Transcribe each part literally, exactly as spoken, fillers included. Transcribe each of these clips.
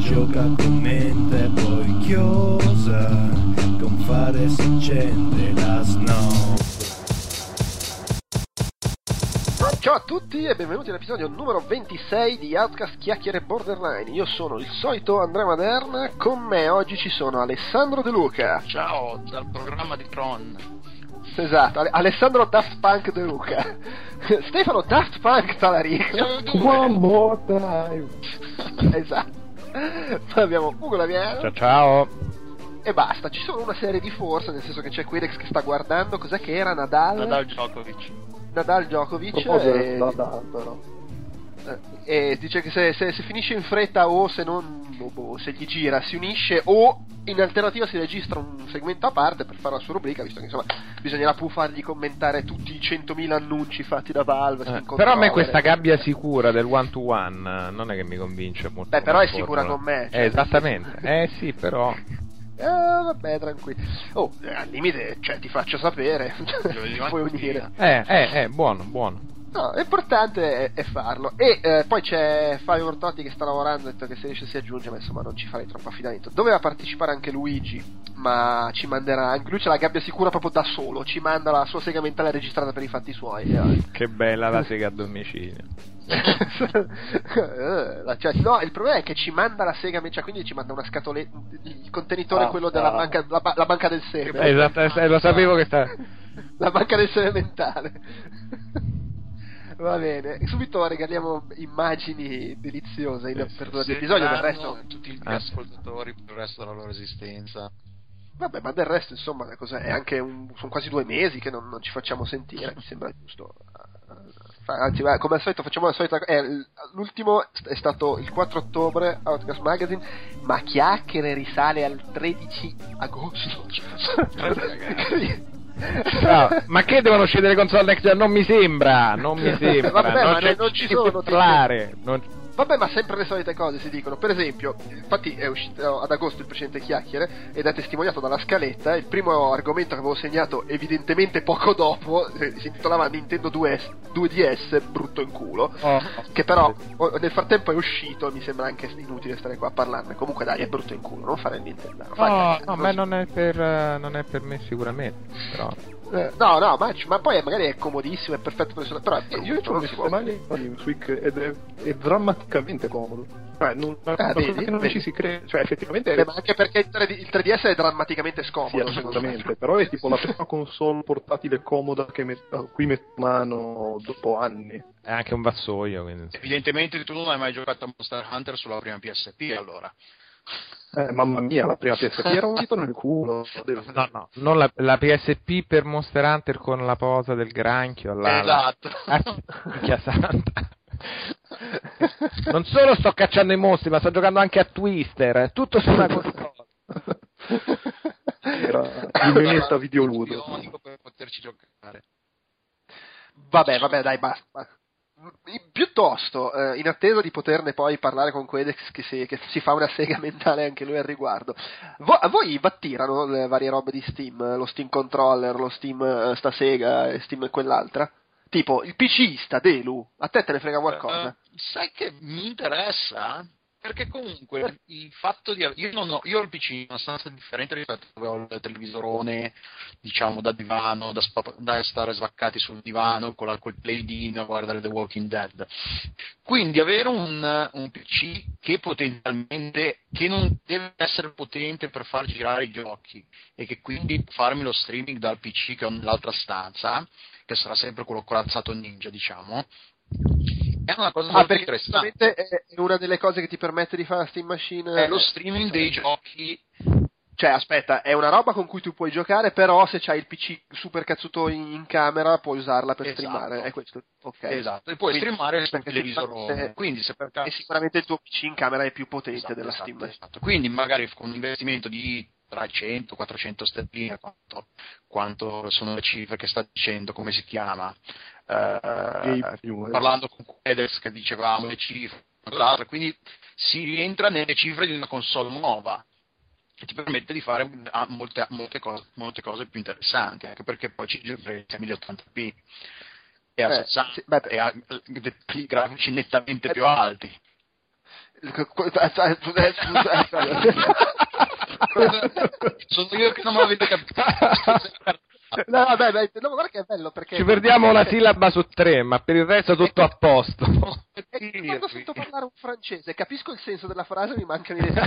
gioca con mente poi chiosa, con fare si accende la snow. Ciao a tutti e benvenuti all'episodio numero ventisei di Outcast Chiacchiere Borderline. Io sono il solito Andrea Maderna, con me oggi ci sono Alessandro De Luca. Ciao, dal programma di Tron. Esatto, Alessandro Daft Punk De Luca. Stefano Daft Punk Talarico. One more time. Esatto. Poi abbiamo Ugo Laviano. Ciao ciao. E basta, ci sono una serie di forze, nel senso che c'è Quirex che sta guardando, cos'è che era? Nadal? Nadal Djokovic. Nadal Djokovic e... Nadal però. E dice che se, se, se finisce in fretta o se non o se gli gira si unisce, o in alternativa si registra un segmento a parte per fare la sua rubrica, visto che insomma bisognerà pure fargli commentare tutti i centomila annunci fatti da Valve. Eh, però a me questa gabbia sicura del one to one non è che mi convince molto. Beh, però è sicura con me, cioè, eh, esattamente. eh sì, però Eh, vabbè, tranquillo. Oh, al limite, cioè, ti faccio sapere. Puoi unire. Eh, eh, eh, buono, buono. No, l'importante è, è farlo. E eh, poi c'è Fabio Mortotti che sta lavorando, ha detto che se riesce si aggiunge, ma insomma non ci farei troppo affidamento. Doveva partecipare anche Luigi, ma ci manderà, anche lui c'ha la gabbia sicura proprio da solo, ci manda la sua sega mentale registrata per i fatti suoi. Eh. Che bella la sega a domicilio. Cioè, no, il problema è che ci manda la sega, cioè, quindi ci manda una scatoletta, il contenitore, ah, quello della ah. banca, la, la banca del seme. Esatto, eh, lo sapevo che sta. La banca del seme mentale. Va bene, subito regaliamo immagini deliziose in apertura dell'episodio, del resto tutti gli ah. ascoltatori per il resto della loro esistenza. Vabbè, ma del resto insomma cos'è? È anche un, sono quasi due mesi che non, non ci facciamo sentire, mi sembra giusto. Anzi, come al solito facciamo la solita eh, l'ultimo è stato il quattro ottobre Outcast Magazine, ma Chiacchiere risale al tredici agosto. No, ma che devono uscire le console next gen? Non mi sembra, non mi sembra. Vabbè, non, ma c'è non ci sono parlare. Non... Vabbè, ma sempre le solite cose si dicono. Per esempio, infatti è uscito ad agosto il precedente Chiacchiere ed è testimoniato dalla scaletta. Il primo argomento che avevo segnato evidentemente poco dopo si intitolava Nintendo due D S brutto in culo, oh, che però nel frattempo è uscito e mi sembra anche inutile stare qua a parlarne. Comunque dai, è brutto in culo, non fare il Nintendo. No, no, ma non è per non è per me sicuramente, però Eh, no, no, ma, ma poi magari è comodissimo, è perfetto per però è io ci ho messo le mani in Switch ed è, è drammaticamente comodo. Cioè, non, eh, non vedi, che non vedi. ci si crede, cioè effettivamente Beh, ma anche perché il tre D, il tre D S è drammaticamente scomodo, sì, assolutamente, però è tipo la prima console portatile comoda che met- a cui metto mano dopo anni. è anche un vassoio, quindi. Evidentemente tu non hai mai giocato a Monster Hunter sulla prima P S P, allora. Eh, mamma mia, la prima P S P era un dito nel culo. No, no, non la, la P S P per Monster Hunter con la posa del granchio. La, esatto. La... Minchia santa. Non solo sto cacciando i mostri, ma sto giocando anche a Twister. Tutto su una console. Era il meta videoludo. Per poterci giocare. Vabbè, vabbè, dai, basta. basta. Piuttosto, eh, in attesa di poterne poi parlare con Quedex che si, che si fa una sega mentale anche lui al riguardo, Vo- a voi vi attirano le varie robe di Steam, lo Steam Controller, lo Steam uh, sta sega e Steam e quell'altra? Tipo, il PCista, Delu, a te te ne frega qualcosa? Uh, sai che mi interessa? Perché comunque il fatto di io non ho io ho il P C in una stanza differente rispetto a dove ho il televisorone, diciamo da divano, da, spa, da stare svaccati sul divano con la, col playdino a guardare The Walking Dead. Quindi avere un, un P C che potenzialmente che non deve essere potente per far girare i giochi e che quindi farmi lo streaming dal P C che ho nell'altra stanza, che sarà sempre quello corazzato ninja, diciamo. È una cosa ah, molto perché interessante. È una delle cose che ti permette di fare la Steam Machine. È lo streaming dei giochi. Cioè, aspetta, è una roba con cui tu puoi giocare, però se c'hai il P C super cazzuto in, in camera puoi usarla per esatto. streamare. È questo. Ok. Esatto. E puoi quindi, streamare sul televisore. Quindi se per caso... E sicuramente il tuo P C in camera è più potente esatto, della esatto, Steam Machine. Esatto. Quindi magari con un investimento di trecento quattrocento sterline, quanto, quanto sono le cifre che sta dicendo, come si chiama? Uh, parlando con Quedex che dicevamo le cifre, quindi si rientra nelle cifre di una console nuova che ti permette di fare molte, molte, cose, molte cose più interessanti, anche perché poi ci giochi a mille ottanta p e a eh, sessanta sì, beh, e a dettagli grafici nettamente più alti. Sono io che non me l'avete capito. No, vabbè, beh, no, guarda che è bello perché ci perdiamo una sillaba su tre, ma per il resto tutto a posto. E quando sento parlare un francese capisco il senso della frase, mi mancano i dettagli.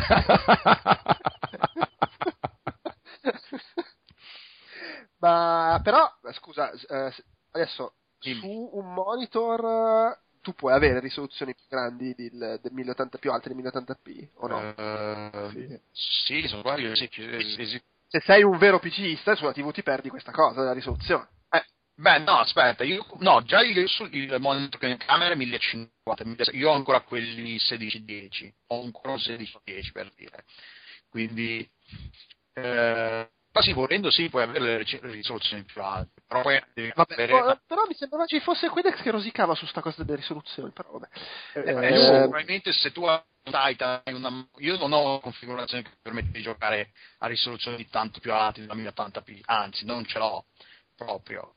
Ma però scusa, eh, adesso su un monitor tu puoi avere risoluzioni più grandi del, del mille ottanta, più alte del mille ottanta p o no? Uh, sì. sì, sono quasi sì, sì. Se sei un vero PCista sulla tivù ti perdi questa cosa della risoluzione. Eh, beh, no, aspetta, io no, già il, il monitor che ho in camera è millecinquanta, io ho ancora quelli sedici dieci, ho ancora un sedici dieci per dire. Quindi eh, ma sì, volendo sì, puoi avere le risoluzioni più alte, però poi devi vabbè, avere... però, però mi sembrava ci fosse Quedex che rosicava su sta cosa delle risoluzioni, però vabbè. Eh, eh, probabilmente se tu hai una, io non ho una configurazione che permette di giocare a risoluzioni di tanto più alte della mille ottanta p, anzi non ce l'ho proprio,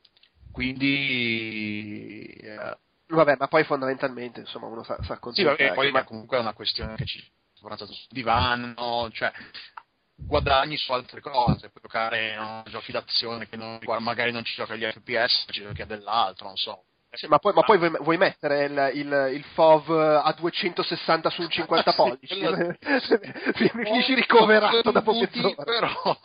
quindi eh... vabbè, ma poi fondamentalmente insomma uno sa, sa sì, vabbè, poi ma comunque è una questione che ci sul divano, cioè guadagni su altre cose, puoi giocare no, giochi d'azione che non, magari non ci gioca agli F P S, ci giochi a dell'altro, non so. Sì, ma poi, ma poi vuoi, vuoi mettere il, il, il F O V a duecentosessanta su un cinquanta pollici? Sì, mi finisci ricoverato dopo mezz'ora. Però...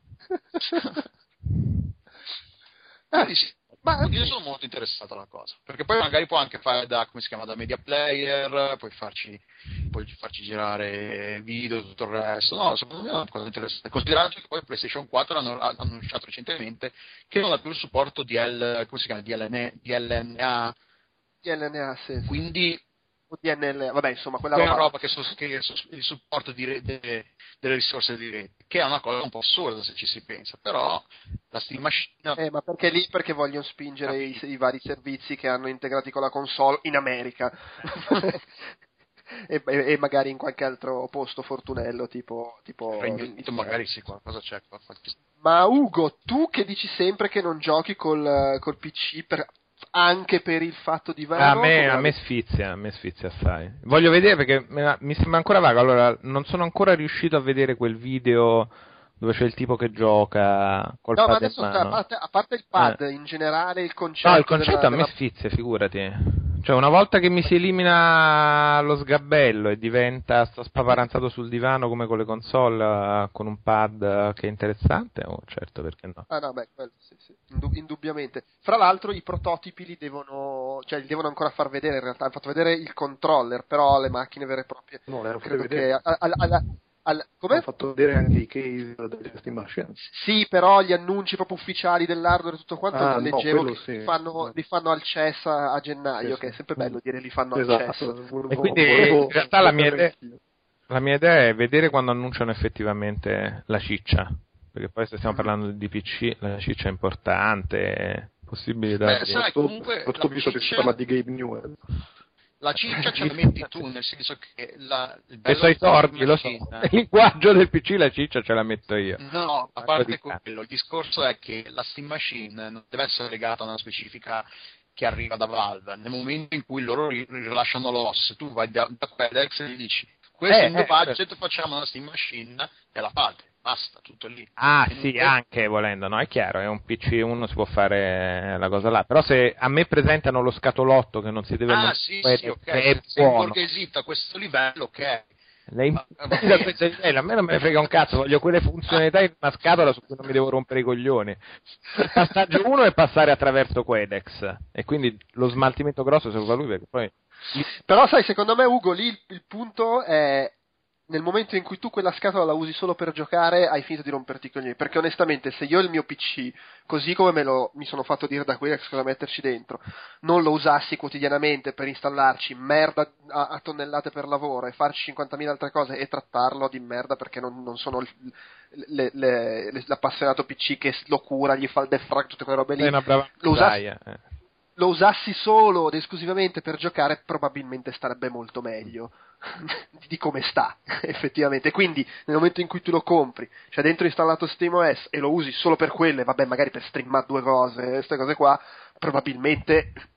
eh, sì. Ma io sono molto interessato alla cosa, perché poi magari può anche fare da, come si chiama, da media player, puoi farci, puoi farci girare video e tutto il resto. No, secondo me è una cosa interessante, considerando che poi PlayStation quattro hanno annunciato recentemente che non ha più il supporto di L, come si chiama, D L N A, D L N A, sì. Quindi o D N L, vabbè, insomma, quella roba, roba che, so, che il supporto di re, de, delle risorse di rete, che è una cosa un po' assurda se ci si pensa, però la Steam Machine... Eh, ma perché lì? Perché vogliono spingere i, i vari servizi che hanno integrati con la console in America. e, e, e magari in qualche altro posto fortunello, tipo... tipo Regnito, magari sì, qualcosa c'è. Qualche... Ma Ugo, tu che dici sempre che non giochi col, col P C per... anche per il fatto di a me, a me sfizia, a me sfizia assai. Voglio vedere perché mi sembra ancora vago. Allora, non sono ancora riuscito a vedere quel video dove c'è il tipo che gioca col no, pad ma adesso in mano. A parte, a parte il pad, eh. in generale il concetto. No, il concetto della, a me della... sfizia, figurati. Cioè, una volta che mi si elimina lo sgabello e diventa sto spaparanzato sul divano come con le console con un pad che è interessante, oh certo, perché no? Ah no, beh, quello sì, sì, Indub- indubbiamente. Fra l'altro i prototipi li devono, cioè li devono ancora far vedere in realtà, hanno fatto vedere il controller, però le macchine vere e proprie. No, le hanno credo fatto vedere. Che alla, alla, alla, come? Hanno fatto vedere anche i case delle Steam Machine. Sì, però gli annunci proprio ufficiali dell'hardware e tutto quanto ah, leggevo no, che sì. li, fanno, li fanno al C E S a, a gennaio, sì, che è sempre bello dire li fanno esatto, al C E S. Volevo, e quindi volevo, in realtà la mia, idea, la mia idea è vedere quando annunciano effettivamente la ciccia, perché poi se stiamo parlando di P C la ciccia è importante, possibili da... Beh, sai, comunque ho visto che si parla di Gabe Newell. La ciccia ce la metti tu, nel senso che la, il bello so i torti, lo so. Il linguaggio del P C la ciccia ce la metto io. No, a parte quello, il discorso è che la Steam Machine non deve essere legata a una specifica che arriva da Valve. Nel momento in cui loro rilasciano l'O S, tu vai da, da Quedex e gli dici questo eh, è il mio eh, budget, certo. Facciamo una Steam Machine e la fate. Basta, tutto lì. Ah, e sì, non... anche volendo, no? È chiaro, è un P C, uno si può fare la cosa là. Però se a me presentano lo scatolotto che non si deve... Ah, sì, sì, ok. È se sei buono. borghesito a questo livello, ok. Lei a questo livello, a me non me ne frega un cazzo, voglio quelle funzionalità in una scatola su cui non mi devo rompere i coglioni. Il passaggio uno è passare attraverso Quedex, e quindi lo smaltimento grosso se lo fa lui, perché poi... Però sai, secondo me Ugo, lì il, il punto è... nel momento in cui tu quella scatola la usi solo per giocare, hai finito di romperti i coglioni, perché onestamente se io il mio P C, così come me lo, mi sono fatto dire da Quedex cosa metterci dentro, non lo usassi quotidianamente per installarci merda a, a tonnellate per lavoro e farci cinquantamila altre cose e trattarlo di merda perché non, non sono il, le, le, le, l'appassionato P C che lo cura, gli fa il defrag, tutte quelle robe lì, è una brava lo usassi, eh. lo usassi solo ed esclusivamente per giocare, probabilmente starebbe molto meglio di come sta effettivamente. Quindi nel momento in cui tu lo compri, c'è dentro installato SteamOS e lo usi solo per quelle, vabbè, magari per streamare due cose, queste cose qua, probabilmente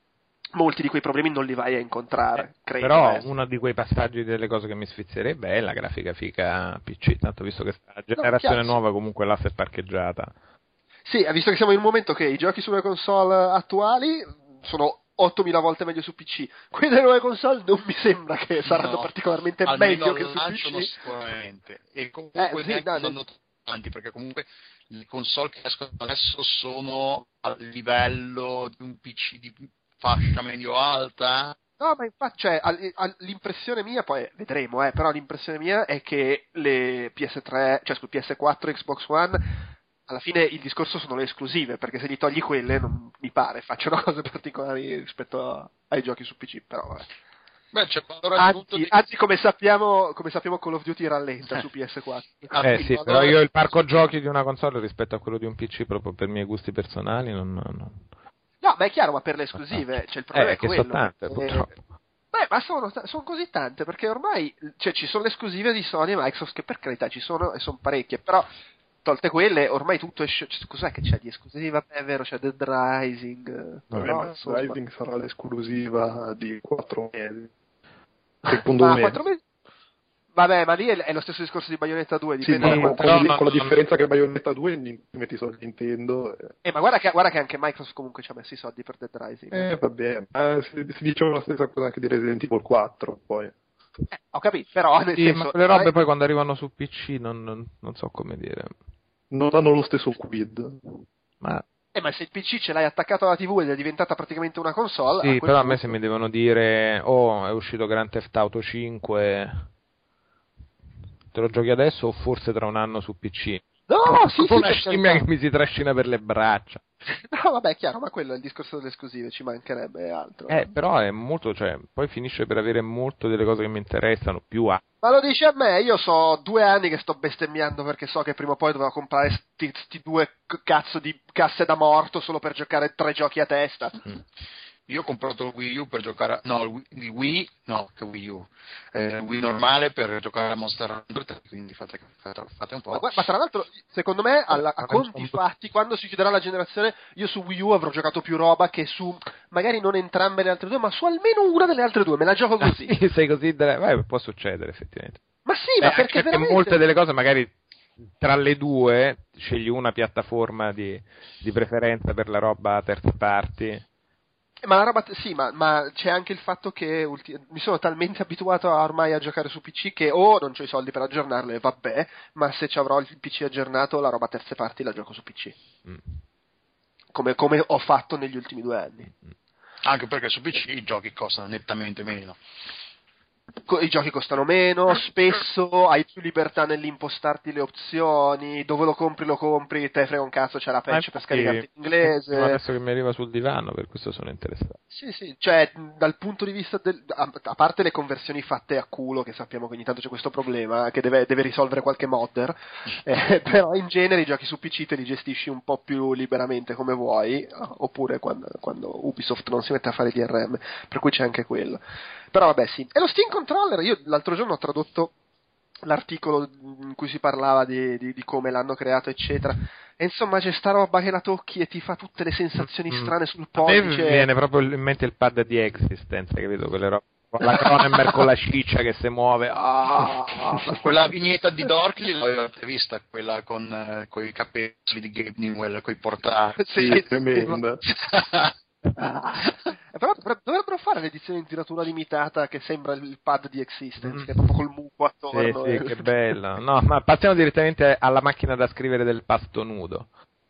molti di quei problemi non li vai a incontrare, credo. Però eh. uno di quei passaggi delle cose che mi sfizierebbe è la grafica fica P C, tanto visto che sta generazione chiaro, nuova sì. comunque l'asse è parcheggiata. Sì, visto che siamo in un momento che i giochi sulle console attuali sono ottomila volte meglio su P C, quelli delle nuove console non mi sembra che saranno No, particolarmente almeno meglio che su lancio P non C. sicuramente, e comunque Eh, sì, neanche no, andando avanti, perché comunque le console che escono adesso sono a livello di un P C di fascia medio-alta. No, ma infatti, cioè, all- all- l'impressione mia, poi vedremo, eh, però l'impressione mia è che le P S tre, cioè scusa, P S quattro e Xbox One, alla fine il discorso sono le esclusive, perché se gli togli quelle non mi pare facciano cose particolari rispetto a- ai giochi su P C, però vabbè. Beh, c'è quando raggiunto Anzi, di... anzi come, sappiamo, come sappiamo Call of Duty rallenta su P S quattro. Ah, Eh sì, sì, ma però allora- io il parco giochi di una console rispetto a quello di un P C, proprio per i miei gusti personali, non... non... No, ma è chiaro, ma per le esclusive, cioè il problema Eh, è che quello. sono tante, eh, purtroppo. Beh, ma sono, sono così tante, perché ormai cioè, ci sono le esclusive di Sony e Microsoft, che per carità ci sono e sono parecchie, però tolte quelle, ormai tutto esce. Cos'è che c'è di esclusiva? È vero, c'è Dead Rising. Vabbè, però, ma insomma. Rising sarà l'esclusiva di quattro mesi. Secondo Ma me. quattro mesi? Vabbè, ma lì è, è lo stesso discorso di Bayonetta due, Sì, dipende ma da con, quanto. però con- non- con la non- differenza che Bayonetta due ni- metti solo Nintendo. Eh, Eh, ma guarda che, guarda che anche Microsoft comunque ci ha messo i soldi per Dead Rising. eh vabbè, ma si, si diceva la stessa cosa anche di Resident Evil quattro, poi. Eh, ho capito, però nel Sì, senso. ma quelle robe ormai- poi quando arrivano su P C non, non, non so come dire. Non hanno lo stesso quid. Ma Eh, ma se il P C ce l'hai attaccato alla T V ed è diventata praticamente una console. sì, a quel però a me punto- se mi devono dire oh, è uscito Grand Theft Auto cinque, te lo giochi adesso o forse tra un anno su P C? No, sì, sì, una per scimmia carità. che mi si trascina per le braccia. No, vabbè, è chiaro, ma quello è il discorso delle esclusive, ci mancherebbe altro. Eh, però è molto, cioè, poi finisce per avere molto delle cose che mi interessano più a... Ma lo dici a me, io so due anni che sto bestemmiando perché so che prima o poi dovevo comprare sti, sti due c- cazzo di casse da morto solo per giocare tre giochi a testa. Mm. Io ho comprato il Wii U per giocare a... no, il Wii, il Wii no, che Wii U, eh, il Wii normale per giocare a Monster Hunter, quindi fate, fate, fate un po'. Ma, gua- ma tra l'altro, secondo me, alla- a conti fatti, quando si chiuderà la generazione, io su Wii U avrò giocato più roba che su, magari non entrambe le altre due, ma su almeno una delle altre due, me la gioco così. Sei così... delle- Beh, può succedere effettivamente. Ma sì, Beh, ma anche perché veramente... molte delle cose magari tra le due scegli una piattaforma di, di preferenza per la roba terze parti. Ma la roba, sì, ma, ma c'è anche il fatto che ulti- mi sono talmente abituato a, ormai a giocare su P C che o non ho i soldi per aggiornarle, vabbè, ma se ci avrò il P C aggiornato, la roba terze parti la gioco su P C. Mm. Come, come ho fatto negli ultimi due anni. Anche perché su P C i giochi costano nettamente meno. Co- I giochi costano meno, spesso hai più libertà nell'impostarti le opzioni, dove lo compri lo compri, te frega un cazzo, c'è la patch Ma per scaricarti in infatti, inglese. adesso che mi arriva sul divano, per questo sono interessato. Sì, sì, cioè dal punto di vista del, a, a parte le conversioni fatte a culo, che sappiamo che ogni tanto c'è questo problema, che deve, deve risolvere qualche modder, eh, però in genere i giochi su P C te li gestisci un po' più liberamente come vuoi, oppure quando, quando Ubisoft non si mette a fare D R M, per cui c'è anche quello. Però vabbè sì, e lo Steam Controller, io l'altro giorno ho tradotto l'articolo in cui si parlava di, di, di come l'hanno creato eccetera, e insomma c'è sta roba che la tocchi e ti fa tutte le sensazioni Mm. strane sul A me pollice. viene proprio in mente il pad di Existence, capito? Quelle robe. La Cronenberg con la ciccia che si muove. Ah! Quella vignetta di Dorkly l'avete vista, quella con eh, i capelli di Gabe Newell, coi portati. Sì, Sì, tremenda. Eh, però dovre- dovrebbero fare l'edizione in tiratura limitata che sembra il pad di Existence, Mm. che è proprio col muco Sì, attorno. sì, e- che bello. No, ma passiamo direttamente alla macchina da scrivere del pasto nudo.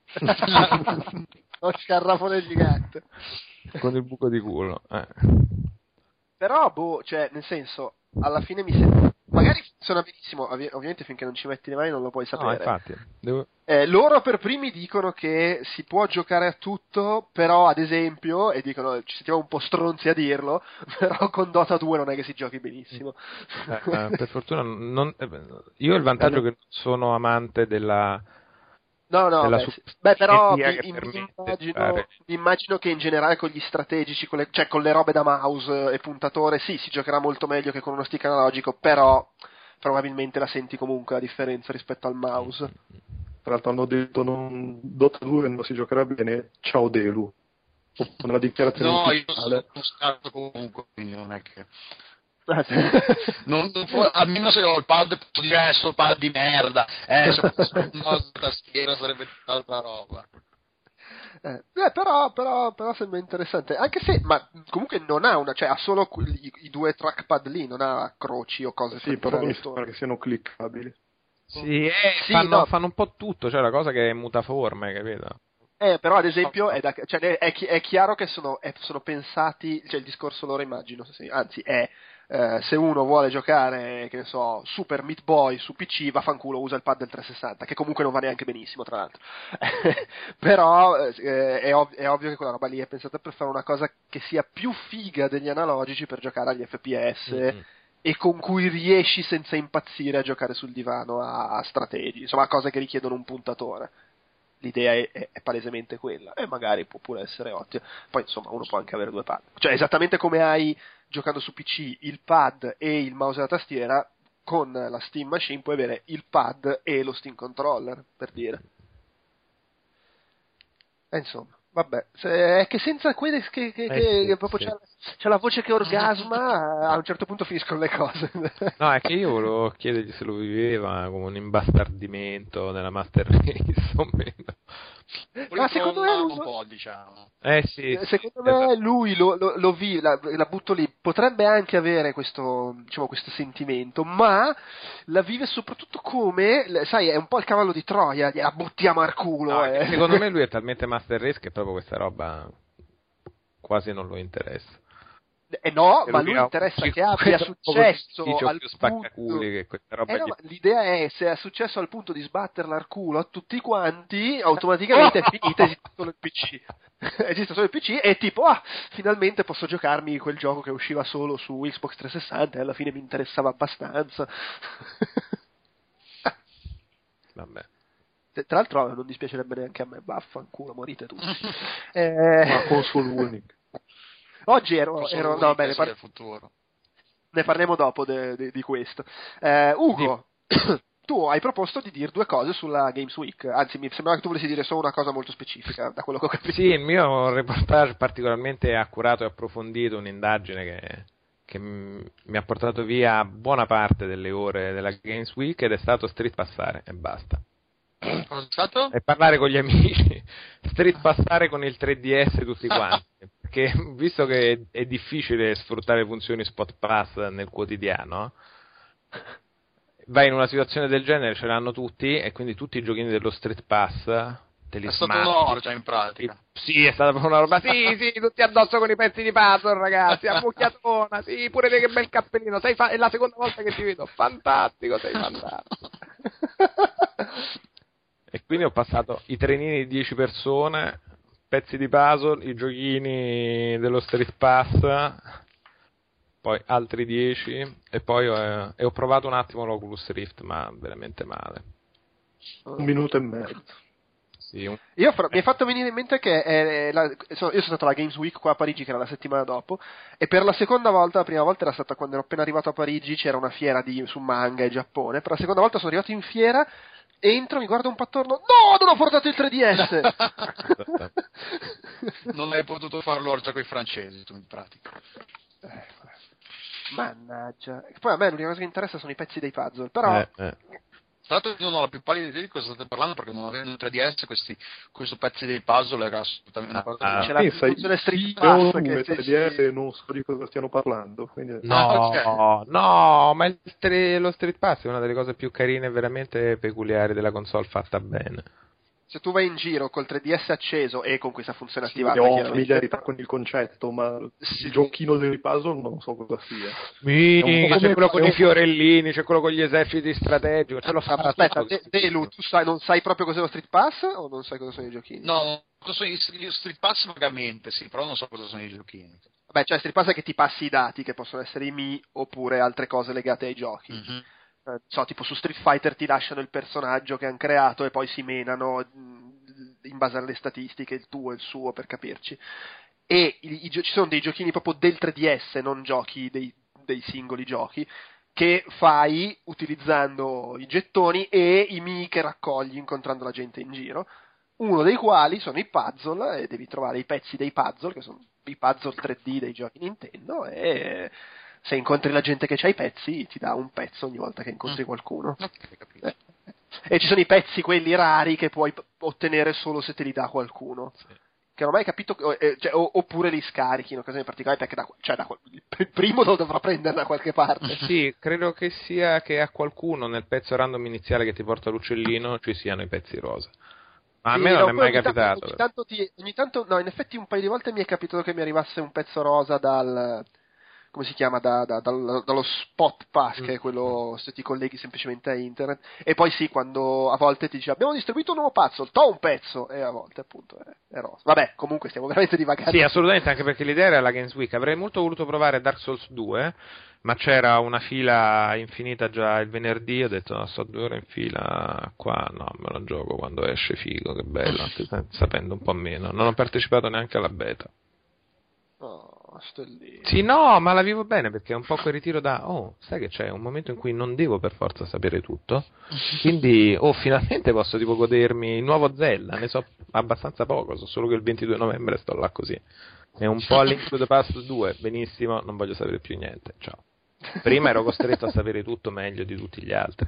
Lo scarrafone gigante. Con il buco di culo. Eh. Però, boh, cioè, nel senso, alla fine mi sembra... Magari funziona benissimo, ovvi- ovviamente finché non ci metti le mani non lo puoi No, sapere. infatti. Devo... Eh, loro per primi dicono che si può giocare a tutto, però ad esempio, e dicono, ci sentiamo un po' stronzi a dirlo, però con Dota due non è che si giochi benissimo. Eh, eh, per fortuna non... eh, io ho il vantaggio che non sono amante della... No, no, della beh, su- sì. Beh, però mi, che mi permette di immagino, fare. mi immagino che in generale con gli strategici, con le, cioè con le robe da mouse e puntatore, sì, si giocherà molto meglio che con uno stick analogico, però probabilmente la senti comunque la differenza rispetto al mouse. Tra l'altro hanno detto non, Dota due non si giocherà bene, ciao Delu. Nella dichiarazione No, io ufficiale. sono scarto comunque, quindi non è che... Ah, sì. Non, non può- almeno se ho il pad posso dire eh, sto pad di merda, eh, se fosse una tastiera sarebbe tutta altra roba. Eh, eh, però, però, però sembra interessante, anche se, ma comunque non ha una, cioè ha solo quelli- i, i due trackpad lì, non ha croci o cose Sì, per però tirare mi il sembra che siano cliccabili. Sì, eh, Sì, fanno, no. fanno un po' tutto, cioè la cosa che è mutaforme, capito? Eh, però ad esempio è, da, cioè, è, è chi- è chiaro che sono, è- sono pensati, cioè il discorso loro immagino, sì, anzi è, eh, se uno vuole giocare, che ne so, Super Meat Boy su P C, vaffanculo, usa il pad del trecentosessanta, che comunque non va neanche benissimo, tra l'altro. Però eh, è, ov- è ovvio che quella roba lì è pensata per fare una cosa che sia più figa degli analogici per giocare agli F P S, Mm-hmm. e con cui riesci senza impazzire a giocare sul divano a, a strategi, insomma cose che richiedono un puntatore. L'idea è, è, è palesemente quella, e magari può pure essere ottima. Poi insomma uno può anche avere due pad, cioè esattamente come hai giocando su P C il pad e il mouse e la tastiera, con la Steam Machine puoi avere il pad e lo Steam Controller, per dire. E insomma, vabbè, se, è che senza quelle che, che, Eh che, sì, che proprio sì. c'è, c'è la voce che orgasma, a un certo punto finiscono le cose. No, è che io volevo chiedergli se lo viveva come un imbastardimento nella Master Race o meno. Ma secondo me un lui- po', diciamo. Eh sì, Eh, sì, secondo me esatto. lui lo, lo, lo vi, la, la butto lì, potrebbe anche avere questo, diciamo, questo sentimento, ma la vive soprattutto come, l- sai, è un po' il cavallo di Troia, gliela buttiamo al culo. No, eh. secondo me lui è talmente Master Race che proprio questa roba quasi non lo interessa. Eh no, E ma lui lui ha un interessa ufficio- che abbia un po' successo ufficio al più punto... spaccaculi che questa roba Eh no, gli- ma l'idea è, se ha successo al punto di sbatterla al culo a tutti quanti, automaticamente è finita, esiste solo il P C. Esiste solo il P C e tipo, ah, finalmente posso giocarmi quel gioco che usciva solo su Xbox trecentosessanta e alla fine mi interessava abbastanza. Vabbè. Tra l'altro non dispiacerebbe neanche a me, vaffanculo, morite tutti. Eh... Una console unica. Oggi ero, Console ero unica, no, bene, sì, par- del futuro. ne parleremo dopo de- de- di questo. Eh, Ugo, tu hai proposto di dire due cose sulla Games Week, anzi mi sembrava che tu volessi dire solo una cosa molto specifica, da quello che ho capito. Sì, il mio reportage particolarmente accurato e approfondito, un'indagine che, che m- mi ha portato via buona parte delle ore della Games Week ed è stato street passare e basta. Cosa è stato? E parlare con gli amici, street passare con il tre D S tutti quanti, perché visto che è difficile sfruttare funzioni spot pass nel quotidiano, vai in una situazione del genere, ce l'hanno tutti e quindi tutti i giochini dello street pass te li È stato smatti. un'orgia in pratica. Sì, è stata proprio una roba. Sì, sì, tutti addosso con i pezzi di puzzle, ragazzi. Ammucchiatona. Sì, pure te che bel cappellino. Sei fa- è la seconda volta che ti vedo. Fantastico, sei fantastico. E quindi ho passato i trenini di dieci persone, pezzi di puzzle, i giochini dello Street Pass, poi altri dieci, e poi ho, e ho provato un attimo l'Oculus Rift, ma veramente male. Un minuto e mezzo. Sì, un... Io fra- mi è fatto venire in mente che è la- sono- io sono stato alla Games Week qua a Parigi, che era la settimana dopo, e per la seconda volta, la prima volta era stata quando ero appena arrivato a Parigi, c'era una fiera di, su manga e Giappone, per la seconda volta sono arrivato in fiera, entro, mi guardo un po' attorno, no, non ho portato il tre D S! Non hai potuto fare l'orgia con i francesi, tu in pratica. Eh, mannaggia. Poi a me l'unica cosa che interessa sono i pezzi dei puzzle, però... Eh, eh. Tra l'altro io non ho la più pallida idea di cosa state parlando, perché non avendo il tre D S questi, questo pezzi dei puzzle era assolutamente una cosa... Ah, c'è la Pensa, funzione Street io Pass ho che un se tre D S ci- e non so di cosa stiano parlando. Quindi... No, Ah, ok. no, ma il tre- lo Street Pass è una delle cose più carine e veramente peculiari della console fatta bene. Se tu vai in giro col tre D S acceso e con questa funzione Sì, attivata, ho chiaramente- familiarità con il concetto, ma Sì. il giochino dei puzzle non so cosa sia. Minchia, Come- c'è quello con è i un- fiorellini, c'è quello con gli eserciti strategici, ce l'ho Ah, fatto. aspetta, De- Delu, tu sai, non sai proprio cos'è lo Street Pass o non sai cosa sono i giochini? No, cosa sono gli gli Street Pass vagamente, sì, però non so cosa sono i giochini. Vabbè, cioè Street Pass è che ti passi i dati, che possono essere i Mi oppure altre cose legate ai giochi. Mhm. Eh, so, tipo su Street Fighter ti lasciano il personaggio che hanno creato e poi si menano mh, in base alle statistiche, il tuo e il suo, per capirci. E i, i gio- ci sono dei giochini proprio del tre D S, non giochi dei, dei singoli giochi, che fai utilizzando i gettoni e i Mi che raccogli incontrando la gente in giro. uno dei quali sono i puzzle, e devi trovare i pezzi dei puzzle, che sono i puzzle tre D dei giochi Nintendo, e se incontri la gente che c'ha i pezzi ti dà un pezzo ogni volta che incontri qualcuno. Ok, capito. Eh. E ci sono i pezzi, quelli rari, che puoi p- ottenere solo se te li dà qualcuno. Sì. Che non ho mai capito, eh, cioè, o, oppure li scarichi in occasioni particolari, perché da, cioè, da, il primo lo dovrà prendere da qualche parte. Sì, credo che sia che a qualcuno nel pezzo random iniziale che ti porta l'uccellino ci siano i pezzi rosa. Ma a sì, me non no, è mai ogni capitato. Tanto, ogni, tanto ti, ogni tanto, no, in effetti un paio di volte mi è capitato che mi arrivasse un pezzo rosa dal... come si chiama, da, da, dal, dallo Spot Pass, che è quello se ti colleghi semplicemente a internet, e poi sì, quando a volte ti dice abbiamo distribuito un nuovo puzzle, to un pezzo, e a volte appunto è, è rosa. Vabbè, comunque stiamo veramente divagando. Sì, assolutamente, anche perché l'idea era la Games Week. Avrei molto voluto provare Dark Souls due, ma c'era una fila infinita già il venerdì, ho detto no, sto due ore in fila qua, no, me lo gioco quando esce, figo, che bello, anche sapendo un po' meno. Non ho partecipato neanche alla beta. Oh, stellino. Sì, no, ma la vivo bene perché è un po' quel ritiro da oh, sai che c'è un momento in cui non devo per forza sapere tutto, quindi oh, finalmente posso tipo godermi il nuovo Zelda, ne so abbastanza poco, so solo che il ventidue novembre sto là così. È un po' Link to the Past due, benissimo, non voglio sapere più niente, ciao. Prima ero costretto a sapere tutto meglio di tutti gli altri.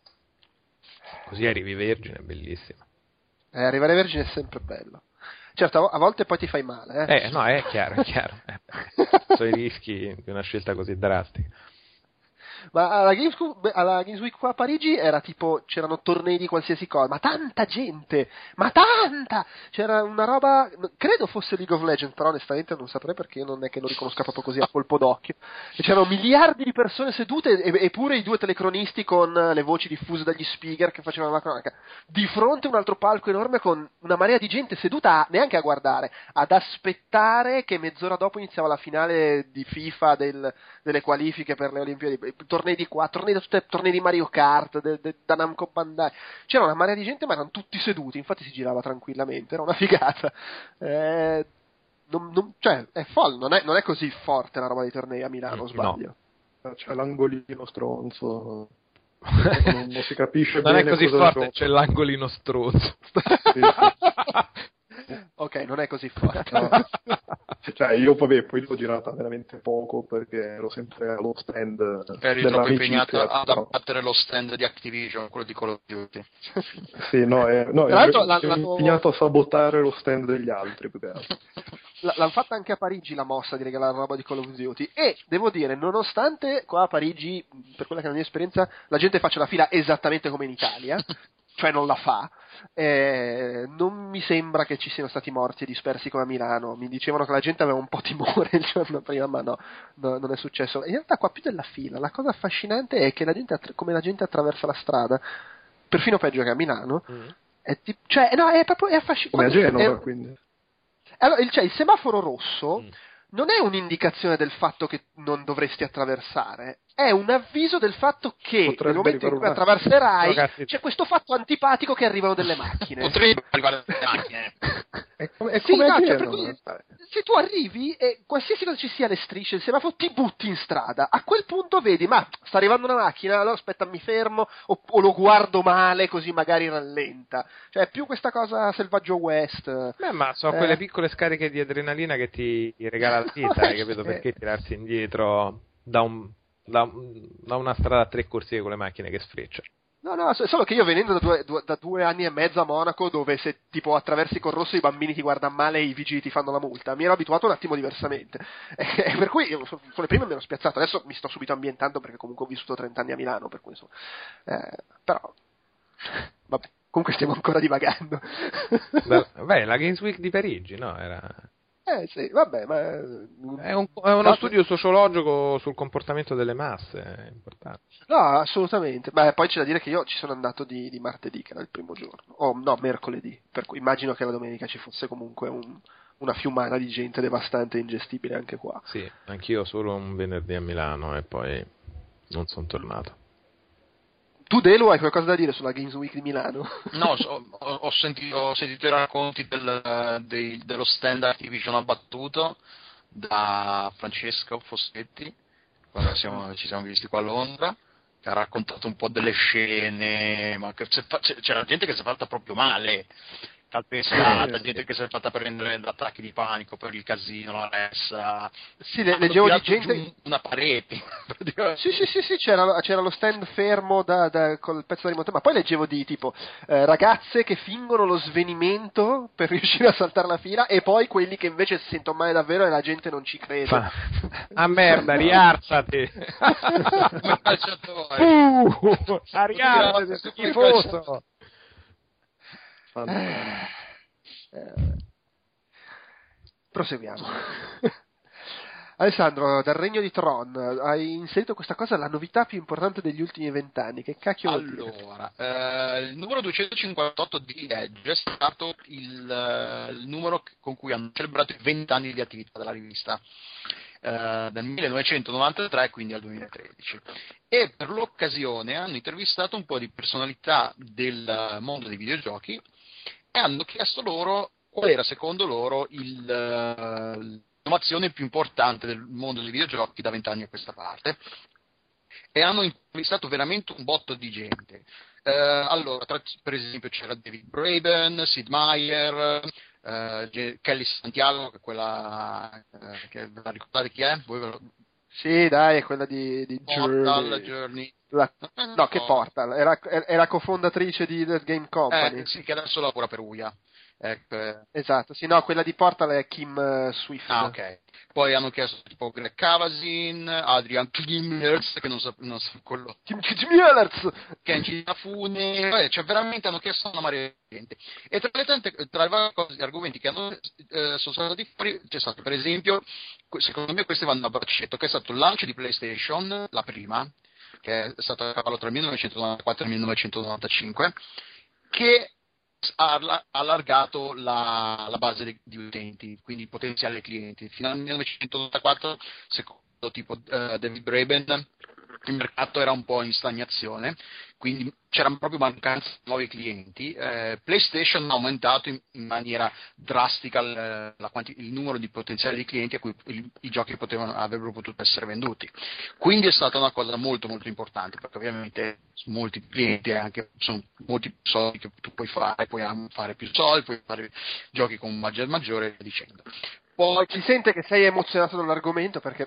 Così arrivi vergine, è bellissimo. Eh, arrivare vergine è sempre bello. Certo, a volte poi ti fai male, eh. Eh, no, è chiaro, è chiaro. Eh, sono i rischi di una scelta così drastica. Ma alla Games, alla Games Week qua a Parigi era tipo, c'erano tornei di qualsiasi cosa, ma tanta gente, ma tanta! C'era una roba, credo fosse League of Legends, però onestamente non saprei perché io non è che lo riconosca proprio così a colpo d'occhio. E c'erano miliardi di persone sedute, e, eppure i due telecronisti con le voci diffuse dagli speaker che facevano la cronaca. Di fronte a un altro palco enorme con una marea di gente seduta, a, neanche a guardare, ad aspettare che mezz'ora dopo iniziava la finale di FIFA del, delle qualifiche per le Olimpiadi. Tornei di qua, tornei, da tutte, tornei di Mario Kart, de, de, da Namco Bandai. C'era una marea di gente, ma erano tutti seduti, infatti si girava tranquillamente, era una figata. Eh, non, non, cioè, è folle, non è, non è così forte la roba dei tornei a Milano, sbaglio. No. C'è l'angolino stronzo. Non, non si capisce non bene. Non è così cosa forte, c'è l'angolino stronzo. Sì, sì. Ok, non è così forte. No. Cioè, io vabbè, poi l'ho girata veramente poco perché ero sempre allo stand. Eri troppo impegnato ad abbattere lo stand di Activision, quello di Call of Duty. Sì, no, eh, no Tra l'altro, ero, la, ero la, impegnato a sabotare lo stand degli altri. Più che altro. L'hanno fatta anche a Parigi la mossa di regalare roba di Call of Duty, e devo dire, nonostante qua a Parigi, per quella che è la mia esperienza, la gente faccia la fila esattamente come in Italia, cioè non la fa, eh, non mi sembra che ci siano stati morti e dispersi come a Milano. Mi dicevano che la gente aveva un po' timore il giorno prima, ma no, no, non è successo. In realtà qua più della fila, la cosa affascinante è che la gente, come la gente attraversa la strada, perfino peggio che a Milano, mm. è tipo, cioè, no, è proprio è affascinante. Come a Genova, è, quindi. Allora, il, cioè, il semaforo rosso mm. non è un'indicazione del fatto che non dovresti attraversare, è un avviso del fatto che potrebbe nel momento in cui attraverserai ragazzi, c'è questo fatto antipatico che arrivano delle macchine. Potrebbe arrivare delle macchine. È come, è sì, come no, a cioè, Genova, cui, se tu arrivi e qualsiasi cosa ci sia, le strisce, il semaforo, ti butti in strada, a quel punto vedi, ma sta arrivando una macchina, allora aspetta, mi fermo, o, o lo guardo male così magari rallenta. Cioè è più questa cosa selvaggio West. Beh, ma sono eh. quelle piccole scariche di adrenalina che ti regala la vita, hai capito? Perché tirarsi indietro da un Da, da una strada a tre corsie con le macchine che sfrecciano. No, no, solo che io venendo da due, due, da due anni e mezzo a Monaco, dove se tipo attraversi col rosso i bambini ti guardano male e i vigili ti fanno la multa, mi ero abituato un attimo diversamente. E, e per cui io, con le prime mi ero spiazzato, adesso mi sto subito ambientando perché comunque ho vissuto trenta anni a Milano, per cui insomma. Eh, però, vabbè, comunque stiamo ancora divagando. Da, beh, la Games Week di Parigi, no? Era... Eh sì, vabbè, ma... È, un, è uno no, studio sociologico sul comportamento delle masse, è importante. No, assolutamente. Beh, poi c'è da dire che io ci sono andato di, di martedì, che era il primo giorno. O no, mercoledì. Per cui immagino che la domenica ci fosse comunque un, una fiumana di gente devastante e ingestibile anche qua. Sì, anch'io solo un venerdì a Milano e poi non sono tornato. Tu, Delu, hai qualcosa da dire sulla Games Week di Milano? No, so, ho, ho, sentito, ho sentito i racconti del, dei, dello stand Activision abbattuto da Francesco Fossetti, quando siamo, ci siamo visti qua a Londra, che ha raccontato un po' delle scene, ma che c'era gente che si è fatta proprio male, calpestata, gente che si è fatta prendere da attacchi di panico per il casino, la ressa. Sì, le, leggevo di gente... una parete. sì, sì, sì, sì, c'era, c'era lo stand fermo da, da, col pezzo da rimontaggio, ma poi leggevo di tipo eh, ragazze che fingono lo svenimento per riuscire a saltare la fila e poi quelli che invece si sentono male davvero e la gente non ci crede. Fa... A merda, rialzati! Come calciatore! Uh, a rialzati, schifoso! Eh, eh, proseguiamo. Alessandro, dal Regno di Tron hai inserito questa cosa, la novità più importante degli ultimi vent'anni. Che cacchio vuol dire? Allora, eh, il numero duecentocinquantotto di Edge è stato il, eh, il numero con cui hanno celebrato i vent'anni di attività della rivista, eh, dal millenovecentonovantatré quindi al duemilatredici, e per l'occasione hanno intervistato un po' di personalità del mondo dei videogiochi e hanno chiesto loro qual era secondo loro il, uh, l'innovazione più importante del mondo dei videogiochi da vent'anni a questa parte, e hanno intervistato veramente un botto di gente. Uh, allora, tra, per esempio c'era David Braben, Sid Meier, uh, Kelly Santiago, che è quella uh, che la ricordate chi è? Voi ve lo... Sì, dai, è quella di, di Portal, Journey. Journey. La, no, che Portal, era, era cofondatrice di The Game Company. Eh, sì, che adesso lavora per U I A. Ecco. Esatto, sì, no, quella di Portal è Kim uh, Swift. Ah, ok. Poi hanno chiesto tipo Greg Cavasin, Adrian Klimers, che non so, non so quello. Kim Klimers! Kenji Nafune, vabbè, cioè veramente hanno chiesto una marea di gente. E tra le tante, tra i vari cose, gli argomenti che hanno, eh, sono stati fuori, c'è stato per esempio, secondo me questi vanno a braccetto, che è stato il lancio di PlayStation, la prima, che è stato a cavallo tra il millenovecentonovantaquattro e il millenovecentonovantacinque, che ha allargato la, la base di, di utenti, quindi potenziali clienti. Fino al millenovecentonovantaquattro, secondo tipo uh, David Braben, il mercato era un po' in stagnazione, quindi c'era proprio mancanza di nuovi clienti. Eh, PlayStation ha aumentato in, in maniera drastica il, la quanti, il numero di potenziali clienti a cui il, i giochi potevano, avrebbero potuto essere venduti. Quindi è stata una cosa molto molto importante, perché ovviamente molti clienti e anche sono molti soldi che tu puoi fare, puoi fare più soldi, puoi fare giochi con un budget maggiore e via dicendo. Poi si sente che sei emozionato dall'argomento perché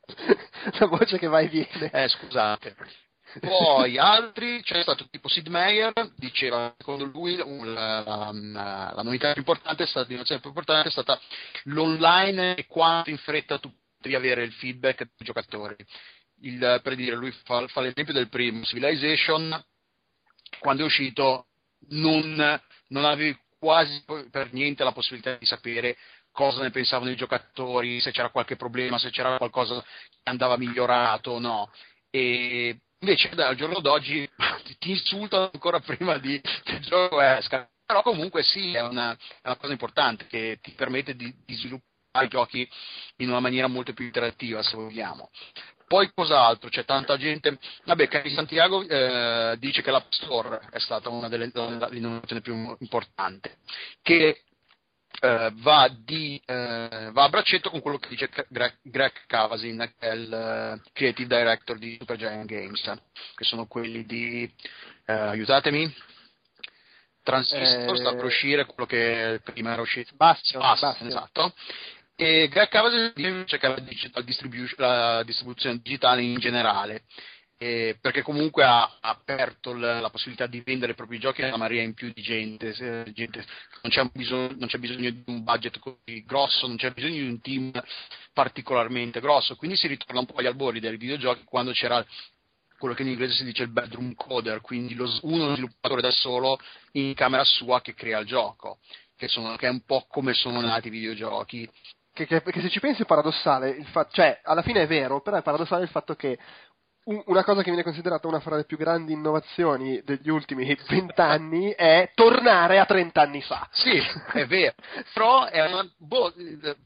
la voce che va e viene. Eh, scusate. Poi altri, c'è stato tipo Sid Meier, diceva secondo lui un, la, la, la novità più importante è stata, l'innovazione più importante è stata l'online e quanto in fretta tu devi avere il feedback dei giocatori. Il, per dire, lui fa, fa l'esempio del primo, Civilization, quando è uscito non, non avevi quasi per niente la possibilità di sapere cosa ne pensavano i giocatori, se c'era qualche problema, se c'era qualcosa che andava migliorato o no. E invece dal giorno d'oggi ti insultano ancora prima di, che il gioco esca. Però comunque sì, è una, è una cosa importante che ti permette di, di sviluppare i giochi in una maniera molto più interattiva, se vogliamo. Poi cos'altro? C'è tanta gente. Vabbè, Cari Santiago eh, dice che l'App Store è stata una delle innovazioni più importanti, che Uh, va, di, uh, va a braccetto con quello che dice Greg, Greg Cavasin, che è il uh, creative director di Supergiant Games, che sono quelli di uh, aiutatemi Transistor, eh... sta per uscire quello che prima era uscito Bastion, Bastion, Bastion. esatto. E Greg Cavasin dice che la, digital distribu- la distribuzione digitale in generale, Eh, perché comunque ha aperto l- la possibilità di vendere i propri giochi a una marea in più di gente, se, gente non, c'è bisogno, non c'è bisogno di un budget così grosso, non c'è bisogno di un team particolarmente grosso, quindi si ritorna un po' agli albori dei videogiochi quando c'era quello che in inglese si dice il bedroom coder, quindi lo, uno sviluppatore da solo in camera sua che crea il gioco, che, sono, che è un po' come sono nati i videogiochi. Che, che, che se ci pensi è paradossale, il fa- cioè alla fine è vero, però è paradossale il fatto che una cosa che viene considerata una fra le più grandi innovazioni degli ultimi vent'anni è tornare a trent'anni fa. Sì, è vero, però è una, boh,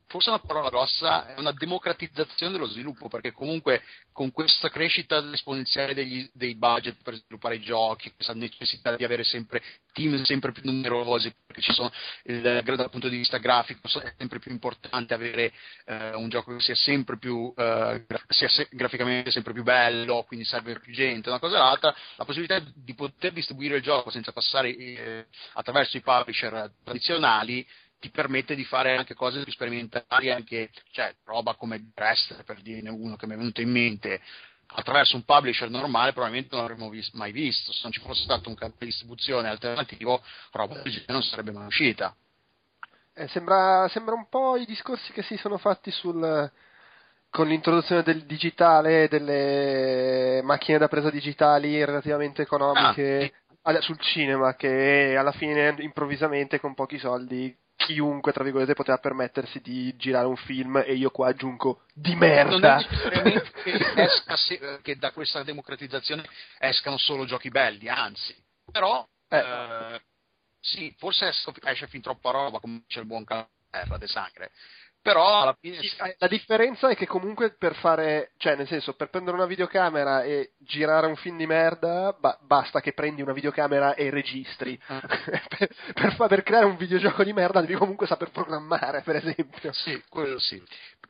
forse una parola grossa, è una democratizzazione dello sviluppo, perché comunque con questa crescita esponenziale degli, dei budget per sviluppare i giochi, questa necessità di avere sempre team sempre più numerosi, perché ci sono il, dal punto di vista grafico è sempre più importante avere eh, un gioco che sia sempre più eh, sia se, graficamente sempre più bello, quindi serve più gente, una cosa e l'altra, la possibilità di poter distribuire il gioco senza passare eh, attraverso i publisher tradizionali ti permette di fare anche cose più sperimentali, anche cioè roba come Rest, per dirne uno che mi è venuto in mente, attraverso un publisher normale probabilmente non l'avremmo vis- mai visto. Se non ci fosse stato un canale di distribuzione alternativo, roba del genere non sarebbe mai uscita. Eh, sembra, sembra un po' i discorsi che si sono fatti sul con l'introduzione del digitale, delle macchine da presa digitali relativamente economiche ah, sì. sul cinema, che alla fine improvvisamente con pochi soldi chiunque, tra virgolette, poteva permettersi di girare un film, e io qua aggiungo di merda. Non è necessariamente che, esca se, che da questa democratizzazione escano solo giochi belli, anzi, però eh. Eh, sì, forse esce fin troppa roba, come dice il buon Terra de Sangre, però alla fine sì, la differenza è che comunque per fare, cioè nel senso, per prendere una videocamera e girare un film di merda ba- basta che prendi una videocamera e registri. uh. per, per, per creare un videogioco di merda devi comunque saper programmare, per esempio. Sì, quello sì.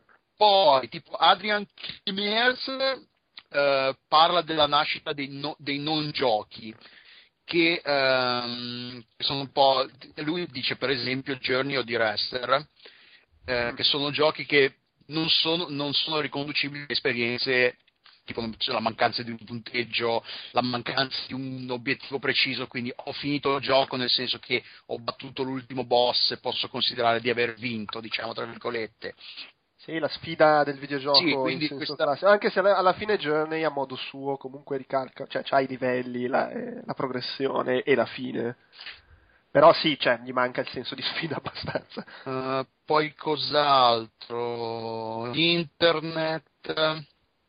Poi tipo Adrian Kimiers eh, parla della nascita dei, no, dei non giochi, che ehm, sono un po', lui dice per esempio Journey o di Rester, eh, che sono giochi che non sono, non sono riconducibili a esperienze tipo la mancanza di un punteggio, la mancanza di un obiettivo preciso, quindi ho finito il gioco nel senso che ho battuto l'ultimo boss e posso considerare di aver vinto, diciamo tra virgolette. Sì, la sfida del videogioco, sì, quindi in senso questa... classico, anche se alla fine Journey a modo suo comunque ricalca, cioè c'ha i livelli, la, eh, la progressione e la fine. Però sì, cioè, gli manca il senso di sfida abbastanza. Uh, poi cos'altro? Internet.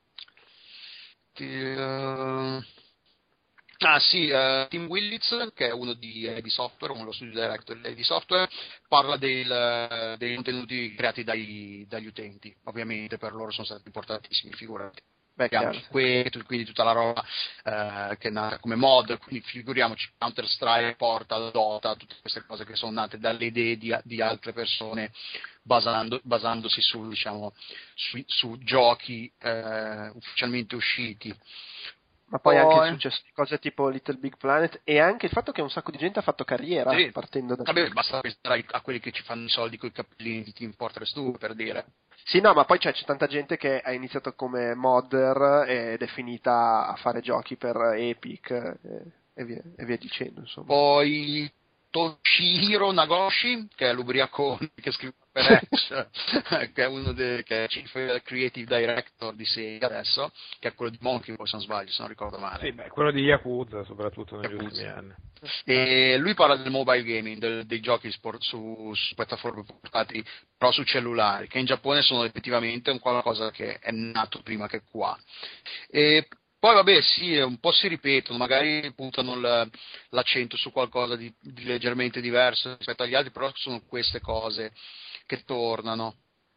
Uh... Ah sì, uh, Tim Willits, che è uno di A D Software, uno dello studio director di A D Software, parla del, dei contenuti creati dai, dagli utenti. Ovviamente per loro sono stati importantissimi, figurati. Beh, chiaro, que, quindi tutta la roba eh, che è nata come mod, quindi figuriamoci Counter Strike, Portal, Dota, tutte queste cose che sono nate dalle idee di, di altre persone basando, basandosi su, diciamo, su, su giochi eh, ufficialmente usciti. Ma poi, poi anche è successo di cose tipo Little Big Planet, e anche il fatto che un sacco di gente ha fatto carriera sì. partendo da... Vabbè, basta pensare a quelli che ci fanno i soldi con i cappellini di Team Fortress due, per dire. Sì, no, ma poi c'è, c'è tanta gente che ha iniziato come modder ed è finita a fare giochi per Epic e, e, via, e via dicendo, insomma. Poi Toshihiro Nagoshi, che è l'ubriacone che scrive per Edge, che è uno dei che è Chief Creative Director di Sega adesso, che è quello di Monkey Ball, se non sbaglio, se non ricordo male. Sì, beh, quello di Yakuza, soprattutto negli Yakuza. ultimi anni. E lui parla del mobile gaming, del, dei giochi sport, su, su piattaforme portati, però su cellulari, che in Giappone sono effettivamente un qualcosa che è nato prima che qua. E poi vabbè sì, un po' si ripetono, magari puntano l'accento su qualcosa di, di leggermente diverso rispetto agli altri, però sono queste cose che tornano.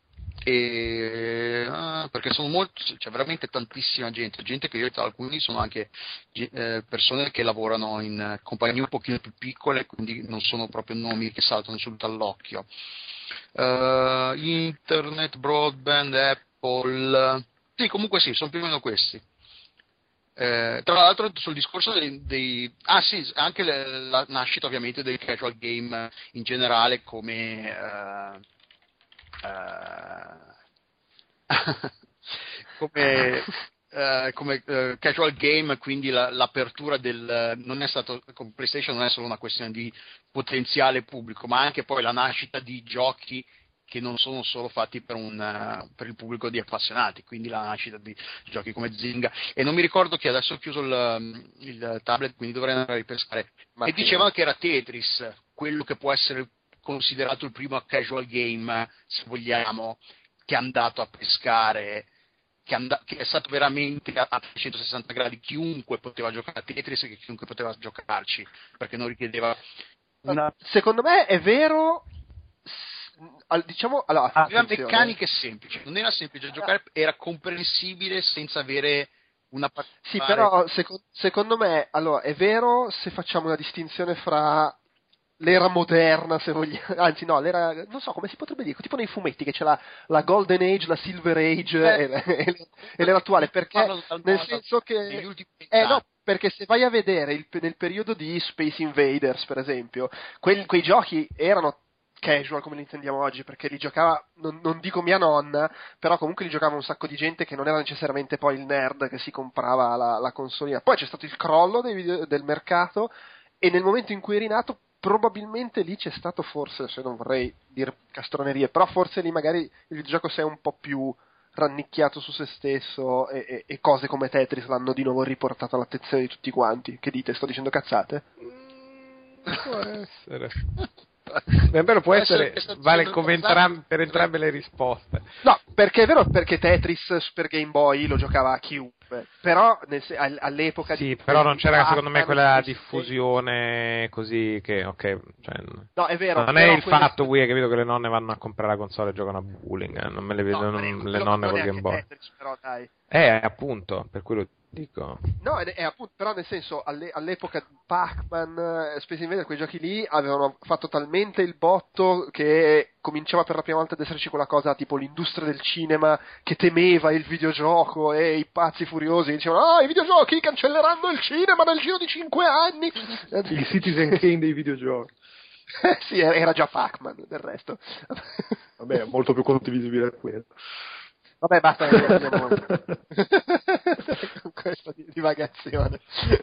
E, ah, perché sono molto, c'è veramente tantissima gente, gente che io alcuni sono anche eh, persone che lavorano in compagnie un pochino più piccole, quindi non sono proprio nomi che saltano subito all'occhio. Uh, internet, broadband, Apple, sì, comunque sì, sono più o meno questi. Eh, tra l'altro sul discorso dei, dei ah sì, anche le, la nascita ovviamente del casual game in generale come uh, uh, come, uh, come uh, casual game, quindi la, l'apertura del non è stato con PlayStation non è solo una questione di potenziale pubblico, ma anche poi la nascita di giochi che non sono solo fatti per, un, uh, per il pubblico di appassionati, quindi la nascita di giochi come Zynga, e non mi ricordo chi adesso ho chiuso il, il tablet, quindi dovrei andare a ripescare, ma e dicevano che era Tetris quello che può essere considerato il primo casual game, se vogliamo, che è andato a pescare, che, and- che è stato veramente a, a trecentosessanta gradi, chiunque poteva giocare a Tetris e che chiunque poteva giocarci, perché non richiedeva una... Secondo me è vero al- diciamo, allora, Aveva attenzione. meccaniche semplici, non era semplice giocare, era comprensibile senza avere una Sì, particolare... però seco- secondo me, allora, è vero se facciamo una distinzione fra l'era moderna, se vogliamo, anzi no, l'era, non so come si potrebbe dire, tipo nei fumetti che c'è la, la Golden Age, la Silver Age Eh, e, la- e la- e l'era attuale, perché Parlano dal nel modo senso negli che... ultimi Eh no, anni. perché se vai a vedere il- nel periodo di Space Invaders, per esempio, quel- quei giochi erano casual come li intendiamo oggi, perché li giocava, non, non dico mia nonna, però comunque li giocava un sacco di gente che non era necessariamente poi il nerd che si comprava la, la consolina. Poi c'è stato il crollo dei video- del mercato, e nel momento in cui è rinato probabilmente lì c'è stato, forse, se non vorrei dire castronerie, però forse lì magari il videogioco si è un po' più rannicchiato su se stesso, e, e- e cose come Tetris l'hanno di nuovo riportato all'attenzione di tutti quanti. Che dite? Sto dicendo cazzate? Può essere. Davvero può essere, vale come entram- per entrambe le risposte. No, perché è vero, perché Tetris Super Game Boy lo giocava a chiunque, però nel se- all- all'epoca... Sì, di- però non c'era ah, secondo me non quella si- diffusione così che, ok, cioè, No, è vero. non è però il quelle- fatto, Wii, hai capito, che le nonne vanno a comprare la console e giocano a bowling, eh, non me le vedo No, non- ma le quello nonne non col è Game anche Boy. Tetris, però, dai. Eh, appunto, per quello dico. No, è, è appunto, però nel senso, alle- all'epoca di Pac-Man, eh, Space Invaders, quei giochi lì avevano fatto talmente il botto che cominciava per la prima volta ad esserci quella cosa tipo l'industria del cinema che temeva il videogioco, e i pazzi furiosi dicevano: ah, i videogiochi cancelleranno il cinema nel giro di cinque anni. Il Citizen Kane dei videogiochi. Sì, era era già Pac-Man, del resto. Vabbè, è molto più condivisibile quello. Vabbè, basta che andiamo con questa divagazione.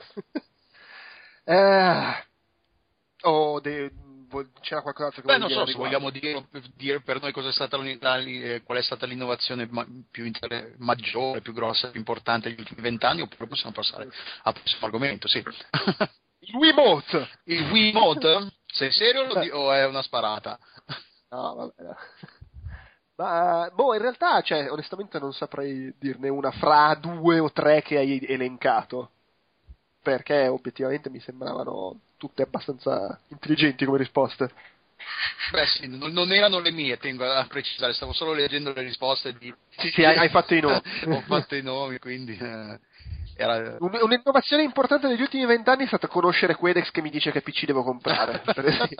Eh, oh, de- vo- c'era qualcos'altro che Beh, volevi non dire so, al se riguardo? vogliamo dire, dire per noi cosa è stata l'unità, lì, eh, qual è stata l'innovazione ma- più inter- maggiore, più grossa, più importante negli ultimi vent'anni, oppure possiamo passare al prossimo argomento, sì. Il Wiimote! Il Wiimote? Sei serio o di- o è una sparata? No, vabbè. no. Ma, boh, in realtà, cioè, onestamente non saprei dirne una fra due o tre che hai elencato, perché obiettivamente mi sembravano tutte abbastanza intelligenti come risposte. Beh sì, non, non erano le mie, tengo a precisare, stavo solo leggendo le risposte di... Sì, sì, hai, hai fatto i nomi. Ho fatto i nomi, quindi... eh, era... Un- un'innovazione importante degli ultimi vent'anni è stata conoscere Quedex che mi dice che P C devo comprare, per esempio.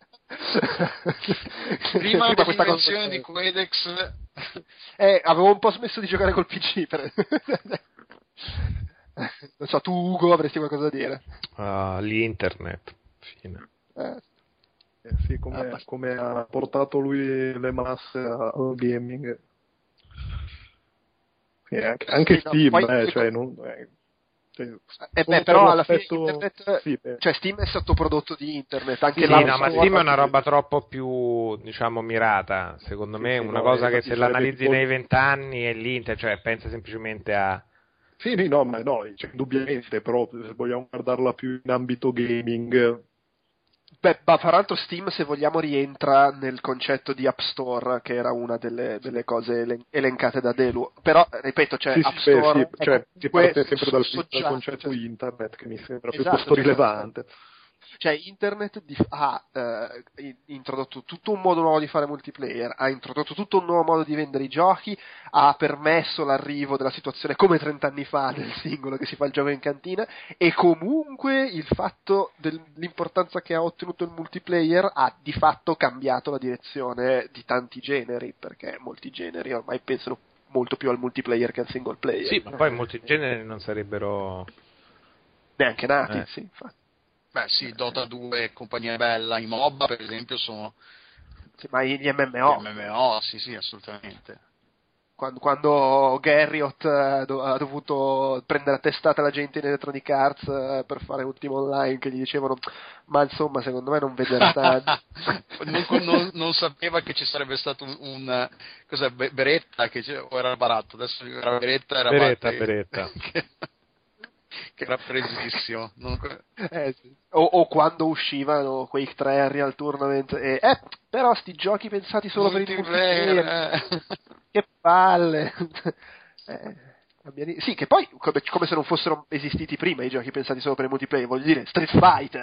Prima questa dell'invenzione cosa- di Quedex... Eh, avevo un po' smesso di giocare col P C. Per... non so, tu Ugo avresti qualcosa da dire? Ah, l'internet, fine. Eh, Eh, sì, come, come ha portato lui le masse al gaming. Sì, anche, anche Sì, no, Steam, poi- eh, cioè, non, eh, cioè, Eh solo beh, per però alla fine l'aspetto- internet, sì, beh. cioè Steam è sottoprodotto di internet, anche Sì, l'App no, ma Store- Steam è una roba troppo più, diciamo, mirata. Secondo Sì, me sì, una no, cosa che infatti se sarebbe l'analizzi tipo- nei vent'anni è l'Inter, cioè pensa semplicemente a... Sì, sì, no, ma no, cioè, indubbiamente, però se vogliamo guardarla più in ambito gaming, Beh, ma fra l'altro Steam, se vogliamo, rientra nel concetto di App Store, che era una delle, delle cose elen- elencate da Delu. Però, ripeto, cioè sì, App sì, beh, Store sì, cioè, è si comunque parte sempre dal, dal soggiato, concetto cioè- internet, che mi sembra Esatto, piuttosto cioè- rilevante. Cioè, internet di- ha eh, in- introdotto tutto un modo nuovo di fare multiplayer, ha introdotto tutto un nuovo modo di vendere i giochi, ha permesso l'arrivo della situazione come trent'anni fa del singolo che si fa il gioco in cantina, e comunque il fatto dell'importanza che ha ottenuto il multiplayer ha di fatto cambiato la direzione di tanti generi, perché molti generi ormai pensano molto più al multiplayer che al single player. Sì, ma poi molti generi non sarebbero... Neanche nati, Eh. sì, infatti. Beh sì, Dota due, compagnia bella, i MOBA per esempio sono Sì, ma gli M M O, M M O, sì sì, assolutamente. quando, quando Garriott ha, do- ha dovuto prendere a testata la gente in Electronic Arts eh, per fare Ultima Online, che gli dicevano: ma insomma, secondo me non vederà tanto. non, non, non sapeva che ci sarebbe stato un, un cos'è, Be- Beretta che c'è- o era Baratto, adesso era Beretta, era Beretta, Batte- Beretta. che, che era presissimo. Non- Eh, sì. o, o quando uscivano Quake tre Real Tournament e, eh, però sti giochi pensati solo per il multiplayer, multiplayer, eh. che palle. eh, abbiamo- sì, che poi come, come se non fossero esistiti prima i giochi pensati solo per il multiplayer, voglio dire, Street Fighter,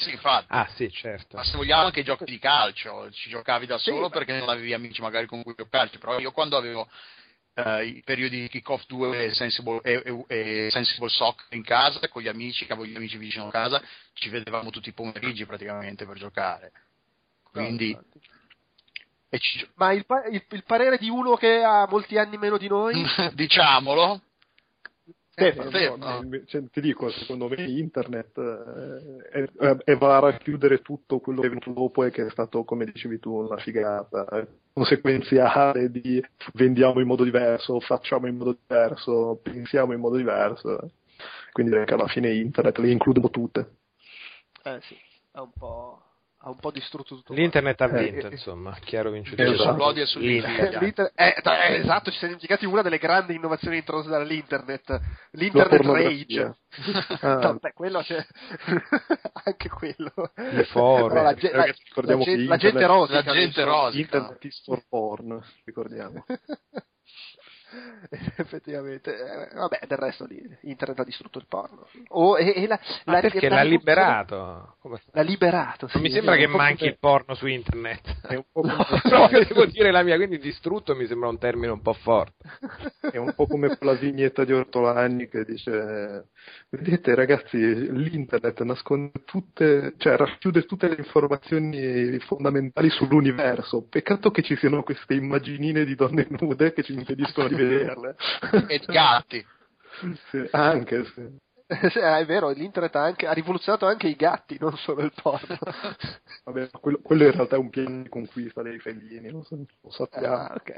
Sì, infatti. Ah, sì, certo. Ma se vogliamo anche i giochi di calcio, ci giocavi da solo sì, perché non avevi amici magari con cui giocarci, però io quando avevo eh, i periodi di Kick-Off due e Sensible, e, e, e Sensible Soccer in casa, con gli amici, che avevo gli amici vicino a casa, ci vedevamo tutti i pomeriggi praticamente per giocare. Quindi... No, e ci... Ma il, pa- il, il parere di uno che ha molti anni meno di noi? Diciamolo. Stefano, Eh, No, no. cioè, ti dico, secondo me internet eh, è, è, è va a racchiudere tutto quello che è venuto dopo e che è stato, come dicevi tu, una figata eh, conseguenziale di vendiamo in modo diverso, facciamo in modo diverso, pensiamo in modo diverso. Quindi direi che alla fine internet le includono tutte. Eh sì, è un po'... ha un po' distrutto tutto. L'internet ha Eh, vinto, eh, insomma, chiaro vincitore. esatto. Sull'odio e sull'invidia. L'Inter- eh, eh, esatto, ci siamo dimenticati una delle grandi innovazioni introdotte dall'internet, La l'internet pornografia. rage. Ah. No, beh, quello c'è anche quello. I forum. Però la, ge- la- Ragazzi, ricordiamo la che gen- la internet- gente rosica. La gente rosica. Internet is for porn, ricordiamo. Effettivamente, eh, vabbè, del resto lì internet ha distrutto il porno. O, e, e la, Ma la- perché la l'ha rivoluzione- liberato? Come fa? L'ha liberato. Non sì, mi sembra è che un po' manchi come- il porno su internet. È un po' come, Proprio devo dire la mia, quindi distrutto mi sembra un termine un po' forte. è un po' come quella vignetta di Ortolani che dice: vedete ragazzi, l'internet nasconde tutte, cioè racchiude tutte le informazioni fondamentali sull'universo. Peccato che ci siano queste immaginine di donne nude che ci impediscono di vederle. E di gatti. Sì, anche sì. Sì, è vero, l'internet ha, anche, ha rivoluzionato anche i gatti, non solo il porno. Vabbè, quello, quello in realtà è un piano di conquista dei felini, lo, so- lo sappiamo. Ah, ok.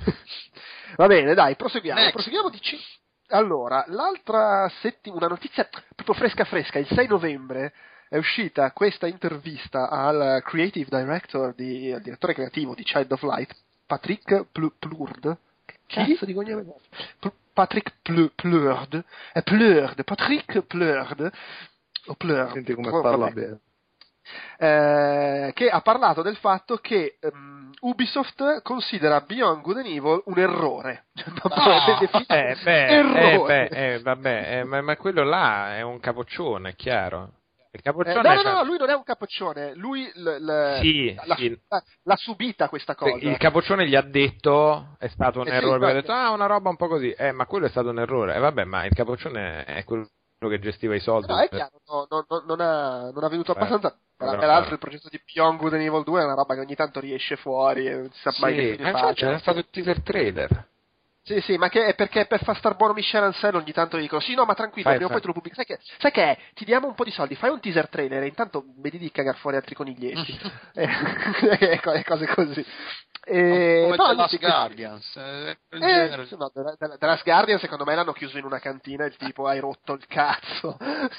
Va bene, dai, proseguiamo. Next. Proseguiamo di ci- Allora, l'altra settimana, una notizia proprio fresca fresca, il sei novembre è uscita questa intervista al creative director, di, al direttore creativo di Child of Light, Patrick Pl- Plurd. Che cazzo di cognome? Pl- Patrick Pl- Plurd. È Plurd, Patrick Plurd. O Plurd. Senti come Oh, parla vabbè. bene. Eh, che ha parlato del fatto che um, Ubisoft considera Beyond Good and Evil un errore. Ah, Eh, beh, eh, errore. beh, eh, vabbè, eh, ma, ma quello là è un capoccione, è chiaro. Il Eh, capoccione no, no, c'ha- no, lui non è un capoccione, lui l- l- Sì, l'ha, sì. l'ha subita questa cosa. il capoccione gli ha detto è stato un Eh sì, errore, perché ha guarda. detto ah una roba un po' così, eh ma quello è stato un errore, e eh, vabbè, ma il capoccione è quello che gestiva i soldi. No, è chiaro, no, no, no, non, ha, non ha venuto Beh, abbastanza. però- Peraltro il progetto di Beyond Good and Evil due è una roba che ogni tanto riesce fuori e non si sa mai che Sì, fine ma fa. infatti era stato il teaser trailer. Sì, sì, ma che è perché per far star buono Michel Ancel ogni tanto gli dicono sì, no, ma tranquillo, Fai, prima o fai. poi te lo pubblico. Sai che, sai che è? Ti diamo un po' di soldi, fai un teaser trailer e intanto vedi di cagar fuori altri coniglietti. e, e co- e cose così. E, Come no, The niente, Last questi- Guardians. eh, del Eh, genere. sì, no, The, The, The Last Guardian secondo me l'hanno chiuso in una cantina il tipo hai rotto il cazzo.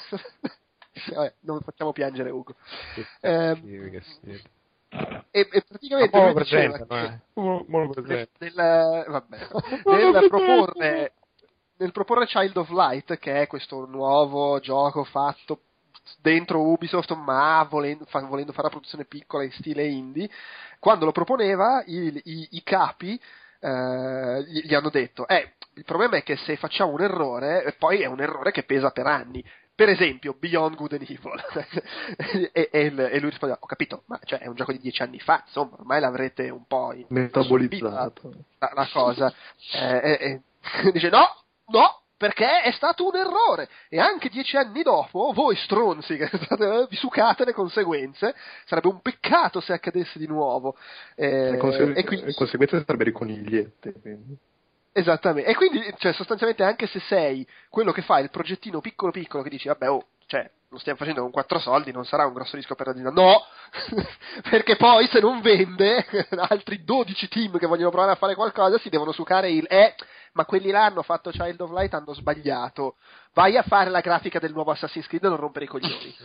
Vabbè, non facciamo piangere Ugo. Ehm, Sì, che sì. e, e praticamente Ma lui lo diceva presentano, che- eh. Mo- mo lo nel, presentano. nel- vabbè, nel proporre nel proporre Child of Light, che è questo nuovo gioco fatto dentro Ubisoft ma volendo, fa- volendo fare una produzione piccola in stile indie, quando lo proponeva i, i- i capi eh, gli, gli hanno detto eh, il problema è che se facciamo un errore eh, poi è un errore che pesa per anni. Per esempio, Beyond Good and Evil. e, e, il- e lui risponde: ho capito, ma cioè, è un gioco di dieci anni fa, insomma, ormai l'avrete un po' in- Metabolizzato. la, la cosa. Eh, eh, eh, dice: no, no, perché è stato un errore. E anche dieci anni dopo, voi stronzi che state, vi sucate le conseguenze. Sarebbe un peccato se accadesse di nuovo. Eh, Le conse- e quindi, le conseguenze sarebbero i coniglietti. Quindi. esattamente. E quindi, cioè, sostanzialmente, anche se sei quello che fa il progettino piccolo piccolo che dici, vabbè, oh, cioè, lo stiamo facendo con quattro soldi, non sarà un grosso rischio per l'azienda. No! Perché poi, se non vende, altri dodici team che vogliono provare a fare qualcosa si devono sucare il eh, ma quelli là hanno fatto Child of Light, hanno sbagliato. Vai a fare la grafica del nuovo Assassin's Creed e non rompere i coglioni.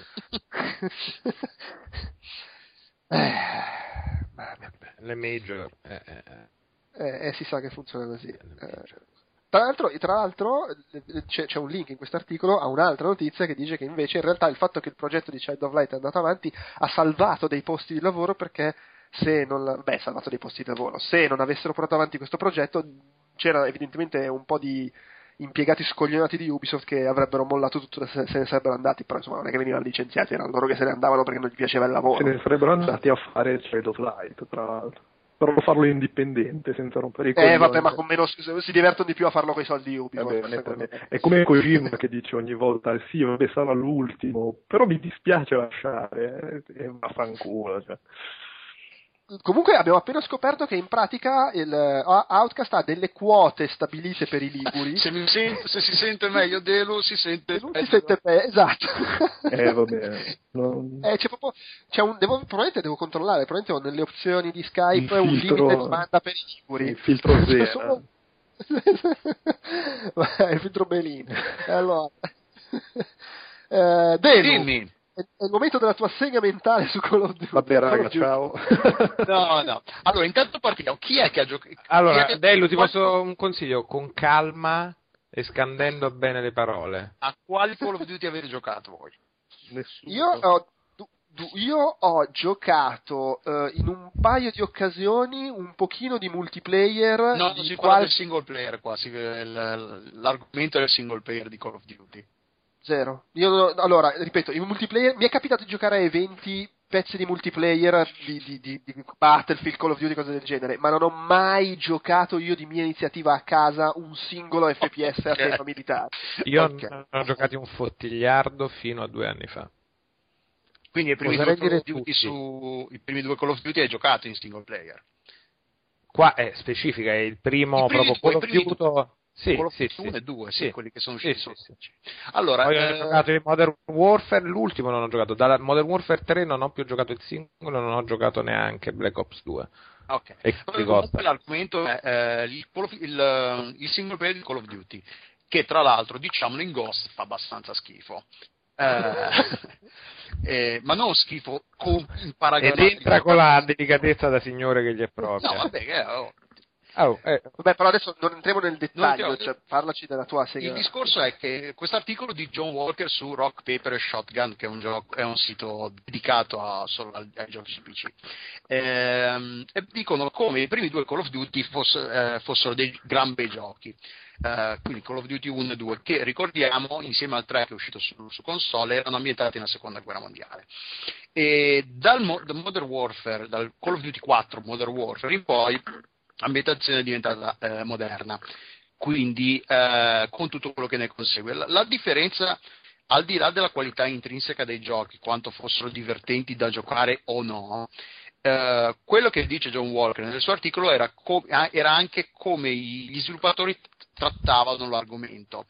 eh, vabbè. Le major. Eh, eh, eh. Eh, eh, si sa che funziona così. Eh, tra l'altro, tra l'altro eh, c'è, c'è un link in questo articolo a un'altra notizia che dice che invece in realtà il fatto che il progetto di Child of Light è andato avanti ha salvato dei posti di lavoro, perché se non la- beh, salvato dei posti di lavoro, se non avessero portato avanti questo progetto c'era evidentemente un po' di impiegati scoglionati di Ubisoft che avrebbero mollato tutto e se, se ne sarebbero andati, però insomma non è che venivano licenziati, erano loro che se ne andavano perché non gli piaceva il lavoro. Se ne sarebbero andati a fare Child of Light, tra l'altro. Però farlo indipendente, senza rompere i Eh coglioni. vabbè, ma con meno si divertono di più a farlo con i soldi di Ubisoft. Vabbè, ne- è come Kojima che dice ogni volta sì, vabbè, sarà l'ultimo, però mi dispiace lasciare, eh, e vaffanculo, cioè. Comunque abbiamo appena scoperto che in pratica il uh, Outcast ha delle quote stabilite per i liguri. Se, mi sento, se si sente meglio Delu, si sente Non meglio. si sente pe- esatto. Eh vabbè, non... eh, c'è proprio, c'è un, devo, probabilmente devo controllare, probabilmente ho nelle opzioni di Skype Il un filtro- limite di banda per i liguri. il filtro C'è zero. solo- il filtro Belin. Allora, eh, Delu, Dimmi. è, è il momento della tua sega mentale su Call of Duty. Vabbè raga, Call of Duty. ciao. No, no. Allora, intanto partiamo. Chi è che ha giocato? Allora, che... Dello, ti posso un consiglio? Con calma e scandendo bene le parole. A quali Call of Duty avete giocato voi? Nessuno. Io ho, du- du- io ho giocato eh, in un paio di occasioni un pochino di multiplayer. No, non di si parla qual- del single player qua, si- il- l'argomento è il single player di Call of Duty. Zero. Io non ho- allora, ripeto, in multiplayer mi è capitato di giocare a eventi, pezzi di multiplayer di, di, di, di Battlefield, Call of Duty, cose del genere, ma non ho mai giocato io di mia iniziativa a casa un singolo F P S a Okay. tema militare. Io Ok. non ho giocato un fottigliardo fino a due anni fa. Quindi i primi, Oserei due Call of dire Duty tutti. su, i primi due Call of Duty hai giocato in single player. Qua è specifica, è il primo I primi proprio due, Call i of primi Duty. Sì, Call of sì, Duty uno sì. e due, sì, Sì. quelli che sono Sì, usciti sì, su. sì. Allora, Poi ho eh, giocato in Modern Warfare, l'ultimo non ho giocato. Da Modern Warfare tre non ho più giocato il singolo, non ho giocato neanche Black Ops due. ok. E Però ti comunque costa. l'argomento è eh, il, Call of- il, il single player di Call of Duty, che tra l'altro, diciamolo in Ghost, fa abbastanza schifo. Eh, eh, ma non schifo con in paragone. Ed entra con la delicatezza da signore che gli è propria. No, vabbè, che, oh, Oh, eh, Vabbè, però adesso non entriamo nel dettaglio, Non entriamo- cioè, parlaci della tua sega. il discorso è che questo articolo di John Walker su Rock, Paper e Shotgun, che è un, gioco, è un sito dedicato a, solo ai, ai giochi su P C, ehm, e dicono come i primi due Call of Duty foss, eh, fossero dei gran bei giochi. Eh, quindi Call of Duty uno e due, che ricordiamo insieme al tre che è uscito su, su console, erano ambientati nella seconda guerra mondiale. E dal, mo- dal Modern Warfare, dal Call of Duty quattro Modern Warfare in poi, l'ambientazione è diventata eh, moderna, quindi eh, con tutto quello che ne consegue. La, la differenza, al di là della qualità intrinseca dei giochi, quanto fossero divertenti da giocare o no, eh, quello che dice John Walker nel suo articolo era, co- era anche come i, gli sviluppatori trattavano l'argomento.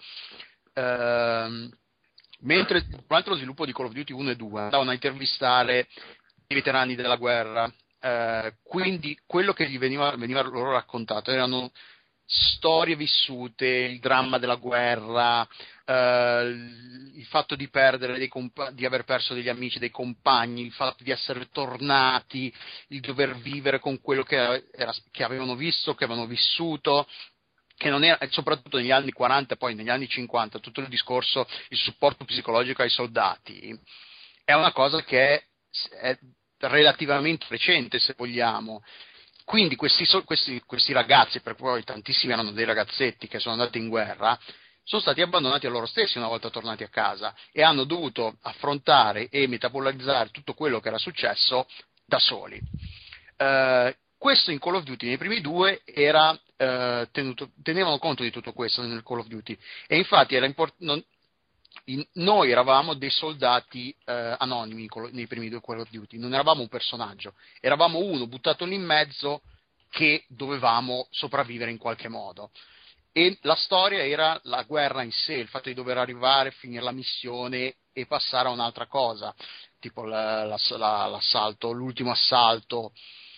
Eh, mentre durante lo sviluppo di Call of Duty uno e due andavano a intervistare i veterani della guerra, eh, quindi quello che gli veniva, veniva loro raccontato erano storie vissute, il dramma della guerra, eh, il fatto di perdere dei compa- di aver perso degli amici, dei compagni, il fatto di essere tornati, il dover vivere con quello che, era, che avevano visto, che avevano vissuto, che non era, soprattutto negli anni quaranta e poi negli anni cinquanta, tutto il discorso, il supporto psicologico ai soldati, è una cosa che è, è relativamente recente, se vogliamo. Quindi questi, questi, questi ragazzi, per poi tantissimi erano dei ragazzetti che sono andati in guerra, sono stati abbandonati a loro stessi una volta tornati a casa e hanno dovuto affrontare e metabolizzare tutto quello che era successo da soli. Eh, questo in Call of Duty nei primi due era eh, tenuto, tenevano conto di tutto questo nel Call of Duty, e infatti era import- non, in, noi eravamo dei soldati eh, anonimi nei primi due Call of Duty, non eravamo un personaggio, eravamo uno buttato lì in mezzo che dovevamo sopravvivere in qualche modo. E la storia era la guerra in sé, il fatto di dover arrivare, finire la missione e passare a un'altra cosa, tipo la, la, la, l'assalto, l'ultimo assalto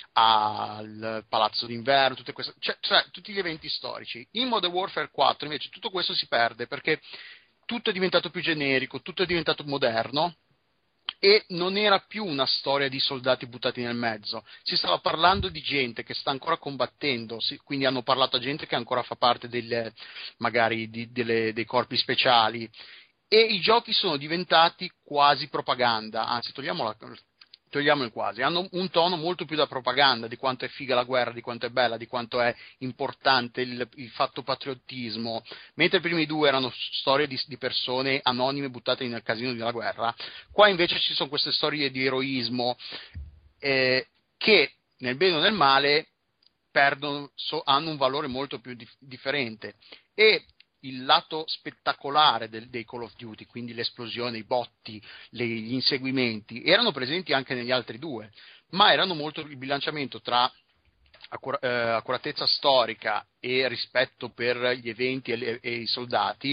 al Palazzo d'Inverno, tutte queste, cioè, cioè tutti gli eventi storici. In Modern Warfare quattro invece tutto questo si perde, perché tutto è diventato più generico, tutto è diventato moderno e non era più una storia di soldati buttati nel mezzo, si stava parlando di gente che sta ancora combattendo, quindi hanno parlato a gente che ancora fa parte delle, magari di, delle, dei corpi speciali, e i giochi sono diventati quasi propaganda, anzi togliamo la, togliamo il quasi, hanno un tono molto più da propaganda di quanto è figa la guerra, di quanto è bella, di quanto è importante il, il fatto patriottismo, mentre i primi due erano storie di, di persone anonime buttate nel casino della guerra. Qua invece ci sono queste storie di eroismo eh, che nel bene o nel male perdono, so, hanno un valore molto più dif- differente, e il lato spettacolare del, dei Call of Duty, quindi l'esplosione, i botti, le, gli inseguimenti, erano presenti anche negli altri due, ma erano molto il bilanciamento tra accura, eh, accuratezza storica e rispetto per gli eventi e, le, e i soldati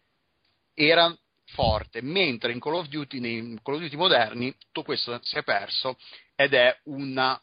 era forte, mentre in Call of Duty, nei Call of Duty moderni, tutto questo si è perso ed è una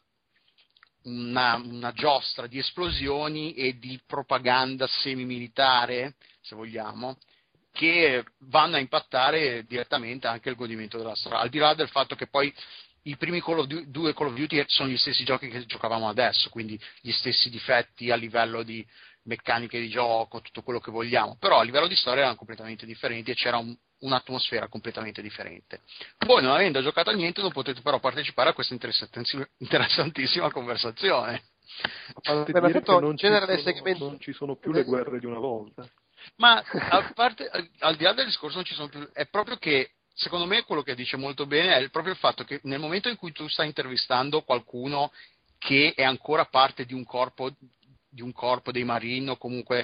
Una, una giostra di esplosioni e di propaganda semimilitare, se vogliamo, che vanno a impattare direttamente anche il godimento della storia, al di là del fatto che poi i primi Call of Duty, due Call of Duty sono gli stessi giochi che giocavamo adesso, quindi gli stessi difetti a livello di meccaniche di gioco, tutto quello che vogliamo, però a livello di storia erano completamente differenti e c'era un, un'atmosfera completamente differente. Voi, non avendo giocato a niente, non potete però partecipare a questa interessantissima, interessantissima conversazione. A parte Beh, ma dire tanto che non in ci, genere sono, segmento- non ci sono più le guerre di una volta. Ma a parte, al, al di là del discorso non ci sono più, è proprio che secondo me quello che dice molto bene è proprio il fatto che nel momento in cui tu stai intervistando qualcuno che è ancora parte di un corpo di un corpo dei Marine o comunque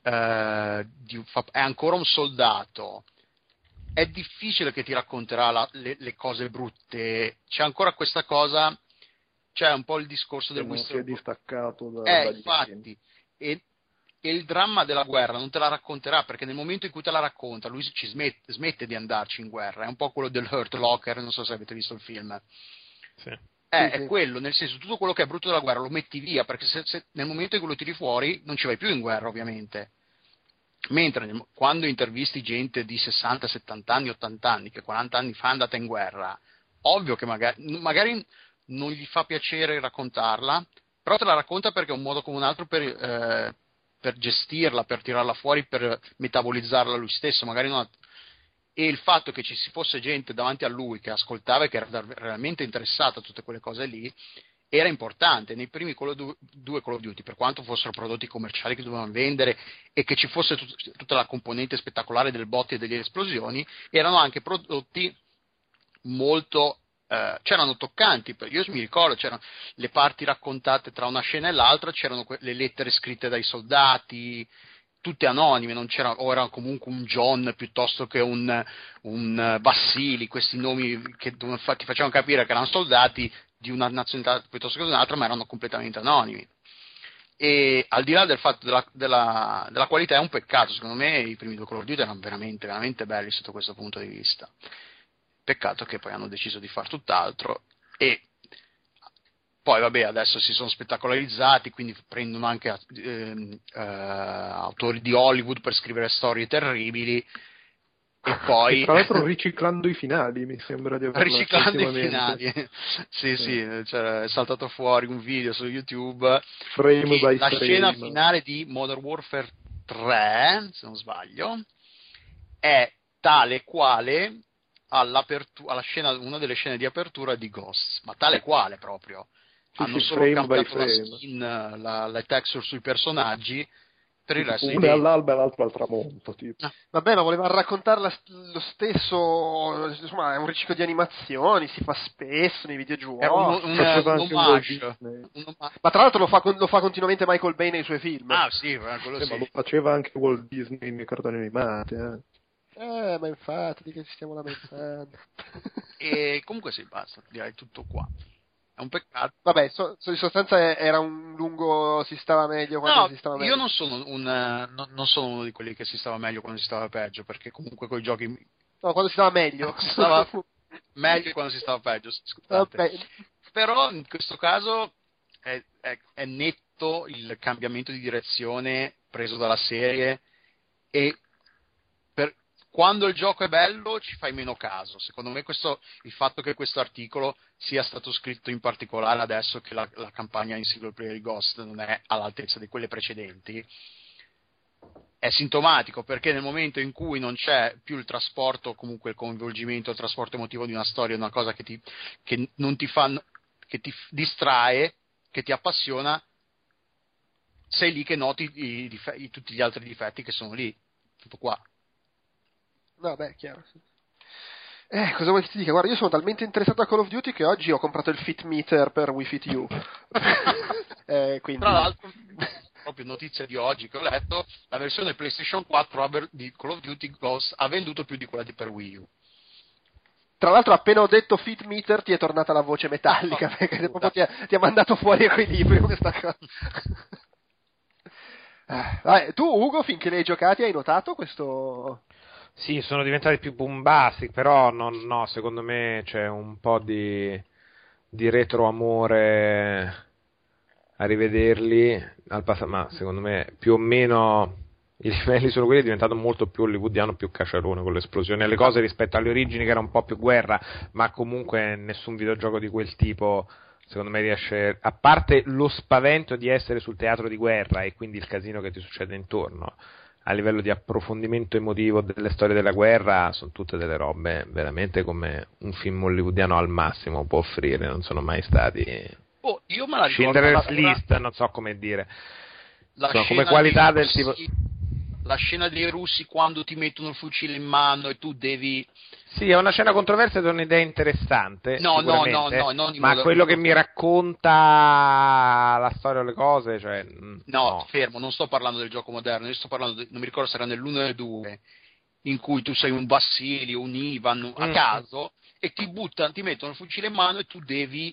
eh, di, è ancora un soldato, è difficile che ti racconterà la, le, le cose brutte, c'è ancora questa cosa, c'è un po' il discorso Che del non si è whistleblower. distaccato da, Eh, dagli infatti, e, e il dramma della guerra non te la racconterà, perché nel momento in cui te la racconta lui ci smette, smette di andarci in guerra, è un po' quello del Hurt Locker, non so se avete visto il film. Sì. Eh, Sì, è sì. quello, nel senso, tutto quello che è brutto della guerra lo metti via, perché se, se nel momento in cui lo tiri fuori non ci vai più in guerra, ovviamente. Mentre nel, quando intervisti gente di sessanta, settanta anni, ottanta anni, che quaranta anni fa è andata in guerra, ovvio che magari, magari non gli fa piacere raccontarla, però te la racconta perché è un modo come un altro per, eh, per gestirla, per tirarla fuori, per metabolizzarla lui stesso, magari non ha, e il fatto che ci si fosse gente davanti a lui che ascoltava e che era realmente interessata a tutte quelle cose lì era importante. Nei primi Call of Duty, due Call of Duty, per quanto fossero prodotti commerciali che dovevano vendere e che ci fosse tut- tutta la componente spettacolare del botti e delle esplosioni, erano anche prodotti molto eh, c'erano toccanti. Io mi ricordo, c'erano le parti raccontate tra una scena e l'altra, c'erano que- le lettere scritte dai soldati, tutte anonime, non c'era, o era comunque un John piuttosto che un, un Vassili, questi nomi che ti facevano capire che erano soldati di una nazionalità piuttosto che di un'altra, ma erano completamente anonimi. E al di là del fatto della, della, della qualità, è un peccato, secondo me i primi due Call of Duty erano veramente, veramente belli sotto questo punto di vista. Peccato che poi hanno deciso di far tutt'altro, e poi vabbè, adesso si sono spettacolarizzati, quindi prendono anche eh, eh, autori di Hollywood per scrivere storie terribili, e poi E tra l'altro riciclando i finali, mi sembra di averlo riciclando i ultimamente. finali. sì, Sì. sì, cioè, è saltato fuori un video su YouTube, Frame che by la frame. scena finale di Modern Warfare tre, se non sbaglio, è tale quale all'apertura, alla scena, una delle scene di apertura di Ghosts, ma tale quale proprio. Sì, Hanno sì, solo frame by cambiato la frame. skin, la, le texture sui personaggi, per il Sì, resto tipo dei uno è all'alba e l'altro al tramonto, tipo. Ah, Vabbè, ma voleva raccontarla st- lo stesso, insomma, è un riciclo di animazioni, si fa spesso nei videogiochi. è un, un, Faceva un anche un Walt homage, Disney. un oma- Ma tra l'altro lo fa, con- lo fa continuamente Michael Bay nei suoi film. ah sì, eh, quello Eh, ma sì. lo faceva anche Walt Disney nei cartoni animati, eh. Eh, ma infatti, di che ci stiamo lamentando? E comunque sì, basta, direi tutto qua. È un peccato. Vabbè, so, so- in sostanza è- era un lungo, si stava meglio quando No, si stava meglio. io non sono, un, eh, non, non sono uno di quelli che si stava meglio quando si stava peggio, perché comunque con i giochi No, quando si stava meglio. si stava meglio quando si stava peggio, scusate. Vabbè. Però in questo caso è, è, è netto il cambiamento di direzione preso dalla serie, e per, quando il gioco è bello ci fai meno caso. Secondo me questo, il fatto che questo articolo sia stato scritto in particolare adesso che la, la campagna in single player di Ghost non è all'altezza di quelle precedenti, è sintomatico, perché nel momento in cui non c'è più il trasporto, comunque il coinvolgimento, il trasporto emotivo di una storia, una cosa che ti che non ti fa, che ti distrae, che ti appassiona, sei lì che noti i, i, tutti gli altri difetti che sono lì, tutto qua. No, beh, chiaro. Sì. Eh, cosa vuoi che ti dica? Guarda, io sono talmente interessato a Call of Duty che oggi ho comprato il Fit Meter per Wii Fit U. eh, quindi... Tra l'altro, proprio notizia di oggi che ho letto, la versione PlayStation quattro di Call of Duty Ghosts ha venduto più di quella di per Wii U. Tra l'altro, appena ho detto Fit Meter ti è tornata la voce metallica, perché proprio ti ha, ti ha mandato fuori equilibrio questa cosa. eh, vabbè, tu, Ugo, finché li hai giocati, hai notato questo... Sì, sono diventati più bombastic, però no, no, secondo me c'è un po' di, di retro amore a rivederli al passato, ma secondo me più o meno i livelli sono quelli, è diventato molto più hollywoodiano, più cacciarone con l'esplosione e le cose rispetto alle origini che era un po' più guerra, ma comunque nessun videogioco di quel tipo secondo me riesce, a parte lo spavento di essere sul teatro di guerra e quindi il casino che ti succede intorno, a livello di approfondimento emotivo delle storie della guerra sono tutte delle robe veramente come un film hollywoodiano al massimo può offrire, non sono mai stati oh, io me la ricordo Schindler's List, non so come dire, la sono come qualità del russi, tipo la scena dei russi quando ti mettono il fucile in mano e tu devi sì, è una scena controversa ed è un'idea interessante no no no no, no ma modo... quello che mi racconta la storia o le cose cioè, no, no, fermo, non sto parlando del gioco moderno, io sto parlando di, non mi ricordo se era nell'uno o nel due in cui tu sei un Bassilio, un Ivan a mm. caso e ti buttano, ti mettono il fucile in mano e tu devi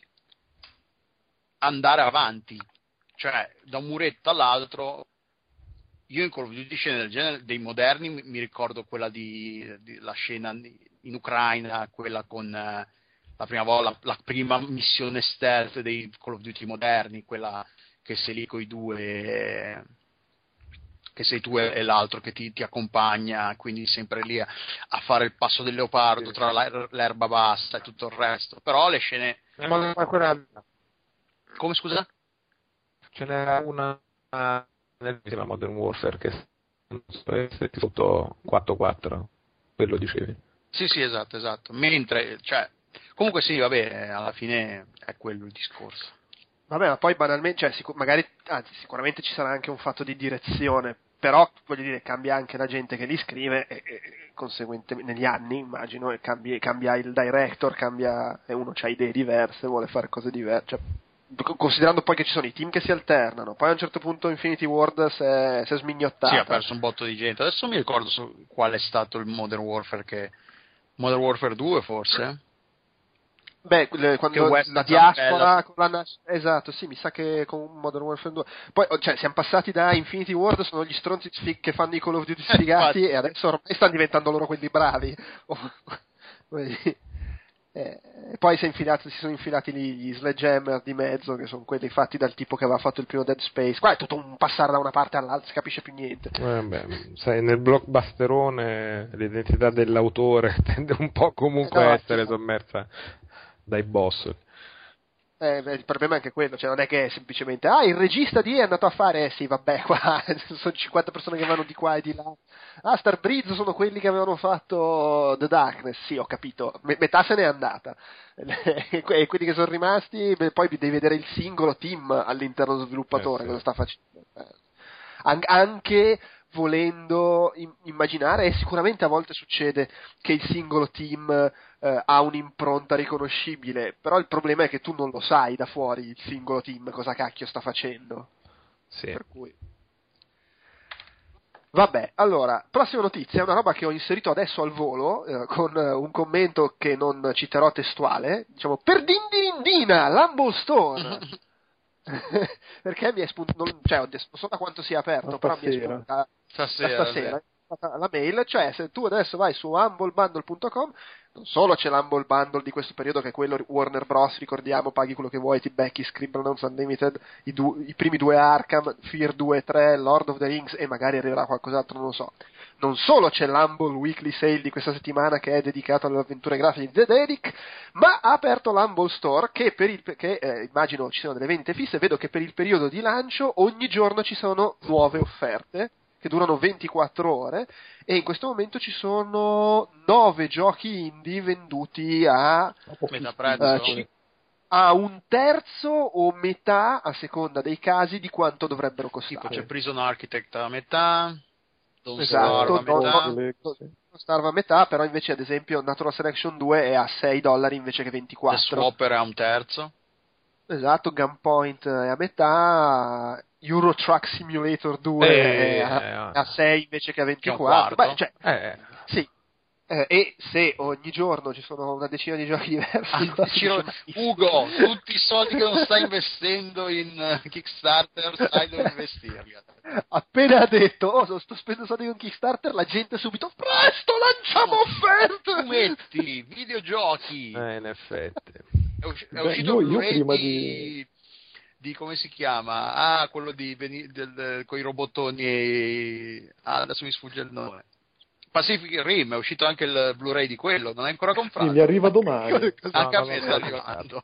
andare avanti, cioè da un muretto all'altro. Io in Call of Duty scene del genere dei moderni mi, mi ricordo quella di, di la scena in Ucraina, quella con eh, la prima volta la, la prima missione stealth dei Call of Duty moderni, quella che sei lì con i due eh, che sei tu e, e l'altro che ti, ti accompagna, quindi sempre lì a, a fare il passo del leopardo tra la, l'erba bassa e tutto il resto. Però le scene ma quella... come scusa? Ce n'era una nel Modern Warfare che è sotto quattro quattro, quello dicevi? Sì, sì, esatto, esatto. Mentre, cioè, comunque sì, vabbè, alla fine è quello il discorso. Vabbè, ma poi banalmente, cioè, sicur- magari, anzi, sicuramente ci sarà anche un fatto di direzione, però, voglio dire, cambia anche la gente che li scrive e, e conseguentemente, negli anni, immagino, e cambia, cambia il director, cambia, e uno ha idee diverse, vuole fare cose diverse, cioè, considerando poi che ci sono i team che si alternano, poi a un certo punto Infinity Ward si è, si è smignottata. Sì, ha perso un botto di gente. Adesso mi ricordo su qual è stato il Modern Warfare che Modern Warfare due forse? Beh, quando la diaspora con la nas- esatto, sì, mi sa che con Modern Warfare due. Poi cioè siamo passati da Infinity Ward, sono gli stronzi sfig- che fanno i Call of Duty sfigati e adesso ormai stanno diventando loro quelli bravi. E poi si, è infilato, si sono infilati lì gli Sledgehammer di mezzo, che sono quelli fatti dal tipo che aveva fatto il primo Dead Space. Qua è tutto un passare da una parte all'altra, si capisce più niente. Eh beh, sai, nel blockbusterone l'identità dell'autore tende un po' comunque no, a essere sì. sommersa dai boss. Eh, il problema è anche quello, cioè non è che è semplicemente ah il regista di è andato a fare, eh sì vabbè qua sono cinquanta persone che vanno di qua e di là, ah Starbreeze sono quelli che avevano fatto The Darkness, sì ho capito, M- metà se n'è andata e quelli che sono rimasti beh, poi devi vedere il singolo team all'interno dello sviluppatore eh sì. Cosa sta facendo eh. An- anche volendo im- immaginare, e sicuramente a volte succede che il singolo team eh, ha un'impronta riconoscibile, però il problema è che tu non lo sai da fuori il singolo team cosa cacchio sta facendo. Sì. Per cui vabbè, allora, prossima notizia è una roba che ho inserito adesso al volo eh, con eh, un commento che non citerò testuale, diciamo per dindindina, l'Humble Store. Perché mi è spuntato, cioè non so da quanto sia aperto, no, però stasera. mi è spuntata stasera, stasera la mail, cioè se tu adesso vai su humble bundle punto com non solo c'è l'Humble Bundle di questo periodo che è quello Warner Bros, ricordiamo, paghi quello che vuoi, ti becchi Scribblenauts Unlimited, i, du- i primi due Arkham, Fear due e tre, Lord of the Rings e magari arriverà qualcos'altro, non lo so. Non solo c'è l'Humble Weekly Sale di questa settimana che è dedicato alle avventure grafiche di The Dedic, ma ha aperto l'Humble Store che, per il, che eh, immagino ci siano delle vendite fisse, vedo che per il periodo di lancio ogni giorno ci sono nuove offerte che durano ventiquattro ore, e in questo momento ci sono nove giochi indie venduti a metà prezzo. uh, c- a un terzo o metà, a seconda dei casi, di quanto dovrebbero costare. Tipo c'è Prison Architect a metà, Don't Esatto, Starve a metà. no, no, non starva a metà, però invece ad esempio Natural Selection due è a sei dollari invece che The ventiquattro. Swapper è a un terzo. Esatto, Gunpoint è a metà, Euro Truck Simulator due Eh, è a, eh, a sei invece che a Che è un ventiquattro. quarto. Beh, cioè, Eh, sì. Eh, e se ogni giorno ci sono una decina di giochi diversi, Ah, Ciro- Ugo, tutti i soldi che non stai investendo in uh, Kickstarter sai dove investirli. appena ha detto oh sto spendendo soldi con Kickstarter, la gente subito presto lanciamo offerte, Fumetti, videogiochi. eh, in effetti. È, usci- è Beh, uscito io- il io Blu-ray prima di... di- di come si chiama? Ah, quello di veni- del, del, con i robottoni e... ah, adesso mi sfugge il nome. Pacific Rim, è uscito anche il Blu-ray di quello, non è ancora comprato. Sì, mi arriva domani. Anche No, a me non sta l'ho arrivando.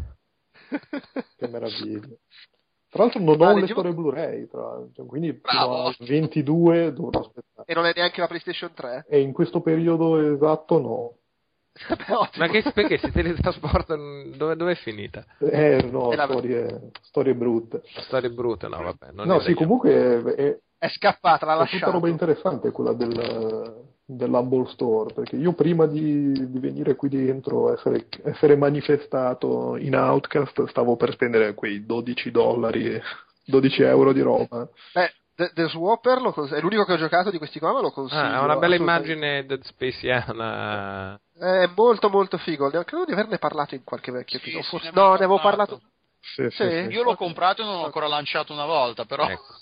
Che meraviglia. Tra l'altro non ho Ah, un leggevo- lettore Blu-ray, tra l'altro, quindi Bravo. fino a ventidue dovrò aspettare. e non è neanche la PlayStation tre. E in questo periodo esatto no. Beh, ottimo. Ma che, perché si teletrasportano? Dove, dove è finita? Eh no, È la- storie, storie brutte. Storie brutte, no, vabbè. Non No, ne sì, vediamo. comunque è, è, è scappata, l'ha è tutta lasciata. roba interessante quella del, dell'Humble Store, perché io prima di, di venire qui dentro, essere, essere manifestato in Outcast, stavo per spendere quei dodici dollari, dodici euro di roba. Beh, The, The Swapper lo cons- è l'unico che ho giocato di questi qua, ma lo consiglio. Ah, ha una bella assolutamente. immagine Dead Spaceana. È molto molto figo. Ne- Credo di averne parlato in qualche vecchio Sì, episodio. sì, Forse- ne abbiamo no, ne avevo parlato. parlato. Sì, sì, Sì. sì. Io l'ho comprato e non l'ho ancora lanciato una volta, però... Ecco.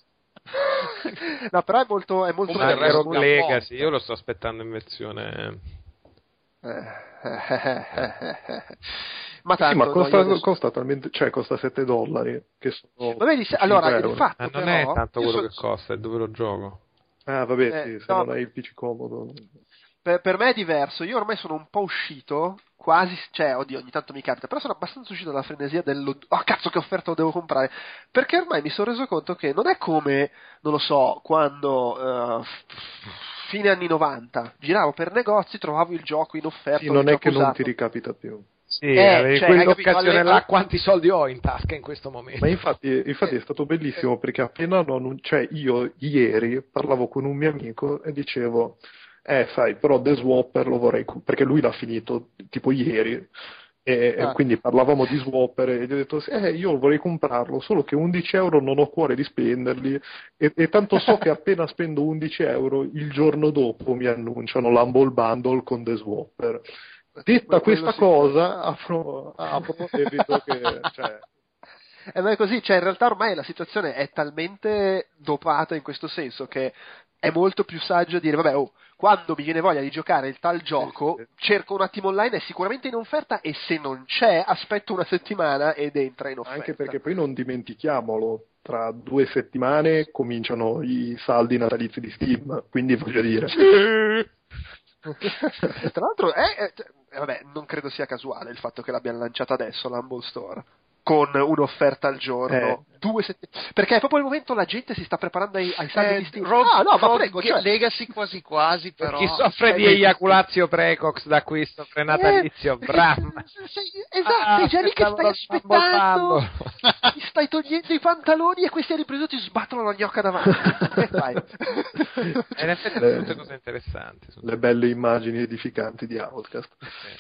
No, però è molto, è molto Come Ma del bello. resto Rogue Gun Legacy, Point. io lo sto aspettando in versione. Ma Sì, tanto, ma no, costa, io adesso- costa talmente, cioè costa sette dollari, che sono Ma vedi, se- cinque allora, euro. il fatto Ah, non però, è tanto io quello so- che costa, è dove lo gioco. Ah, vabbè, Eh, sì, se no, non hai il P C comodo. per, per me è diverso. Io ormai sono un po' uscito, quasi, cioè, oddio, ogni tanto mi capita, però sono abbastanza uscito dalla frenesia dello oh cazzo che offerta lo devo comprare, perché ormai mi sono reso conto che non è come, non lo so, quando eh, f- fine anni novanta giravo per negozi, trovavo il gioco in offerta, Sì, un non è gioco che non usato. ti ricapita più. Sì, Eh, avevi cioè, hai quell'occasione capito, alle- là, quanti soldi ho in tasca in questo momento? Ma infatti, infatti è stato bellissimo perché appena hanno annun- cioè io ieri parlavo con un mio amico e dicevo eh sai però The Swapper lo vorrei co-", perché lui l'ha finito tipo ieri e, e Ah. quindi parlavamo di Swapper e gli ho detto sì, eh, io vorrei comprarlo solo che undici euro non ho cuore di spenderli e, e tanto so che appena spendo undici euro il giorno dopo mi annunciano l'Humble Bundle con The Swapper. Detta Quello questa sì. cosa apro, apro e vedo che cioè, E ma è così, cioè in realtà ormai la situazione è talmente dopata in questo senso che è molto più saggio dire vabbè, oh, quando mi viene voglia di giocare il tal gioco, sì. cerco un attimo online, è sicuramente in offerta e se non c'è aspetto una settimana ed entra in offerta. anche perché poi non dimentichiamolo, tra due settimane cominciano i saldi natalizi di Steam, quindi voglio dire. Tra l'altro è, è- eh, vabbè, non credo sia casuale il fatto che l'abbiano lanciato adesso l'Humble Store con un'offerta al giorno, Eh. due sett- perché è proprio il momento la gente si sta preparando ai, ai saldi Eh, di Steam. Rogue- ah no, ma Rogue prego, cioè, Legacy quasi quasi, però... Chi soffre di eh, eiaculazio precox d'acquisto prenatalizio, Eh, bravo. sei- esatto, sei già lì che stai aspettavo aspettando, lo Bundle. ti stai togliendo i pantaloni e questi all'improvviso ti sbattono la gnocca davanti. Che fai? E in effetti sono tutte cose interessanti. Le belle immagini edificanti di Outcast.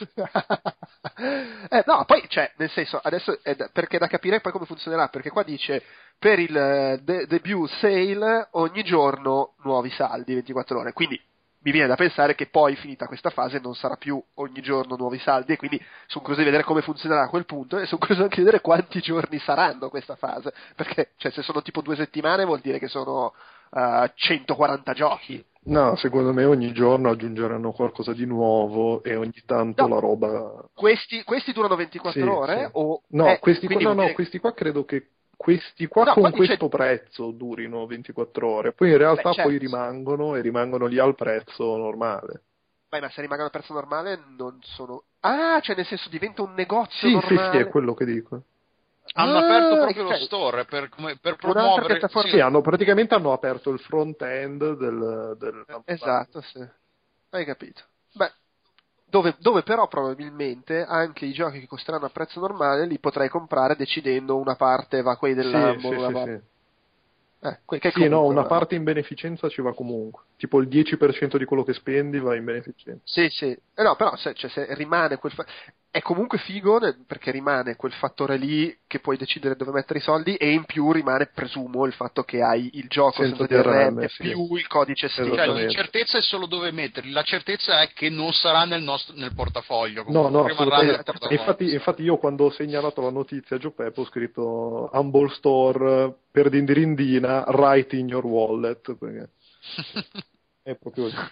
eh, no, poi, cioè, nel senso, adesso è da, perché è da capire poi come funzionerà, perché qua dice per il eh, de- debut sale ogni giorno nuovi saldi, ventiquattro ore, quindi mi viene da pensare che poi finita questa fase non sarà più ogni giorno nuovi saldi e quindi sono curioso di vedere come funzionerà a quel punto e sono curioso anche di vedere quanti giorni saranno questa fase, perché cioè, se sono tipo due settimane vuol dire che sono uh, centoquaranta giochi. No, secondo me ogni giorno aggiungeranno qualcosa di nuovo e ogni tanto No. la roba... Questi, questi durano ventiquattro Sì, ore? sì. O... No, eh, questi, qua, quindi no, vuol no, dire- questi qua credo che questi qua No, con qua dice- questo prezzo durino ventiquattro ore, poi in realtà Beh, certo. poi rimangono e rimangono lì al prezzo normale. Beh, ma se rimangono a prezzo normale non sono... Ah, cioè nel senso diventa un negozio Sì, sì, normale? sì, è quello che dico. Hanno Ah, aperto proprio cioè, lo store per, come, per un'altra promuovere. piattaforma. Sì, hanno, praticamente hanno aperto il front-end del... del Esatto, sì. Hai capito. Beh, dove, dove però probabilmente anche i giochi che costeranno a prezzo normale li potrai comprare decidendo una parte va a quelli Sì, dell'Humble, sì, una sì, va... sì. Eh, que- che Sì, no, comunque una va- parte in beneficenza ci va comunque. Tipo il dieci per cento di quello che spendi va in beneficenza. Sì, sì. Eh no, però se, cioè, se rimane quel fa- è comunque figo nel- perché rimane quel fattore lì che puoi decidere dove mettere i soldi e in più rimane, presumo, il fatto che hai il gioco Senza senza D R M D R M, sì. più il codice Steam. Cioè, Esattamente. l'incertezza è solo dove metterli, la certezza è che non sarà nel, nostro, nel portafoglio, No, comunque no, rimarrà nel assolutamente. portafoglio. Infatti, infatti io quando ho segnalato la notizia a Giuseppe ho scritto Humble Store per dindirindina, right in your wallet. Perché è proprio così.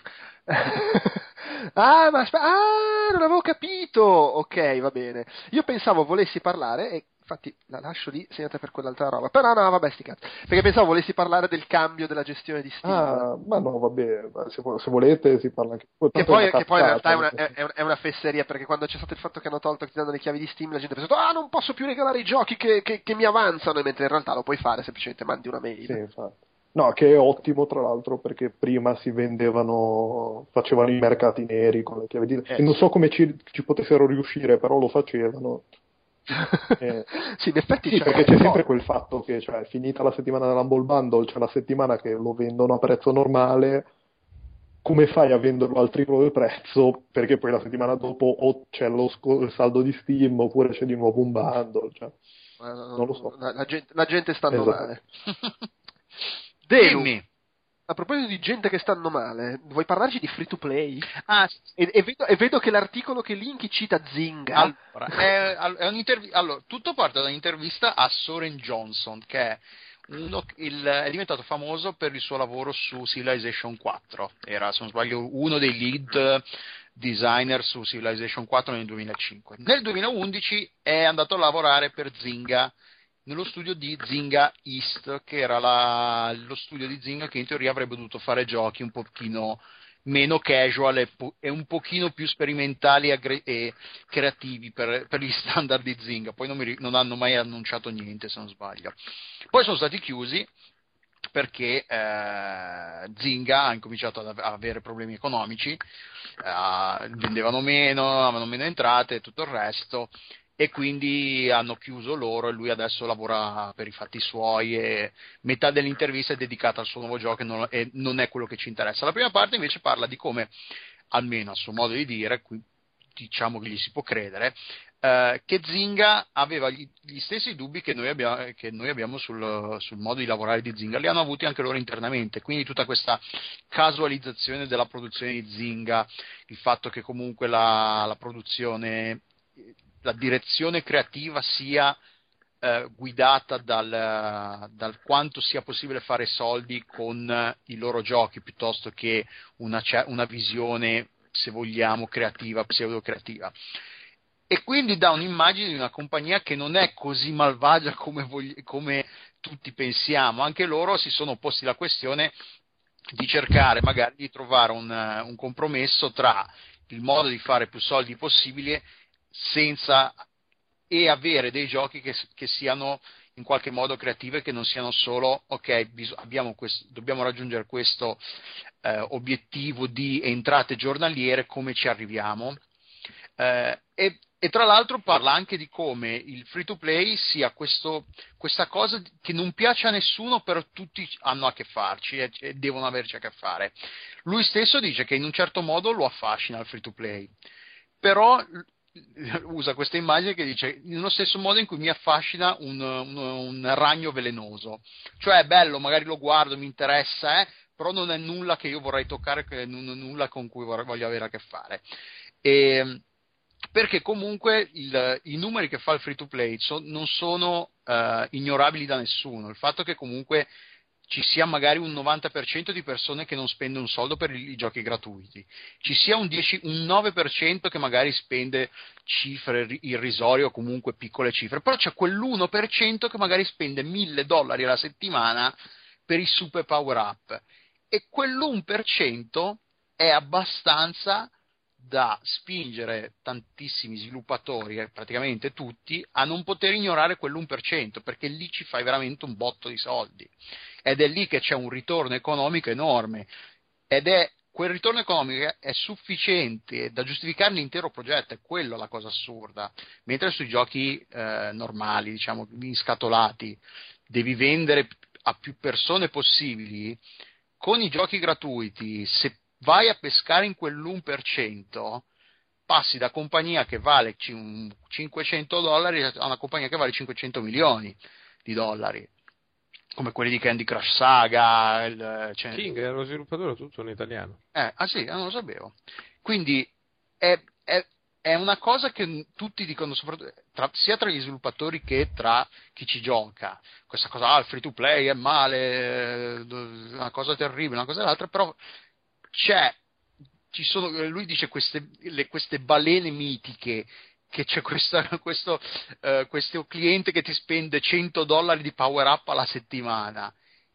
ah, ma aspe- ah, non avevo capito. Ok, va bene. Io pensavo volessi parlare, e infatti la lascio lì segnata per quell'altra roba. Però no, vabbè, sti cazzi. Perché pensavo volessi parlare del cambio della gestione di Steam. Ah, ma no, vabbè, se, se volete si parla anche Che tanto è poi, una che poi in realtà è una, cazzata, è, è una fesseria, perché quando c'è stato il fatto che hanno tolto che ti danno le chiavi di Steam, la gente ha pensato, ah, non posso più regalare i giochi che, che, che mi avanzano, mentre in realtà lo puoi fare, semplicemente mandi una mail. Sì, infatti. No, che è ottimo tra l'altro perché prima si vendevano, facevano i mercati neri con le chiavi di... Eh, e non sì. so come ci, ci potessero riuscire, però lo facevano. Eh, sì, in effetti sì, cioè, perché è c'è forte. sempre quel fatto che, cioè, finita la settimana dell'Humble Bundle, c'è la settimana che lo vendono a prezzo normale, come fai a venderlo al triplo del prezzo? Perché poi la settimana dopo o c'è lo sco- il saldo di Steam oppure c'è di nuovo un bundle, cioè, Ma no, non lo so. La, la gente, la gente stanno Esatto. male. Delu, Dimmi. a proposito di gente che stanno male, vuoi parlarci di free to play? Ah, E, e, vedo, e vedo che l'articolo che linki cita Zynga. allora, è, è un'intervi- allora, tutto parte da un'intervista a Soren Johnson, che è, uno, il, è diventato famoso per il suo lavoro su Civilization quattro. Era, se non sbaglio, uno dei lead designer su Civilization quattro nel duemilacinque. Nel duemilaundici è andato a lavorare per Zynga, nello studio di Zynga East, che era la, lo studio di Zynga che in teoria avrebbe dovuto fare giochi un pochino meno casual e, po- e un pochino più sperimentali e, aggre- e creativi per, per gli standard di Zynga. Poi non, mi, ri- non hanno mai annunciato niente, se non sbaglio. Poi sono stati chiusi perché eh, Zynga ha incominciato ad av- a avere problemi economici, eh, vendevano meno, avevano meno entrate e tutto il resto, e quindi hanno chiuso loro e lui adesso lavora per i fatti suoi e metà dell'intervista è dedicata al suo nuovo gioco e non, e non è quello che ci interessa. La prima parte invece parla di come, almeno a suo modo di dire, qui diciamo che gli si può credere, eh, che Zynga aveva gli, gli stessi dubbi che noi abbiamo, che noi abbiamo sul, sul modo di lavorare di Zynga, li hanno avuti anche loro internamente, quindi tutta questa casualizzazione della produzione di Zynga, il fatto che comunque la, la produzione, la direzione creativa sia eh, guidata dal, dal quanto sia possibile fare soldi con i loro giochi piuttosto che una, una visione, se vogliamo, creativa, pseudo-creativa. E quindi dà un'immagine di una compagnia che non è così malvagia come, vogli- come tutti pensiamo. Anche loro si sono posti la questione di cercare magari di trovare un, un compromesso tra il modo di fare più soldi possibile senza e avere dei giochi che, che siano in qualche modo creative, che non siano solo ok, bis- abbiamo questo, dobbiamo raggiungere questo eh, obiettivo di entrate giornaliere, come ci arriviamo. Eh, e, e tra l'altro parla anche di come il free to play sia questo, questa cosa che non piace a nessuno, però tutti hanno a che farci e, e devono averci a che fare. Lui stesso dice che in un certo modo lo affascina il free to play, però usa questa immagine che dice nello stesso modo in cui mi affascina un, un, un ragno velenoso, cioè è bello, magari lo guardo, mi interessa, eh, però non è nulla che io vorrei toccare, non è nulla con cui voglio avere a che fare. E, perché comunque il, i numeri che fa il free to play so, non sono uh, ignorabili da nessuno. Il fatto che comunque ci sia magari un novanta per cento di persone che non spende un soldo per i, i giochi gratuiti, ci sia un, dieci, un nove per cento che magari spende cifre irrisorie o comunque piccole cifre, però c'è quell'uno per cento che magari spende mille dollari alla settimana per i super power up, e quell'uno per cento è abbastanza da spingere tantissimi sviluppatori, eh, praticamente tutti, a non poter ignorare quell'uno per cento, perché lì ci fai veramente un botto di soldi, ed è lì che c'è un ritorno economico enorme, ed è quel ritorno economico è sufficiente da giustificare l'intero progetto, è quello la cosa assurda, mentre sui giochi eh, normali, diciamo, inscatolati, devi vendere a più persone possibili. Con i giochi gratuiti, se vai a pescare in quell'uno per cento, passi da compagnia che vale cinquecento dollari a una compagnia che vale cinquecento milioni di dollari, come quelli di Candy Crush Saga. Il, cioè... King era lo sviluppatore tutto in italiano. Eh, ah sì, non lo sapevo. Quindi è, è, è una cosa che tutti dicono, soprattutto, tra, sia tra gli sviluppatori che tra chi ci gioca. Questa cosa, ah, il free to play è male, una cosa terribile, una cosa e l'altra, però c'è, ci sono, lui dice queste, le, queste balene mitiche, che c'è questa, questo, uh, questo cliente che ti spende cento dollari di power up alla settimana,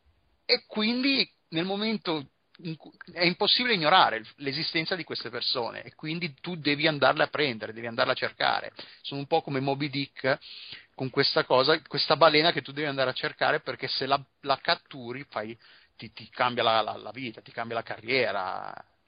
e quindi nel momento in cui è impossibile ignorare l'esistenza di queste persone, e quindi tu devi andarle a prendere, devi andarle a cercare. Sono un po' come Moby Dick con questa cosa, questa balena che tu devi andare a cercare, perché se la, la catturi fai, ti, ti cambia la, la, la vita, ti cambia la carriera.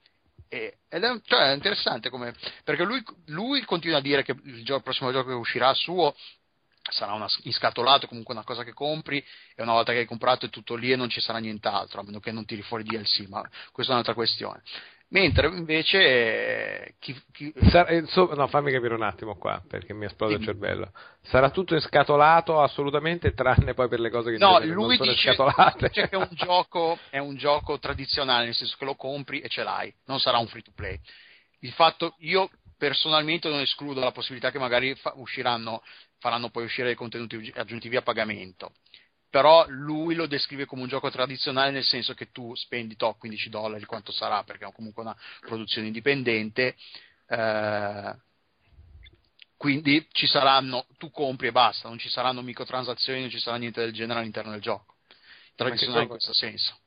E, ed è, cioè, è interessante come, perché lui, lui continua a dire che il, gioco, il prossimo gioco che uscirà suo sarà una, inscatolato, comunque una cosa che compri, e una volta che hai comprato è tutto lì e non ci sarà nient'altro, a meno che non tiri fuori D L C, ma questa è un'altra questione. Mentre invece eh, chi, chi... Sarà, insomma, no, fammi capire un attimo qua, perché mi esplode il cervello. Sarà tutto inscatolato assolutamente, tranne poi per le cose che no, lui non sono dice, inscatolate. Dice che è un gioco, è un gioco tradizionale, nel senso che lo compri e ce l'hai, non sarà un free to play. Il fatto, io personalmente non escludo la possibilità che magari fa, usciranno, faranno poi uscire dei contenuti aggiuntivi a pagamento, però lui lo descrive come un gioco tradizionale, nel senso che tu spendi to, quindici dollari, quanto sarà, perché è comunque una produzione indipendente, eh, quindi ci saranno, tu compri e basta, non ci saranno microtransazioni, non ci sarà niente del genere all'interno del gioco, tradizionale in questo senso.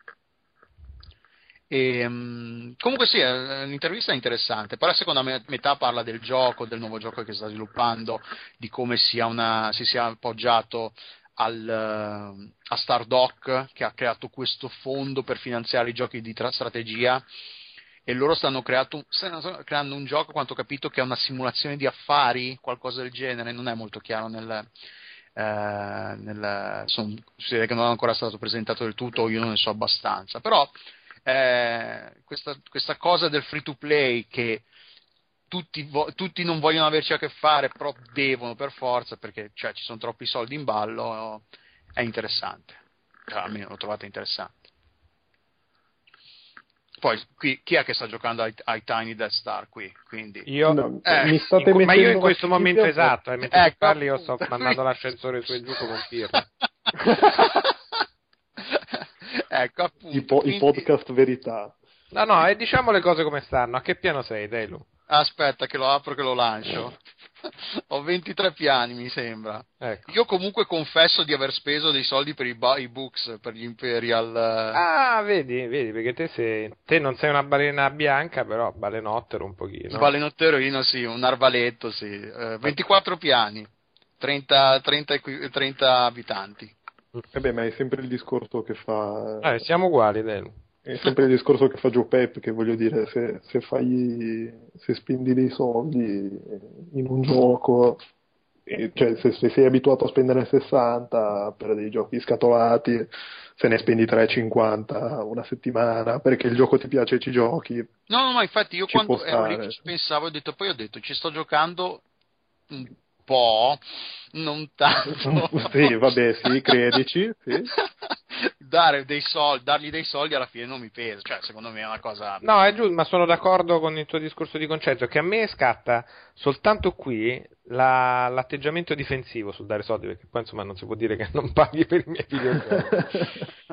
E, um, comunque sì, l'intervista è interessante, però la seconda metà parla del gioco, del nuovo gioco che sta sviluppando, di come sia una, si sia appoggiato al, uh, a Stardock, che ha creato questo fondo per finanziare i giochi di tra- strategia, e loro stanno, creato, stanno creando un gioco, quanto ho capito, che è una simulazione di affari, qualcosa del genere, non è molto chiaro nel... Uh, nel son, si vede che non è ancora stato presentato del tutto, o io non ne so abbastanza, però Eh, questa, questa cosa del free to play, che tutti, vo- tutti non vogliono averci a che fare, però devono per forza, perché cioè, ci sono troppi soldi in ballo, è interessante, cioè, almeno l'ho trovata interessante. Poi qui, chi è che sta giocando ai, ai Tiny Death Star qui? Quindi io no, eh, mi state in, ma io in mettendo questo la momento fiducia, esatto, eh, mentre ecco, parli io sto appunto. mandando l'ascensore su e giù con pirla. Ecco, appunto, I, po- quindi... i podcast verità. No, no, e diciamo le cose come stanno. A che piano sei, Delu? Aspetta che lo apro, che lo lancio. Ho ventitré piani, mi sembra. Ecco. Io comunque confesso di aver speso dei soldi per i, bu- i books, per gli Imperial. Ah, vedi, vedi, perché te sei te non sei una balena bianca, però balenottero un pochino. Balenotterino, sì, un arbaletto, sì. Eh, ventiquattro piani, trenta, trenta, trenta abitanti. E beh, ma è sempre il discorso che fa. Eh, siamo uguali, Delu. È sempre il discorso che fa Joe Pep, che voglio dire, se, se fai se spendi dei soldi in un gioco, e, cioè se, se sei abituato a spendere sessanta per dei giochi scatolati, se ne spendi tre cinquanta una settimana perché il gioco ti piace e ci giochi. No, no, ma infatti io ci quando ero lì che ci pensavo, ho detto, poi ho detto, ci sto giocando un po', non tanto. Sì, vabbè, sì, credici, sì. Dare dei soldi, dargli dei soldi alla fine non mi pesa, cioè secondo me è una cosa... No, è giusto, ma sono d'accordo con il tuo discorso di concetto, che a me scatta soltanto qui la, l'atteggiamento difensivo sul dare soldi, perché poi insomma non si può dire che non paghi per i miei videogiochi.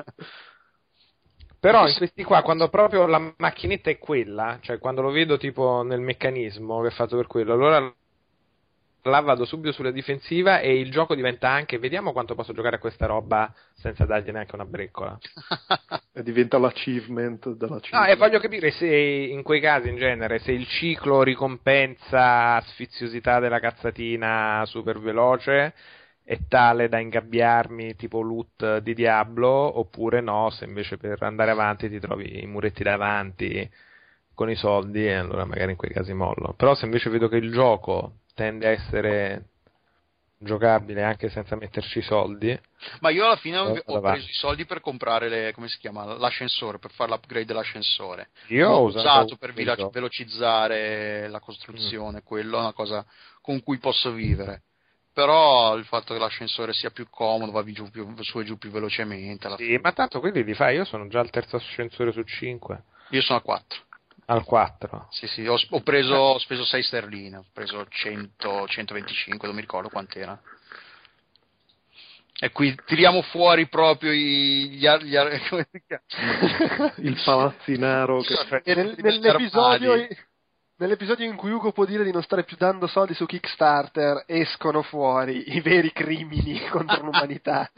Però in questi qua, quando proprio la macchinetta è quella, cioè quando lo vedo tipo nel meccanismo che è fatto per quello, allora là vado subito sulla difensiva e il gioco diventa anche vediamo quanto posso giocare a questa roba senza dargli neanche una breccola. E diventa l'achievement dell'achievement. No, e voglio capire se in quei casi in genere se il ciclo ricompensa sfiziosità della cazzatina super veloce è tale da ingabbiarmi tipo loot di Diablo, oppure no, se invece per andare avanti ti trovi i muretti davanti con i soldi e allora magari in quei casi mollo. Però se invece vedo che il gioco tende a essere giocabile anche senza metterci i soldi, ma io alla fine ho, eh, ho preso i soldi per comprare le, come si chiama, l'ascensore, per fare l'upgrade dell'ascensore. io ho ho usato, usato per velo- velocizzare la costruzione, mm. quello è una cosa con cui posso vivere. Però il fatto che l'ascensore sia più comodo, va giù più, su e giù più velocemente alla sì, fine. ma tanto quelli li fai, io sono già al terzo ascensore su cinque. Io sono a quattro. Al quattro. Sì, sì, ho, ho preso ho speso sei sterline, ho preso cento, centoventicinque, non mi ricordo quant'era. E qui tiriamo fuori proprio i, gli, gli, come si chiama? Il palazzinaro che... e nel, nell'episodio nell'episodio in cui Ugo può dire di non stare più dando soldi su Kickstarter escono fuori i veri crimini contro l'umanità.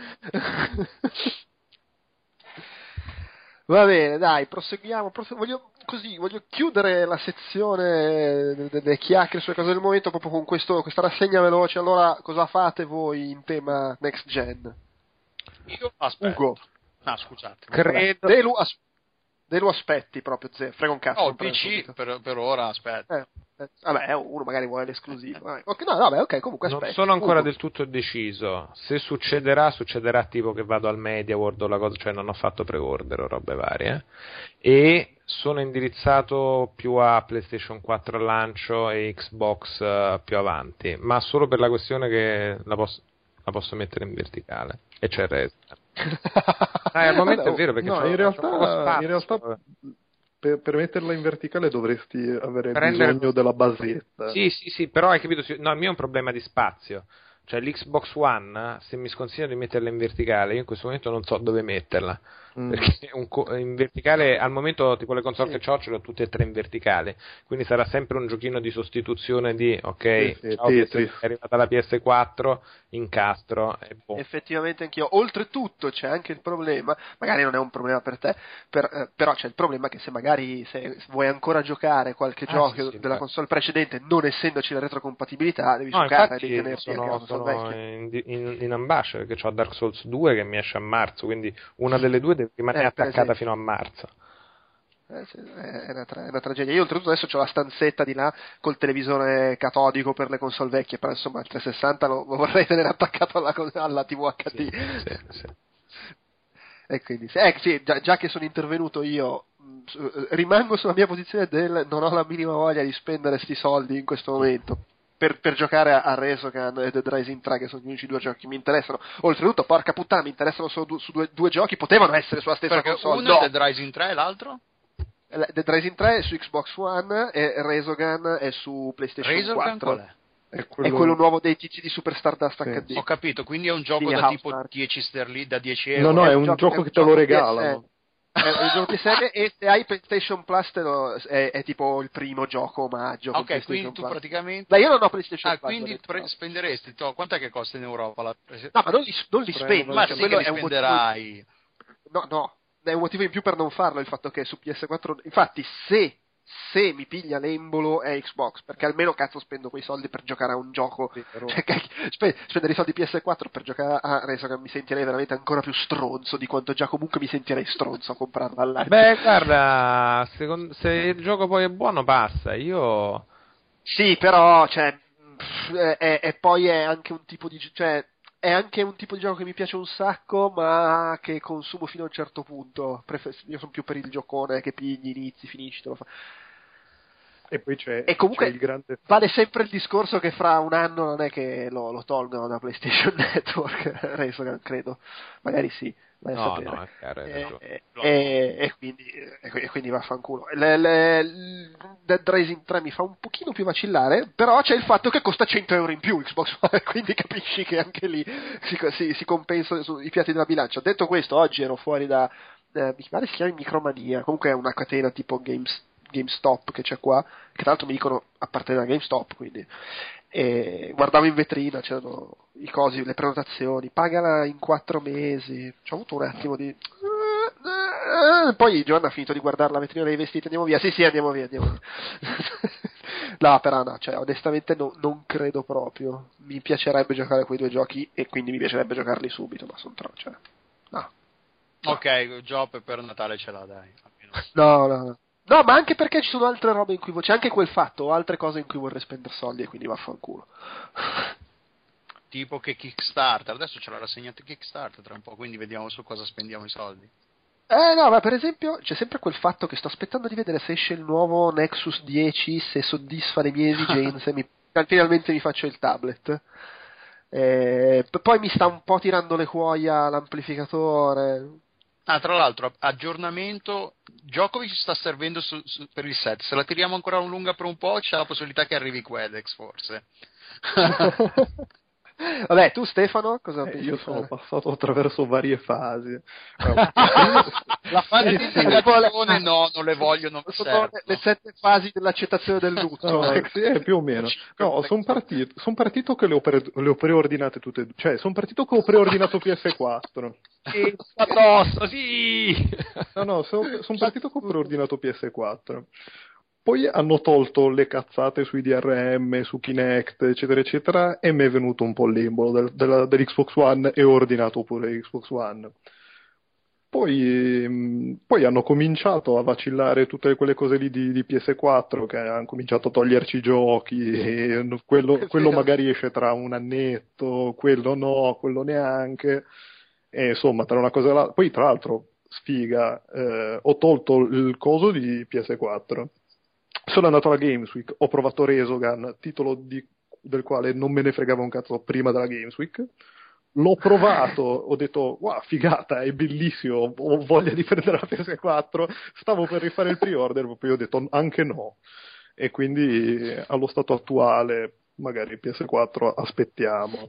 Va bene, dai, proseguiamo. Prosegu- voglio, così, voglio chiudere la sezione delle chiacchiere sulle cose del momento proprio con questo, questa rassegna veloce. Allora, cosa fate voi in tema next gen? Io aspetto. Ugo. Ah, scusate. Credo... Delu, as- Delu aspetti proprio, zero. Frega un cazzo. No, il P C per, per ora aspetta. Eh, eh, vabbè, uno magari vuole l'esclusivo. Vabbè. Okay, no, vabbè, ok, comunque aspetti. Non sono ancora Ugo. del tutto deciso. Se succederà, succederà tipo che vado al Media World o la cosa, cioè non ho fatto pre-order o robe varie. E sono indirizzato più a PlayStation quattro al lancio e Xbox uh, più avanti, ma solo per la questione che la posso, la posso mettere in verticale. E c'è il resto. Ah, al momento Vabbè, è vero perché no, c'ho, in realtà, c'ho poco spazio. in realtà per, per metterla in verticale dovresti avere Prendere... bisogno della basetta. Sì, sì, sì, però hai capito, no, il mio è un problema di spazio. Cioè l'Xbox One, se mi sconsigliano di metterla in verticale, io in questo momento non so dove metterla. Mm. Perché un co- in verticale, al momento, tipo le console sì. che ho, ce l'ho tutte e tre in verticale. Quindi sarà sempre un giochino di sostituzione di, ok, sì, sì, ciao, P S, è arrivata la P S quattro, incastro e boh. Effettivamente anch'io. Oltretutto c'è anche il problema, magari non è un problema per te, per, eh, però c'è il problema che se magari se vuoi ancora giocare qualche ah, gioco sì, sì, della beh. console precedente, non essendoci la retrocompatibilità, devi no, giocare, devi tenerti sono, sono in, in, in ambascia, perché ho Dark Souls due che mi esce a marzo, quindi una delle due deve rimanere eh, attaccata fino a marzo. Eh, sì, è, una tra- è una tragedia. Io oltretutto adesso ho la stanzetta di là col televisore catodico per le console vecchie, però insomma il trecentosessanta lo, lo vorrei tenere attaccato alla, alla tivù acca di. Sì, sì, sì. E quindi eh, sì, già, già che sono intervenuto io mh, rimango sulla mia posizione del non ho la minima voglia di spendere sti soldi in questo momento per, per giocare a, a Resogun e Dead Rising tre, che sono gli unici due giochi che mi interessano. Oltretutto, porca puttana, mi interessano solo du- su due, due giochi, potevano essere sulla stessa perché console. Uno no. è Dead Rising tre e l'altro? Dead Rising tre è su Xbox One e Resogun è su PlayStation Resogun quattro. Qual è? È quello... è quello nuovo dei tizi di Super Stardust sì. acca di. Ho capito, quindi è un gioco sì, da House tipo Mark. dieci sterline, da dieci euro. No, no, è, è un, un gioco, gioco che te lo regalano. È un gioco P S N e se hai PlayStation Plus te lo, è, è tipo il primo gioco omaggio. Ok, quindi tu Plus. praticamente. Beh, io non ho PlayStation ah, Plus. quindi pre- spenderesti. To, quant'è che costa in Europa? La... No, ma non li, non li spendi. Ma cioè, sì quello che li è un spenderai. motivo... No, no, è un motivo in più per non farlo il fatto che su P S quattro. Infatti, se. se mi piglia l'embolo è Xbox, perché almeno cazzo spendo quei soldi per giocare a un gioco, sì, cioè, sp- spendere i soldi P S quattro per giocare a Resogun mi sentirei veramente ancora più stronzo di quanto già comunque mi sentirei stronzo a comprarlo all'altro. Beh, guarda, secondo, se il gioco poi è buono passa, io... Sì, però, cioè, è, è poi è anche un tipo di... cioè, è anche un tipo di gioco che mi piace un sacco, ma che consumo fino a un certo punto. Prefer- io sono più per il giocone che pigli, inizi, finisci, te lo fa. E poi c'è, e comunque c'è il grande... vale sempre il discorso che fra un anno non è che lo, lo tolgono da PlayStation Network, Resogun, credo. Magari sì, vai a no, sapere. No, è chiaro, è e, e, e, e, quindi, e quindi vaffanculo. Le, le, le, Dead Rising tre mi fa un pochino più vacillare, però c'è il fatto che costa cento euro in più Xbox One, quindi capisci che anche lì si, si, si compensa sui piatti della bilancia. Detto questo, oggi ero fuori da, eh, mi pare si chiama Micromania, comunque è una catena tipo Games GameStop che c'è qua, che tra l'altro mi dicono appartiene a GameStop, quindi e guardavo in vetrina, c'erano i cosi, le prenotazioni, pagala in quattro mesi, ci ho avuto un attimo di... Poi Giovanna ha finito di guardare la vetrina dei vestiti, andiamo via, sì sì andiamo via, andiamo via. No, però no, cioè onestamente no, non credo proprio, mi piacerebbe giocare quei due giochi e quindi mi piacerebbe giocarli subito, ma sono troppo, cioè, no. Ok, Job per Natale ce l'ha, dai. No, no, no. No, ma anche perché ci sono altre robe in cui... C'è anche quel fatto, o altre cose in cui vorrei spendere soldi e quindi vaffanculo. Tipo che Kickstarter, adesso ce l'ha rassegnato Kickstarter tra un po', quindi vediamo su cosa spendiamo i soldi. Eh no, ma per esempio c'è sempre quel fatto che sto aspettando di vedere se esce il nuovo Nexus dieci, se soddisfa le mie esigenze, mi, finalmente mi faccio il tablet. Eh, poi mi sta un po' tirando le cuoia l'amplificatore. Ah, tra l'altro, aggiornamento, Djokovic sta servendo su, su, per il set, se la tiriamo ancora lunga per un po' c'è la possibilità che arrivi Quedex forse. Vabbè, tu Stefano cosa eh, pensi? io sono passato attraverso varie fasi. La fase sì, di sì. integrazione no, non le voglio, non sono le, le sette fasi dell'accettazione del lutto. No, sì, eh, più o meno. No, sono partito, son partito che le ho, pre- le ho preordinate tutte e due. Cioè, sono partito che ho preordinato P S quattro. Sì, addosso, sì! No, no, sono son partito che ho preordinato P S quattro. Poi hanno tolto le cazzate sui D R M, su Kinect, eccetera, eccetera, e mi è venuto un po' l'embolo del, della, dell'Xbox One e ho ordinato pure l'Xbox One. Poi, mh, poi hanno cominciato a vacillare tutte quelle cose lì di, di P S quattro, che hanno cominciato a toglierci i giochi, e quello, quello magari esce tra un annetto, quello no, quello neanche, e insomma, tra una cosa e l'altra. Poi, tra l'altro, sfiga, eh, ho tolto il coso di P S quattro. Sono andato alla Games Week, ho provato Resogun, titolo di, del quale non me ne fregava un cazzo prima della Games Week. L'ho provato, ho detto, wow, figata, è bellissimo, ho voglia di prendere la P S quattro, stavo per rifare il pre-order, poi ho detto anche no. E quindi allo stato attuale, magari P S quattro aspettiamo.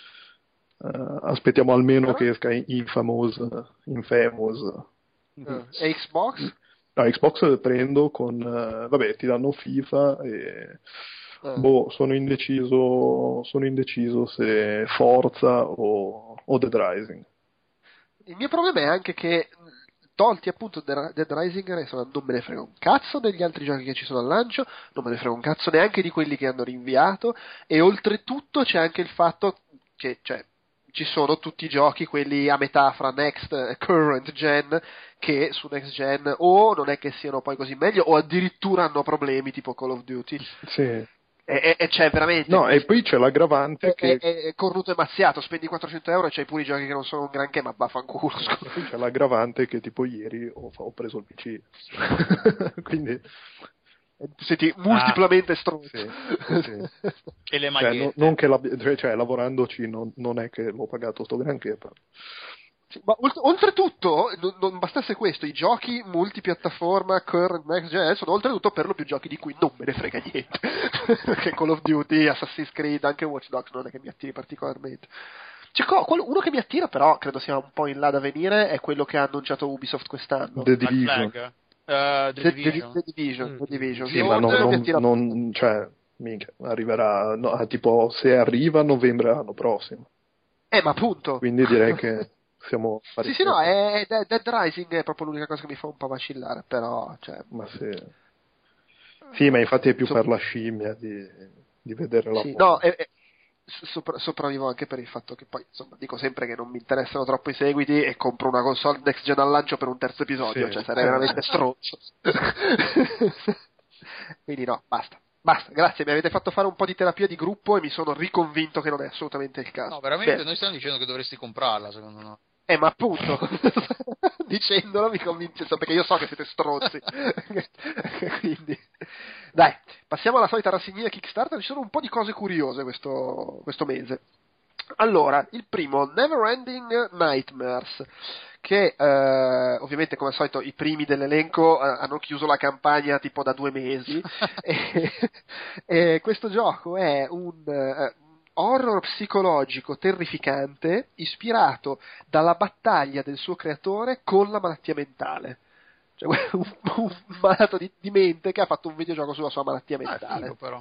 Uh, aspettiamo almeno che esca Infamous. Infamous. Uh, e Xbox? No, Xbox prendo con, uh, vabbè, ti danno FIFA e uh. boh, sono indeciso, sono indeciso se Forza o, o Dead Rising. Il mio problema è anche che, tolti appunto Dead Rising, non me ne frega un cazzo degli altri giochi che ci sono al lancio, non me ne frega un cazzo neanche di quelli che hanno rinviato, e oltretutto c'è anche il fatto che, cioè, ci sono tutti i giochi, quelli a metà fra next e current gen, che su next gen o non è che siano poi così meglio, o addirittura hanno problemi tipo Call of Duty. Sì. E, e, e c'è veramente... No, e poi c'è l'aggravante è, che... È, è cornuto e mazziato, spendi quattrocento euro e c'hai pure i giochi che non sono un granché, ma vaffanculo. Poi c'è l'aggravante che tipo ieri ho, ho preso il P C. Quindi... Senti, multiplamente ah, stronzo. Sì, sì. E le magliette. Cioè, no, non che la, cioè, cioè, lavorandoci non, non è che l'ho pagato sto granché, però. Sì, ma oltretutto, non, non bastasse questo, i giochi multipiattaforma, current, next gen, sono oltretutto per lo più giochi di cui non me ne frega niente. Perché Call of Duty, Assassin's Creed, anche Watch Dogs non è che mi attiri particolarmente. C'è uno che mi attira, però credo sia un po' in là da venire, è quello che ha annunciato Ubisoft quest'anno. The Division. Uh, The, The, Division. The Division, mm. The Division. Sì, ma non, non, non cioè, minchia, arriverà, no, tipo, se arriva a novembre l'anno prossimo. Eh, ma appunto. Quindi direi che siamo sì, sì, no, è, è, Dead Rising è proprio l'unica cosa che mi fa un po' vacillare, però, cioè... Ma sì. Sì, ma infatti è più so... per la scimmia di, di vedere la sì, no, è, è... Sopra, sopravvivo anche per il fatto che poi, insomma, dico sempre che non mi interessano troppo i seguiti e compro una console next gen al lancio per un terzo episodio, sì, cioè sarei veramente stronzo. Quindi no, basta. Basta, grazie, mi avete fatto fare un po' di terapia di gruppo e mi sono riconvinto che non è assolutamente il caso. No, veramente Beh. Noi stiamo dicendo che dovresti comprarla, secondo noi. Eh, ma appunto, dicendolo mi convince, perché io so che siete stronzi. Quindi, dai, passiamo alla solita rassegna Kickstarter. Ci sono un po' di cose curiose questo, questo mese. Allora, il primo, Neverending Nightmares, che eh, ovviamente come al solito i primi dell'elenco eh, hanno chiuso la campagna tipo da due mesi. e, e questo gioco è un... Eh, horror psicologico terrificante ispirato dalla battaglia del suo creatore con la malattia mentale, cioè un, un malato di, di mente che ha fatto un videogioco sulla sua malattia mentale. Ah, figo, però.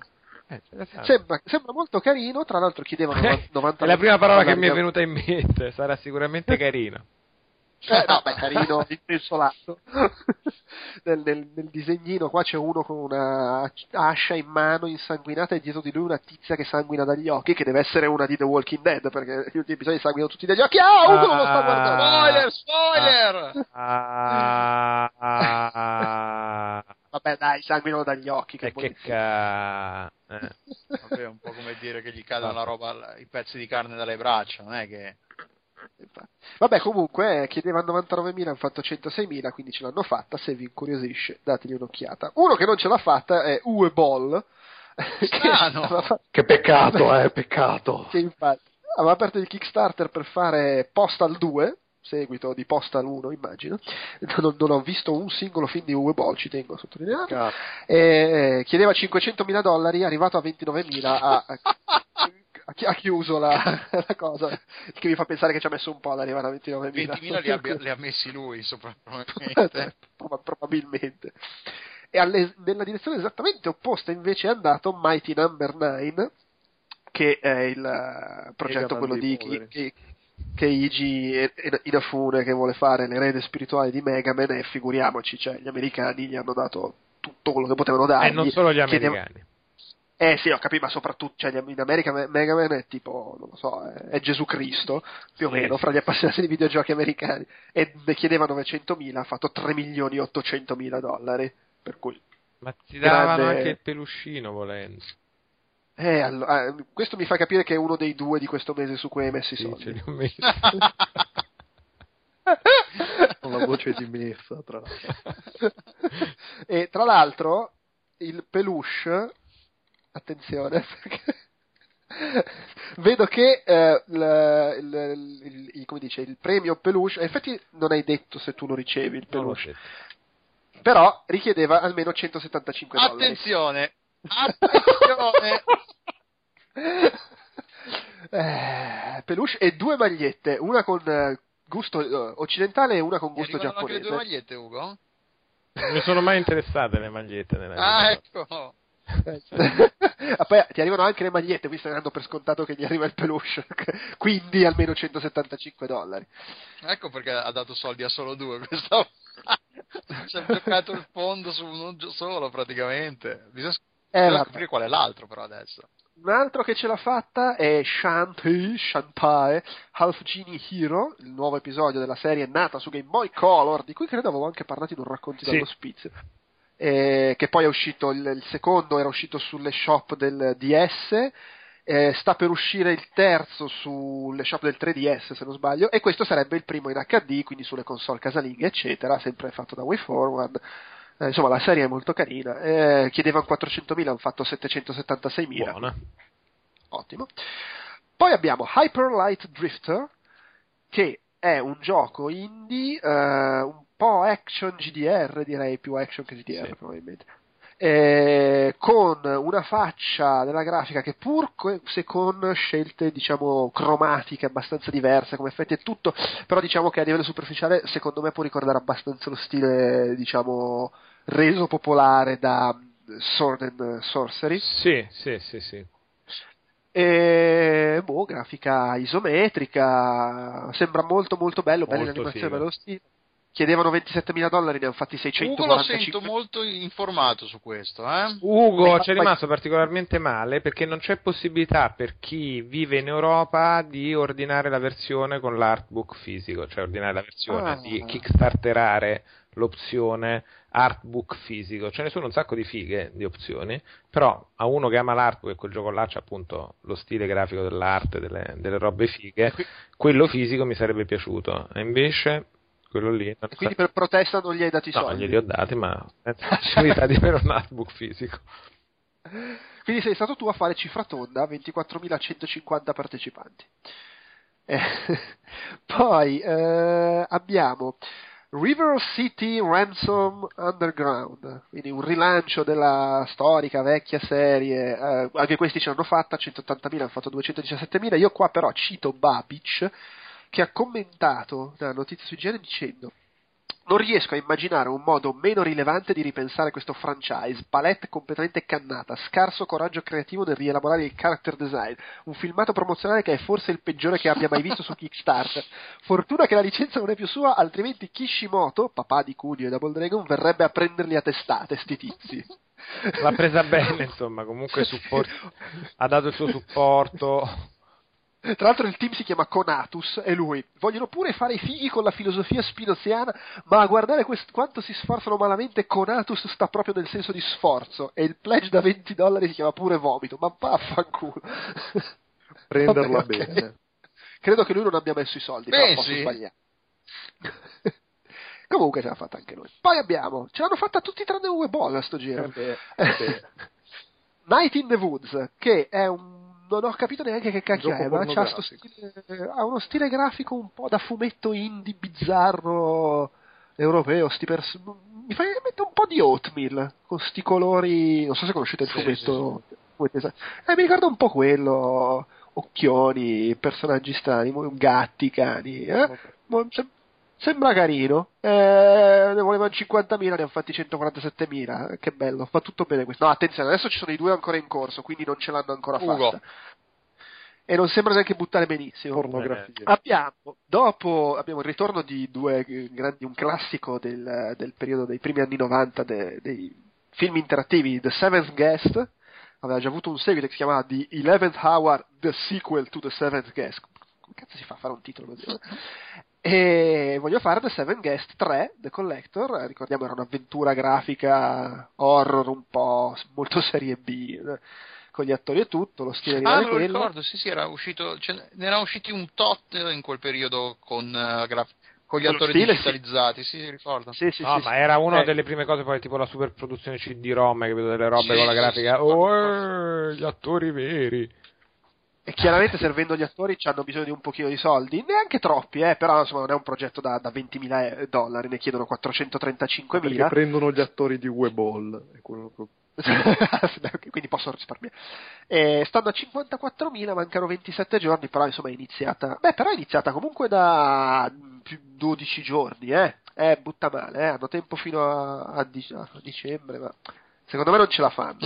Eh, sembra, sembra molto carino, tra l'altro chiedevano novanta è la prima parola che mi è venuta in mente, sarà sicuramente carino. Eh, no, beh, carino, insolato. nel, nel, nel disegnino qua c'è uno con una ascia in mano insanguinata e dietro di lui una tizia che sanguina dagli occhi, che deve essere una di The Walking Dead, perché gli ultimi episodi sanguinano tutti dagli occhi. Ah, Ugo non lo sta guardando! Spoiler, spoiler! Ah, ah, Vabbè, dai, sanguinano dagli occhi. Che, che ca... eh. Vabbè, è un po' come dire che gli cadono la roba, i pezzi di carne dalle braccia, non è che... Vabbè, comunque chiedeva novantanovemila, hanno fatto centoseimila, quindi ce l'hanno fatta. Se vi incuriosisce, dategli un'occhiata. Uno che non ce l'ha fatta è Uwe Boll. Strano. Che, fatto... che peccato, eh, peccato. Che infatti aveva aperto il Kickstarter per fare Postal due, seguito di Postal uno, immagino. Non, non ho visto un singolo film di Uwe Boll, ci tengo a sottolineare. E chiedeva cinquecentomila dollari, arrivato a ventinovemila, a, a, ha chiuso la, la cosa, che mi fa pensare che ci ha messo un po' ad arrivare a ventinovemila. ventimila li, abbia, li ha messi lui, probabilmente. probabilmente. E alle, nella direzione esattamente opposta invece è andato Mighty Number nine, che è il progetto quello di che, Keiji Inafune, che vuole fare l'erede spirituale di Mega Man, e figuriamoci, cioè, gli americani gli hanno dato tutto quello che potevano dare. E eh, non solo gli americani. Chiedeva... Eh sì, ho capito, ma soprattutto, cioè, in America Mega Man è tipo, non lo so, è Gesù Cristo, più o meno, fra gli appassionati di videogiochi americani. E ne chiedeva novecentomila, ha fatto tre milioni e ottocentomila dollari, per cui... Ma ti davano grande... anche il peluscino, volendo. Eh, allora, questo mi fa capire che è uno dei due di questo mese su cui hai messo i sì, soldi. Ce li ho messi. Con la voce dimessa, tra l'altro. E tra l'altro, il peluche... Attenzione, perché vedo che eh, il, il, il, il, come dice, il premio peluche, infatti non hai detto se tu lo ricevi il peluche, però richiedeva almeno centosettantacinque dollari. Attenzione, attenzione. eh, peluche e due magliette, una con eh, gusto eh, occidentale e una con gusto giapponese. Anche le due magliette, Ugo? Non mi sono mai interessate le magliette nella ah, vita. Ecco. Ah, poi ti arrivano anche le magliette, qui stai dando per scontato che gli arriva il peluche, quindi almeno centosettantacinque dollari. Ecco perché ha dato soldi a solo due questa ci ha giocato il fondo su uno solo praticamente. Bisogna eh, scoprire qual è l'altro però adesso. Un altro che ce l'ha fatta è Shantae, Shantae Half Genie Hero, il nuovo episodio della serie nata su Game Boy Color, di cui credo avevo anche parlato in un racconto sì. dall'ospizio. Eh, che poi è uscito il, il secondo, era uscito sulle shop del D S, eh, sta per uscire il terzo sulle shop del tre D S se non sbaglio, e questo sarebbe il primo in H D, quindi sulle console casalinghe eccetera, sempre fatto da WayForward. Eh, insomma la serie è molto carina, eh, chiedevano quattrocentomila, hanno fatto settecentosettantaseimila. Buona. Ottimo. Poi abbiamo Hyper Light Drifter, che è un gioco indie, eh, un po' action G D R, direi più action che G D R sì. probabilmente, eh, con una faccia della grafica che pur co- se con scelte diciamo cromatiche abbastanza diverse come effetti e tutto, però diciamo che a livello superficiale secondo me può ricordare abbastanza lo stile diciamo reso popolare da Sword and Sorcery. Sì, sì, sì, sì. E boh, grafica isometrica, sembra molto molto bello, bella l'animazione, bello lo stile. Chiedevano ventisettemila dollari, ne hanno fatti seicentoquarantacinque. Ugo lo sento molto informato su questo, eh? Ugo Beh, ci è rimasto particolarmente male perché non c'è possibilità per chi vive in Europa di ordinare la versione con l'artbook fisico, cioè ordinare la versione, ah. di kickstarterare l'opzione artbook fisico. Ce ne sono un sacco di fighe di opzioni, però a uno che ama l'artbook e quel gioco là c'ha appunto lo stile grafico dell'arte, delle, delle robe fighe, quello fisico mi sarebbe piaciuto, e invece quello lì non e quindi per protesta non gli hai dati i no, soldi? No, glieli ho dati, ma senza possibilità di avere un artbook fisico. Quindi sei stato tu a fare cifra tonda, ventiquattromilacentocinquanta partecipanti. Eh, poi eh, abbiamo River City Ransom Underground, quindi un rilancio della storica vecchia serie, eh, anche questi ce l'hanno fatta, centottantamila, hanno fatto duecentodiciassettemila. Io qua però cito Babic, che ha commentato una notizia su I G N dicendo: Non riesco a immaginare un modo meno rilevante di ripensare questo franchise, palette completamente cannata, scarso coraggio creativo nel rielaborare il character design, un filmato promozionale che è forse il peggiore che abbia mai visto su Kickstarter. Fortuna che la licenza non è più sua, altrimenti Kishimoto, papà di Kunio e Double Dragon, verrebbe a prenderli a testate, sti tizi. L'ha presa bene, insomma, comunque support... ha dato il suo supporto. Tra l'altro il team si chiama Conatus e lui vogliono pure fare i fighi con la filosofia spinoziana, ma a guardare quest- quanto si sforzano malamente, Conatus sta proprio nel senso di sforzo, e il pledge da venti dollari si chiama pure vomito, ma vaffanculo. Prenderla Vabbè, okay. bene. Credo che lui non abbia messo i soldi, Beh, però posso sì. sbagliare. Comunque ce l'ha fatta anche lui. Poi abbiamo, ce l'hanno fatta tutti tranne Uwe Boll a sto giro. Eh beh, eh beh. Night in the Woods, che è un non ho capito neanche che cacchio Gioco è, ma c'ha sto pornografico. stile, ha uno stile grafico un po' da fumetto indie bizzarro europeo, sti pers- mi fa mette un po' di Oatmeal con sti colori, non so se conoscete il Sì, fumetto, fumetto eh, mi ricorda un po' quello, occhioni, personaggi strani, gatti, cani, eh? Sem- sembra carino, eh, ne volevano cinquantamila, ne hanno fatti centoquarantasettemila, che bello, va tutto bene questo. No, attenzione, adesso ci sono i due ancora in corso, quindi non ce l'hanno ancora Ugo. fatta. E non sembra neanche buttare benissimo. Pornografia. Abbiamo, dopo, abbiamo il ritorno di due grandi, un classico del, del periodo dei primi anni novanta, de, dei film interattivi, The Seventh Guest, aveva già avuto un seguito che si chiamava The Eleventh Hour, The Sequel to The Seventh Guest. Come cazzo si fa a fare un titolo così? E voglio fare The Seven Guest tre, The Collector, ricordiamo era un'avventura grafica horror un po' molto serie B, con gli attori e tutto, lo stile Ah, rimane me lo quello. ricordo, sì, sì, era uscito, ce ne ne erano usciti un tot in quel periodo con, uh, graf- con gli Quello attori stile, digitalizzati, sì, sì, ricordo. Sì, sì, No, sì, ma sì. era una Eh, delle prime cose, poi tipo la super produzione C D-ROM, che vedo delle robe Sì, con la sì, grafica. sì, Oh, gli attori veri. E chiaramente servendo gli attori hanno bisogno di un pochino di soldi, neanche troppi, eh, però insomma non è un progetto da, da ventimila dollari, ne chiedono Perché quattrocentotrentacinquemila. prendono gli attori di Weball. È quello che... Quindi posso risparmiare. Eh, stanno a cinquantaquattromila, mancano ventisette giorni, però insomma è iniziata. Beh, però è iniziata comunque da più dodici giorni, eh. Eh, butta male, eh. Hanno tempo fino a, a, dic- a dicembre, ma secondo me non ce la fanno.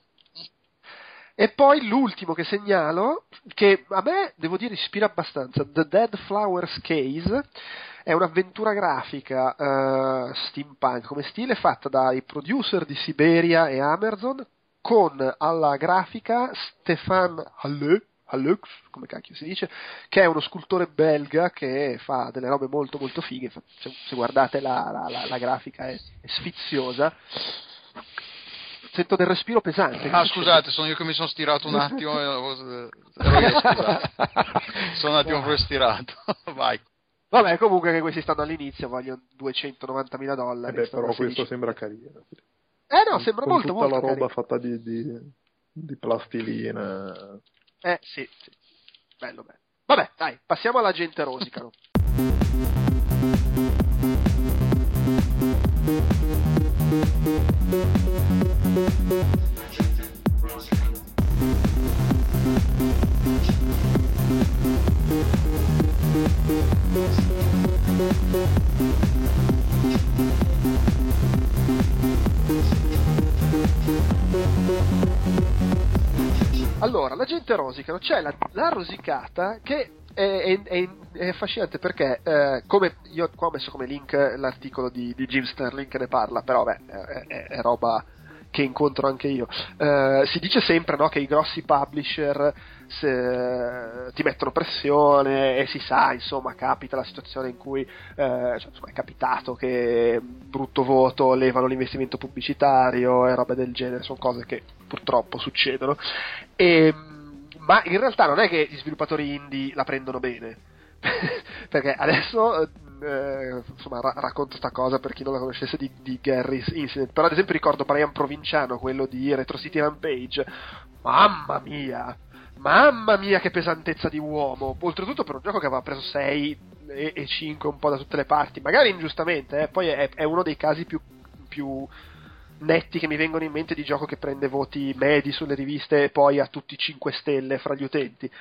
E poi l'ultimo che segnalo, che a me, devo dire, ispira abbastanza, The Dead Flowers Case, è un'avventura grafica uh, steampunk come stile, fatta dai producer di Siberia e Amazon, con alla grafica Stefan Halle, Halleux, come cacchio si dice, che è uno scultore belga che fa delle robe molto molto fighe. Se, se guardate la, la, la, la grafica è, è sfiziosa. Sento del respiro pesante. Ah, scusate, sono io che mi sono stirato un attimo. eh, scusate. Sono un attimo proprio stirato. Vai. Vabbè, comunque che questi stanno all'inizio, vogliono duecentonovantamila Eh dollari. beh, stanno però a questo sedici. sembra carino. Eh no, sembra con molto tutta molto la roba carino. fatta di, di, di plastilina. Eh, sì, sì. Bello, bello. Vabbè, dai, passiamo alla gente rosicano. Allora, la gente rosicano, c'è la, la rosicata che è, è, è, è affascinante perché, eh, come io qua ho messo come link l'articolo di, di Jim Sterling che ne parla, però beh, è, è, è roba che incontro anche io. Eh, si dice sempre, no, che i grossi publisher se, ti mettono pressione e si sa, insomma, capita la situazione in cui eh, cioè, insomma, è capitato che brutto voto levano l'investimento pubblicitario e robe del genere, sono cose che purtroppo succedono. E, ma in realtà non è che gli sviluppatori indie la prendono bene, perché adesso eh, insomma ra- racconto sta cosa per chi non la conoscesse di, di Garry's Incident, però ad esempio ricordo Brian Provinciano, quello di Retro City Rampage, mamma mia mamma mia che pesantezza di uomo, oltretutto per un gioco che aveva preso sei e cinque un po' da tutte le parti, magari ingiustamente, eh. Poi è, è uno dei casi più, più netti che mi vengono in mente di gioco che prende voti medi sulle riviste e poi ha tutti cinque stelle fra gli utenti.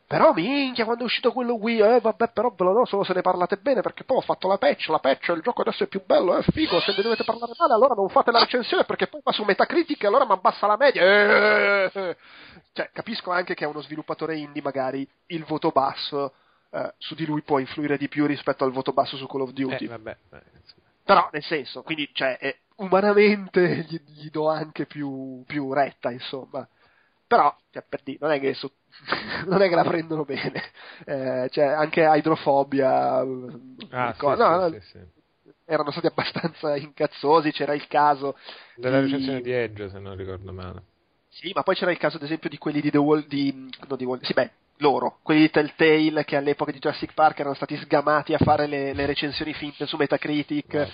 però minchia quando è uscito quello Wii, eh vabbè però ve lo do solo se ne parlate bene perché poi ho fatto la patch, la patch, il gioco adesso è più bello, è figo, se ne dovete parlare male allora non fate la recensione perché poi va su Metacritic e allora mi abbassa la media. Eh, cioè capisco anche che a uno sviluppatore indie magari il voto basso eh, su di lui può influire di più rispetto al voto basso su Call of Duty. Eh, vabbè, eh, però nel senso, quindi cioè eh, umanamente gli, gli do anche più, più retta insomma. Però, cioè, per dire, non è che so, non è che la prendono bene, eh, cioè anche idrofobia, ah, co- sì, no, sì, no, sì, sì. erano stati abbastanza incazzosi, c'era il caso della di... recensione di Edge, se non ricordo male. Sì, ma poi c'era il caso ad esempio di quelli di The Wall, di, no, di Wall, sì beh, loro, quelli di Telltale che all'epoca di Jurassic Park erano stati sgamati a fare le, le recensioni finte su Metacritic. Wow.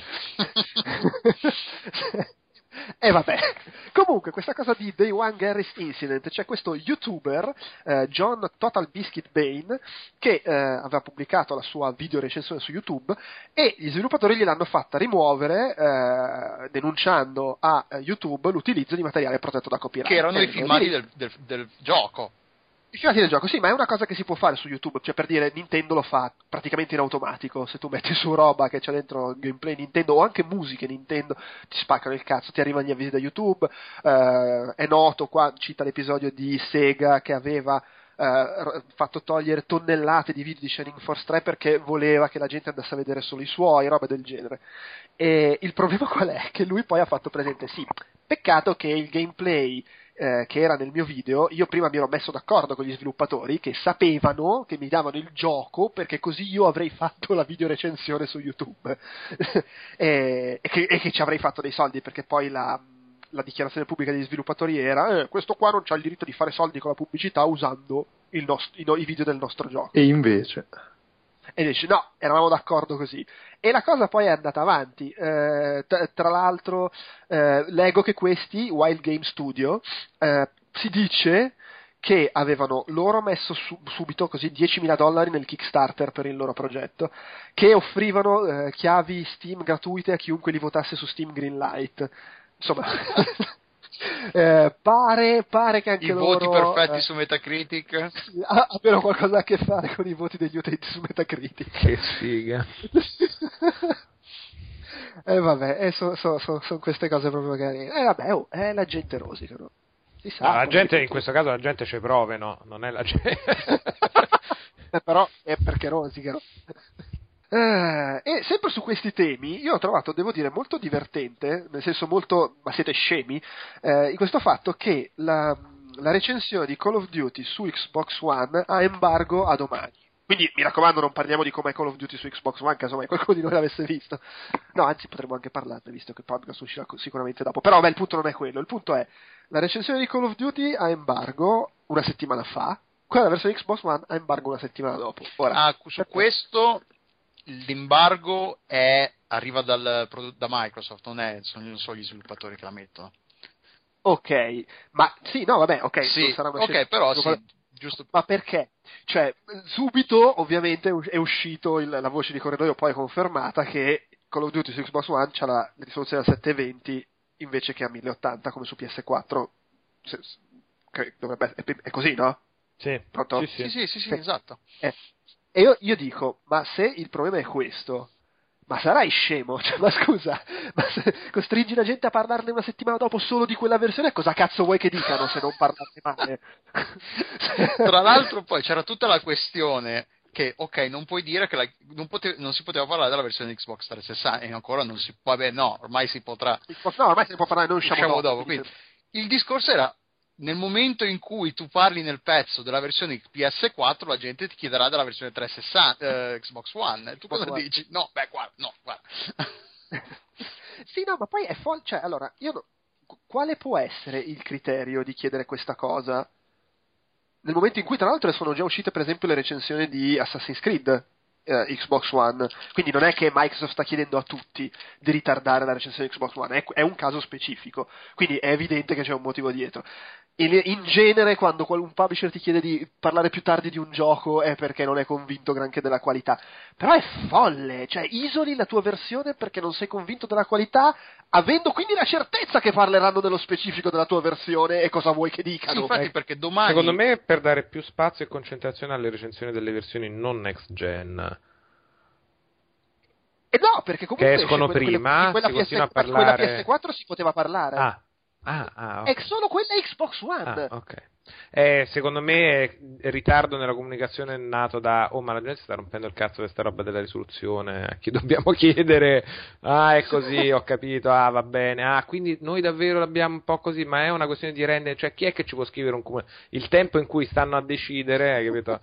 E eh, vabbè, comunque questa cosa di Day One Garry's Incident, c'è questo youtuber eh, John Total Biscuit Bane che eh, aveva pubblicato la sua video recensione su YouTube e gli sviluppatori gliel'hanno fatta rimuovere eh, denunciando a YouTube l'utilizzo di materiale protetto da copyright. Che erano eh, i filmati lì... del, del, del gioco. I filmati del gioco, sì, ma è una cosa che si può fare su YouTube, cioè per dire Nintendo lo fa praticamente in automatico, se tu metti su roba che c'è dentro il gameplay Nintendo o anche musiche Nintendo ti spaccano il cazzo, ti arrivano gli avvisi da YouTube, eh, è noto qua, cita l'episodio di Sega che aveva eh, fatto togliere tonnellate di video di Shining Force tre perché voleva che la gente andasse a vedere solo i suoi, roba del genere. E il problema qual è? Che lui poi ha fatto presente, sì, peccato che il gameplay Eh, che era nel mio video, io prima mi ero messo d'accordo con gli sviluppatori che sapevano che mi davano il gioco perché così io avrei fatto la video recensione su YouTube e, e, che, e che ci avrei fatto dei soldi perché poi la, la dichiarazione pubblica degli sviluppatori era eh, questo qua non c'ha il diritto di fare soldi con la pubblicità usando il nost- i, i video del nostro gioco. E invece... E dici no, eravamo d'accordo così. E la cosa poi è andata avanti. Eh, t- tra l'altro eh, leggo che questi, Wild Game Studio, eh, si dice che avevano loro messo su- subito così diecimila dollari nel Kickstarter per il loro progetto, che offrivano eh, chiavi Steam gratuite a chiunque li votasse su Steam Greenlight. Insomma... Eh, pare, pare che anche I loro, voti perfetti eh, su Metacritic abbiano qualcosa a che fare con i voti degli utenti su Metacritic. Che sfiga. E eh, vabbè, eh, sono so, so, so queste cose proprio carine. Eh vabbè, oh, è la gente rosica, no? Si sa. No, la gente, in questo caso la gente ci prove, no? Non è la gente. eh, però è perché rosica, no? Eh, e sempre su questi temi io ho trovato, devo dire, molto divertente, nel senso molto, ma siete scemi, eh, in questo fatto che la, la recensione di Call of Duty su Xbox One ha embargo a domani. Quindi mi raccomando non parliamo di com'è Call of Duty su Xbox One, casomai qualcuno di noi l'avesse visto. No, anzi potremmo anche parlarne visto che il podcast uscirà sicuramente dopo. Però beh, il punto non è quello, il punto è la recensione di Call of Duty ha embargo una settimana fa, quella della versione Xbox One ha embargo una settimana dopo. Ora, ah, su questo l'embargo è arriva dal, da Microsoft, non è, sono solo gli sviluppatori che la mettono. Ok, ma sì, no, vabbè, ok, sì, non sarà una ok, scelta, però sì, giusto. Ma perché? Cioè, subito, ovviamente, è uscito il, la voce di corridoio poi confermata che Call of Duty su Xbox One c'ha la risoluzione a settecentoventi invece che a mille ottanta come su P S quattro. Se, che dovrebbe, è, è così, no? Sì. Pronto? Sì, sì, sì, sì, sì, esatto. Eh. E io, io dico, ma se il problema è questo, ma sarai scemo? Cioè, ma scusa, ma se costringi la gente a parlarne una settimana dopo solo di quella versione, cosa cazzo vuoi che dicano se non parlarne male? Tra l'altro poi c'era tutta la questione che, ok, non puoi dire che la, non, pote, non si poteva parlare della versione Xbox trecentosessanta e ancora non si può, vabbè no, ormai si potrà. No, ormai si può parlare, noi usciamo, usciamo dopo. dopo quindi. Il discorso era, nel momento in cui tu parli nel pezzo della versione P S quattro, la gente ti chiederà della versione trecentosessanta, eh, Xbox One. E tu cosa One. dici? No, beh, guarda, no, guarda. Sì, no, ma poi è folle. Cioè, allora, io no... quale può essere il criterio di chiedere questa cosa? Nel momento in cui, tra l'altro, sono già uscite, per esempio, le recensioni di Assassin's Creed eh, Xbox One. Quindi non è che Microsoft sta chiedendo a tutti di ritardare la recensione di Xbox One, è, è un caso specifico. Quindi è evidente che c'è un motivo dietro. in genere quando un publisher ti chiede di parlare più tardi di un gioco è perché non è convinto granché della qualità, però è folle, cioè isoli la tua versione perché non sei convinto della qualità, avendo quindi la certezza che parleranno nello specifico della tua versione e cosa vuoi che dicano. Sì, infatti, perché domani secondo me per dare più spazio e concentrazione alle recensioni delle versioni non next gen, e no, perché comunque che escono quelle, prima, quella, si P S, continua a parlare. quella P S quattro si poteva parlare. Ah. Ah, ah, okay. È solo quella Xbox One. Ah, ok. Eh, secondo me è ritardo nella comunicazione nato da oh, ma la gente si sta rompendo il cazzo di sta roba della risoluzione, a chi dobbiamo chiedere? Ah, è così, ho capito, ah, va bene, ah, quindi noi davvero l'abbiamo un po' così, ma è una questione di rendere, cioè chi è che ci può scrivere un comune? Il tempo in cui stanno a decidere, hai capito?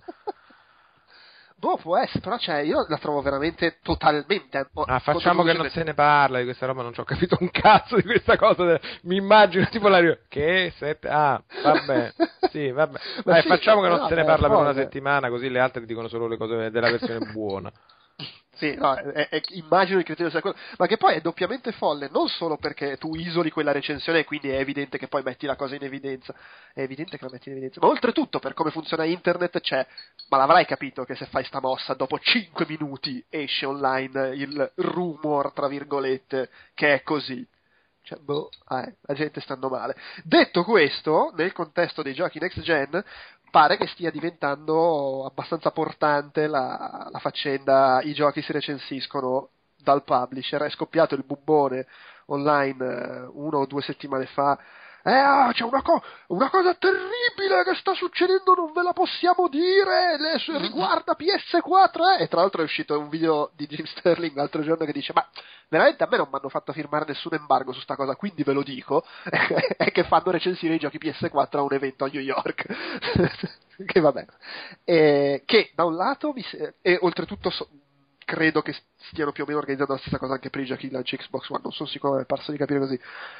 Boh, può essere, però cioè, io la trovo veramente totalmente... Ah, facciamo che non se ne parla di questa roba, non ci ho capito un cazzo di questa cosa, mi immagino tipo la... Che? Sette... Ah, vabbè, sì, vabbè. Dai, sì, facciamo che non no, se ne parla per una settimana, così le altre dicono solo le cose della versione buona. Sì, no, è, è, immagino il criterio sia quello, ma che poi è doppiamente folle, non solo perché tu isoli quella recensione e quindi è evidente che poi metti la cosa in evidenza, è evidente che la metti in evidenza, ma oltretutto per come funziona internet c'è, ma l'avrai capito che se fai sta mossa dopo cinque minuti esce online il rumor, tra virgolette, che è così. Cioè, boh, eh, la gente stanno male. Detto questo, nel contesto dei giochi next gen, pare che stia diventando abbastanza portante la, la faccenda, i giochi si recensiscono dal publisher, è scoppiato il bubbone online eh, uno o due settimane fa, eh, ah, c'è una, co- una cosa terribile che sta succedendo, non ve la possiamo dire, le, riguarda P S quattro, eh? E tra l'altro è uscito un video di Jim Sterling l'altro giorno che dice, ma veramente a me non mi hanno fatto firmare nessun embargo su sta cosa, quindi ve lo dico, è che fanno recensire i giochi P S quattro a un evento a New York. Che vabbè, e, che da un lato mi se- e oltretutto so- credo che stiano più o meno organizzando la stessa cosa anche per i giochi di lancio Xbox One, non sono sicuro, mi è parso di capire così.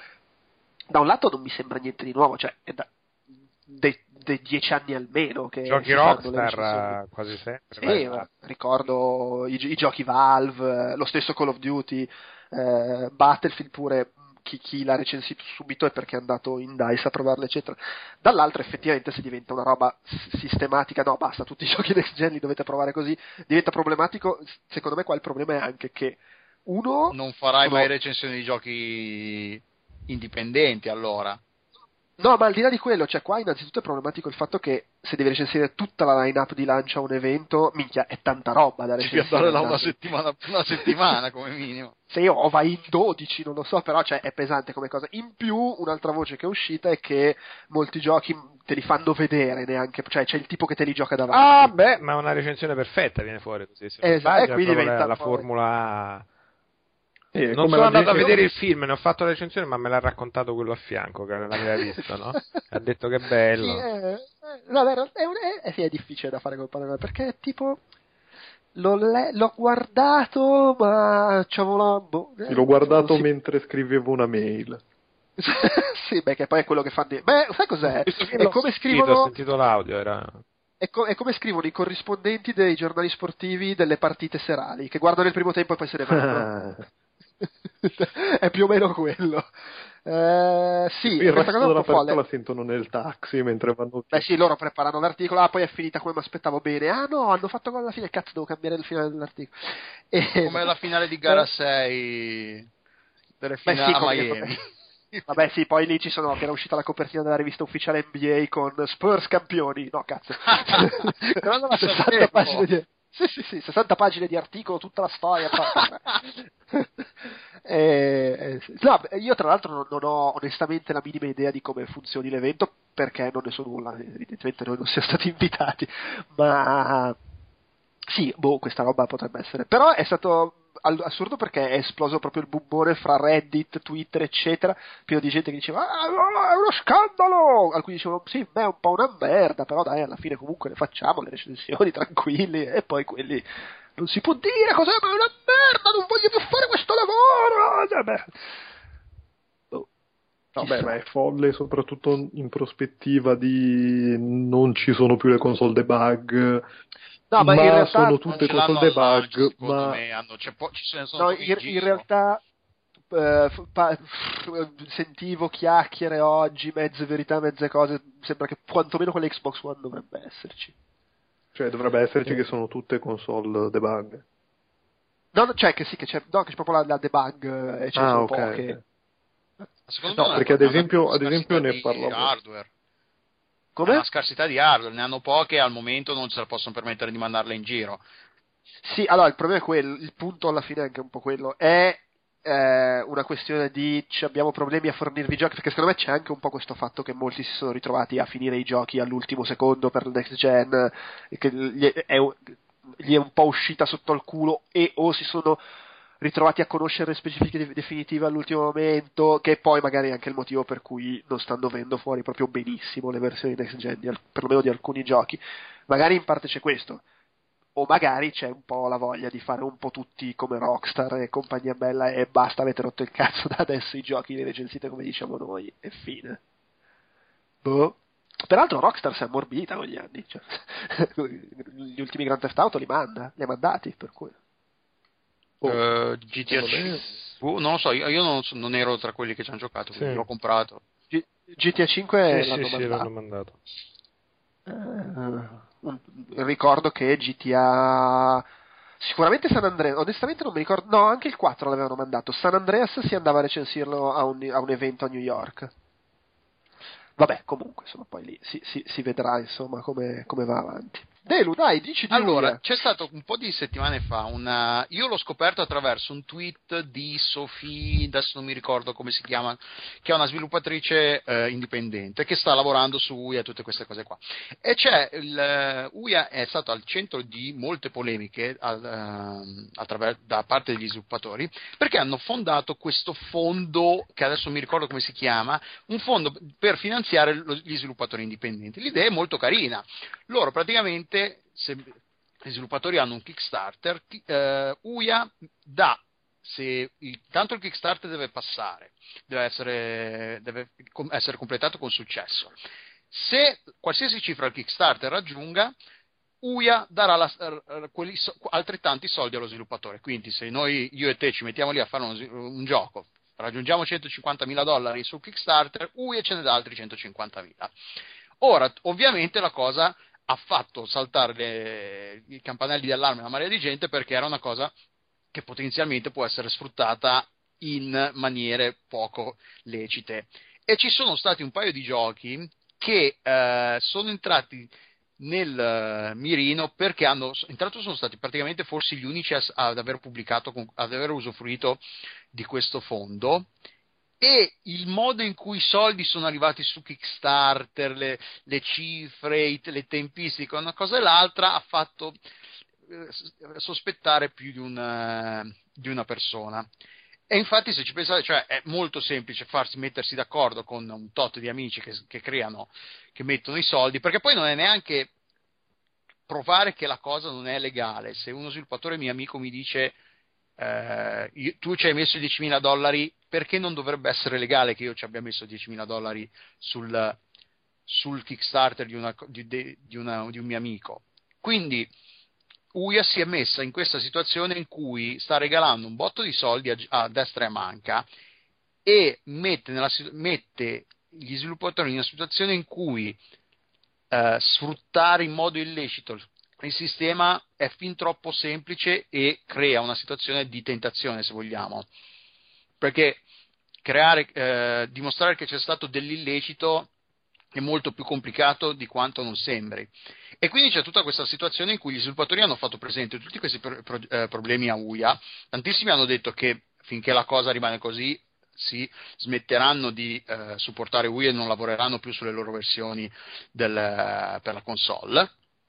Da un lato non mi sembra niente di nuovo, cioè è da dei, dei dieci anni almeno che giochi Rockstar quasi sempre. Sì, ricordo i, i giochi Valve, lo stesso Call of Duty, eh, Battlefield pure. Chi, chi l'ha recensito subito è perché è andato in DICE a provarlo eccetera. Dall'altro effettivamente se diventa una roba s- sistematica, no basta, tutti i giochi next gen li dovete provare così, diventa problematico. Secondo me qua il problema è anche che uno non farai sono... mai recensioni di giochi indipendenti allora. No, ma al di là di quello, cioè qua innanzitutto è problematico il fatto che se devi recensire tutta la line-up di lancio a un evento, minchia, è tanta roba da recensire. Devi andare là una settimana, una settimana come minimo. Se io o vai in dodici, non lo so, però cioè, è pesante come cosa. In più, un'altra voce che è uscita è che molti giochi te li fanno vedere neanche, cioè c'è il tipo che te li gioca davanti. Ah, beh, ma una recensione perfetta viene fuori così. Se esatto, sbaglia, e qui diventa la, la formula... Eh, non sono andato a vedere il film, ne ho fatto la recensione, ma me l'ha raccontato quello a fianco che l'aveva visto, no? Ha detto che è bello. Sì, è, no, è, è, è, è, è difficile da fare col paragone, perché tipo l'ho, le, l'ho guardato, ma c'avevo la... Boh, sì, l'ho guardato si... mentre scrivevo una mail. Sì, beh, che poi è quello che fanno. Beh, sai cos'è? È come scrivono. Ho sentito l'audio, era. È, co- è come scrivono i corrispondenti dei giornali sportivi delle partite serali, che guardano il primo tempo e poi se ne vanno. È più o meno quello. Eh, sì, il questa cosa è un po' folle. La sentono nel taxi mentre vanno. Beh, sì, loro preparano l'articolo. Ah, poi è finita come mi aspettavo bene. Ah, no, hanno fatto gol alla fine. Cazzo, devo cambiare il finale dell'articolo. E... come la finale di gara sei delle finali Beh, sì, a Miami. Vabbè, sì, poi lì ci sono, che era uscita la copertina della rivista ufficiale N B A con Spurs campioni. No, cazzo. Però non la sessanta pagine di... Sì, sì, sì, sessanta pagine di articolo, tutta la storia. eh, eh, no, io tra l'altro non, non ho onestamente la minima idea di come funzioni l'evento, perché non ne so nulla, evidentemente noi non siamo stati invitati, ma sì, boh, questa roba potrebbe essere. Però è stato assurdo perché è esploso proprio il bubbone fra Reddit, Twitter, eccetera, pieno di gente che diceva ah, no, è uno scandalo, alcuni dicevano sì, beh, è un po' una merda, però dai, alla fine comunque le facciamo le recensioni tranquilli, e poi quelli non si può dire cos'è, ma è una merda, non voglio più fare questo lavoro. Beh. Oh, Vabbè, ma è folle soprattutto in prospettiva di non ci sono più le console debug. No, ma, ma in realtà sono tutte console debug, ma me, hanno, c'è po- ci sono no, in, in realtà eh, pa- sentivo chiacchiere oggi, mezze verità, mezze cose, sembra che quantomeno quella Xbox One dovrebbe esserci. Cioè dovrebbe esserci che sono tutte console debug. No, no, cioè che sì, che c'è, no, che c'è proprio la, la debug e ce ne Ah, sono ok. poche. Secondo No, me perché ad è una esempio- ad scarsità esempio ne di parlavo. hardware. È Come? una scarsità di hardware, ne hanno poche e al momento non se la possono permettere di mandarle in giro. Sì, allora il problema è quello, il punto alla fine è anche un po' quello, è eh, una questione di ci abbiamo problemi a fornirvi giochi, perché secondo me c'è anche un po' questo fatto che molti si sono ritrovati a finire i giochi all'ultimo secondo per il next gen, e che gli è, gli è un po' uscita sotto il culo, e o si sono ritrovati a conoscere le specifiche de- definitive all'ultimo momento, che poi magari è anche il motivo per cui non stanno venendo fuori proprio benissimo le versioni next gen, di al- perlomeno di alcuni giochi. Magari in parte c'è questo, o magari c'è un po' la voglia di fare un po' tutti come Rockstar e compagnia bella e basta, avete rotto il cazzo da adesso, i giochi li recensite come diciamo noi e fine. Boh. Peraltro Rockstar si è ammorbidita con gli anni, cioè, gli ultimi Grand Theft Auto li manda, li ha mandati, per cui Oh, Uh, G T A secondo me- Uh, non lo so, io, io non, so- non ero tra quelli che ci hanno giocato, quindi Sì. l'ho comprato. G- G T A cinque Sì, l'hanno sì, sì, mandato. l'hanno mandato. Eh, un- ricordo che G T A sicuramente San Andreas, onestamente non mi ricordo, no, anche il quattro l'avevano mandato. San Andreas si andava a recensirlo a un, a un evento a New York. Vabbè, comunque, insomma, poi lì si, si, si vedrà, insomma, come, come va avanti. Delu, dai, dici di Allora, Uia. c'è stato un po' di settimane fa una... Io l'ho scoperto attraverso un tweet di Sophie, adesso non mi ricordo come si chiama, che è una sviluppatrice eh, indipendente che sta lavorando su U I A e tutte queste cose qua. E c'è il uh, U I A è stato al centro di molte polemiche al, uh, attraver- da parte degli sviluppatori, perché hanno fondato questo fondo, che adesso mi ricordo come si chiama, un fondo per finanziare lo- gli sviluppatori indipendenti. L'idea è molto carina. Loro praticamente, se gli sviluppatori hanno un Kickstarter, eh, U I A dà, se il, tanto il Kickstarter deve passare, deve essere, deve com- essere completato con successo. Se qualsiasi cifra il Kickstarter raggiunga, U I A darà la, uh, quelli so, altrettanti soldi allo sviluppatore. Quindi se noi, io e te, ci mettiamo lì a fare un, un gioco, raggiungiamo centocinquantamila dollari sul Kickstarter, U I A ce ne dà altri centocinquantamila. Ora, ovviamente la cosa ha fatto saltare le, i campanelli d'allarme a una marea di gente, perché era una cosa che potenzialmente può essere sfruttata in maniere poco lecite. E ci sono stati un paio di giochi che eh, sono entrati nel mirino perché hanno, intanto sono stati praticamente forse gli unici a, ad aver pubblicato, ad aver usufruito di questo fondo, e il modo in cui i soldi sono arrivati su Kickstarter, le, le cifre, i, le tempistiche, una cosa e l'altra, ha fatto eh, sospettare più di una, di una persona. E infatti, se ci pensate, cioè, è molto semplice farsi mettersi d'accordo con un tot di amici che, che creano, che mettono i soldi, perché poi non è neanche provare che la cosa non è legale. Se uno sviluppatore mio amico mi dice eh, io, tu ci hai messo diecimila dollari, perché non dovrebbe essere legale che io ci abbia messo diecimila dollari sul, sul Kickstarter di, una, di, di, una, di un mio amico? Quindi U I A si è messa in questa situazione in cui sta regalando un botto di soldi a, a destra e a manca, e mette, nella, mette gli sviluppatori in una situazione in cui eh, sfruttare in modo illecito il sistema è fin troppo semplice e crea una situazione di tentazione, se vogliamo, perché creare, eh, dimostrare che c'è stato dell'illecito è molto più complicato di quanto non sembri. E quindi c'è tutta questa situazione in cui gli sviluppatori hanno fatto presente tutti questi pro- pro- eh, problemi a U I A. Tantissimi hanno detto che finché la cosa rimane così si smetteranno di eh, supportare U I A e non lavoreranno più sulle loro versioni del, per la console.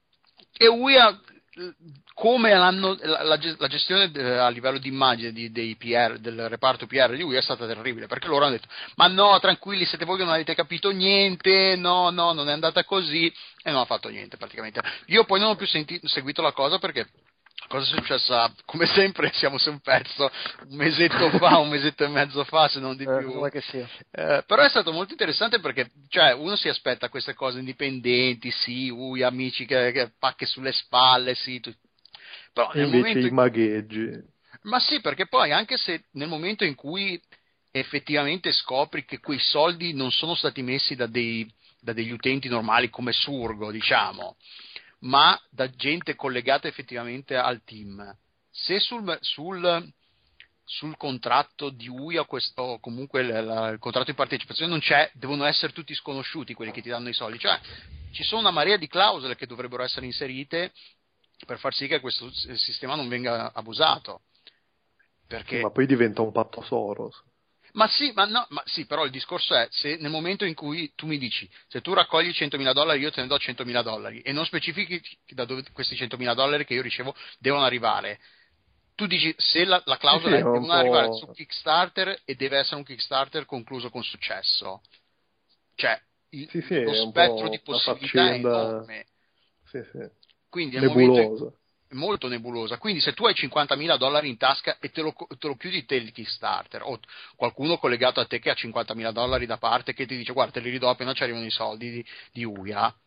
E U I A, come l'hanno, la, la gestione a livello di immagine di, dei P R, del reparto P R di U I A è stata terribile, perché loro hanno detto ma no, tranquilli, siete voi che non avete capito niente, no, no, non è andata così, e non ha fatto niente praticamente. Io poi non ho più sentito, seguito la cosa, perché cosa è successa? Come sempre siamo su un pezzo, un mesetto fa, un mesetto e mezzo fa, se non di Eh, più. cosa vuoi che sia? Eh, però è stato molto interessante, perché cioè, uno si aspetta queste cose indipendenti, sì, ui, amici che, che pacche sulle spalle, sì, tu... però E nel invece momento i magheggi. Ma sì, perché poi anche se nel momento in cui effettivamente scopri che quei soldi non sono stati messi da, dei, da degli utenti normali come Surgo, diciamo, ma da gente collegata effettivamente al team, se sul, sul, sul contratto di U I A questo, comunque il, la, il contratto di partecipazione non c'è, devono essere tutti sconosciuti quelli che ti danno i soldi, cioè ci sono una marea di clausole che dovrebbero essere inserite per far sì che questo sistema non venga abusato. Perché... Sì, ma poi diventa un patto Soros. Ma sì, ma no, ma sì, però il discorso è, se nel momento in cui tu mi dici, se tu raccogli centomila dollari io te ne do centomila dollari e non specifichi da dove questi centomila dollari che io ricevo devono arrivare, tu dici, se la, la clausola sì, sì, è è devono po'... arrivare su Kickstarter e deve essere un Kickstarter concluso con successo, cioè il, sì, sì, lo è un spettro po' di una possibilità è faccenda... enorme. Sì, sì. Quindi nel momento in... Nebulosa. molto nebulosa, quindi se tu hai cinquantamila dollari in tasca e te lo, te lo chiudi te il Kickstarter o qualcuno collegato a te che ha cinquantamila dollari da parte che ti dice guarda te li ridò appena ci arrivano i soldi di, di U I A,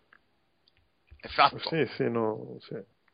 è fatto. Sì, sì, no, sì.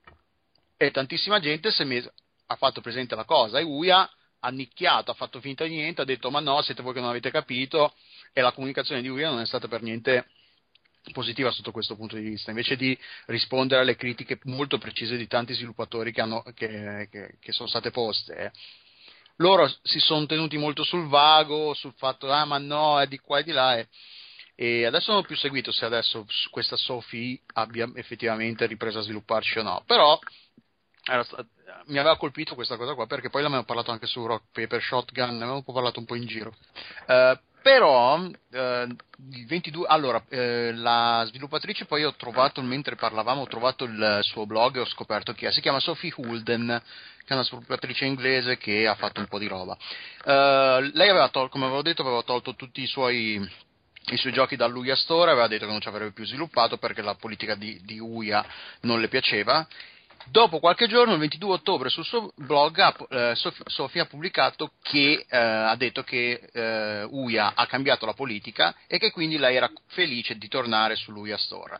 E tantissima gente si è messa, ha fatto presente la cosa e U I A ha nicchiato, ha fatto finta di niente, ha detto ma no, siete voi che non avete capito, e la comunicazione di U I A non è stata per niente positiva sotto questo punto di vista, invece di rispondere alle critiche molto precise di tanti sviluppatori che, hanno, che, che, che sono state poste. Loro si sono tenuti molto sul vago, sul fatto ah ma no, è di qua e di là, e, e adesso non ho più seguito se adesso questa Sophie abbia effettivamente ripreso a svilupparci o no, però era stato, mi aveva colpito questa cosa qua perché poi l'abbiamo parlato anche su Rock Paper Shotgun, ne avevamo parlato un po' in giro. Uh, Però eh, il ventidue allora eh, la sviluppatrice poi ho trovato mentre parlavamo ho trovato il suo blog e ho scoperto chi è, si chiama Sophie Hulden, che è una sviluppatrice inglese che ha fatto un po' di roba. Uh, lei aveva tolto, come avevo detto, aveva tolto tutti i suoi i suoi giochi dall'U I A Store, aveva detto che non ci avrebbe più sviluppato perché la politica di, di U I A non le piaceva. Dopo qualche giorno, il ventidue ottobre, sul suo blog, eh, Sophie ha pubblicato che eh, ha detto che eh, U I A ha cambiato la politica e che quindi lei era felice di tornare sull'U I A Store.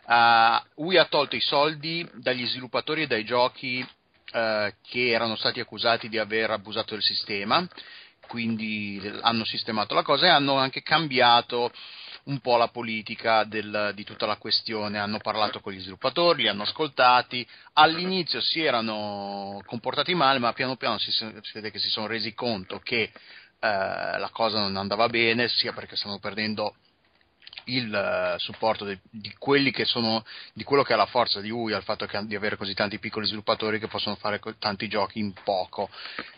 Uh, U I A ha tolto i soldi dagli sviluppatori e dai giochi eh, che erano stati accusati di aver abusato del sistema, quindi hanno sistemato la cosa e hanno anche cambiato un po' la politica del, di tutta la questione, hanno parlato con gli sviluppatori, li hanno ascoltati, all'inizio si erano comportati male, ma piano piano si, si vede che si sono resi conto che eh, la cosa non andava bene, sia perché stanno perdendo il uh, supporto de, di quelli che sono, di quello che è la forza di U I A, il fatto che, di avere così tanti piccoli sviluppatori che possono fare co- tanti giochi in poco.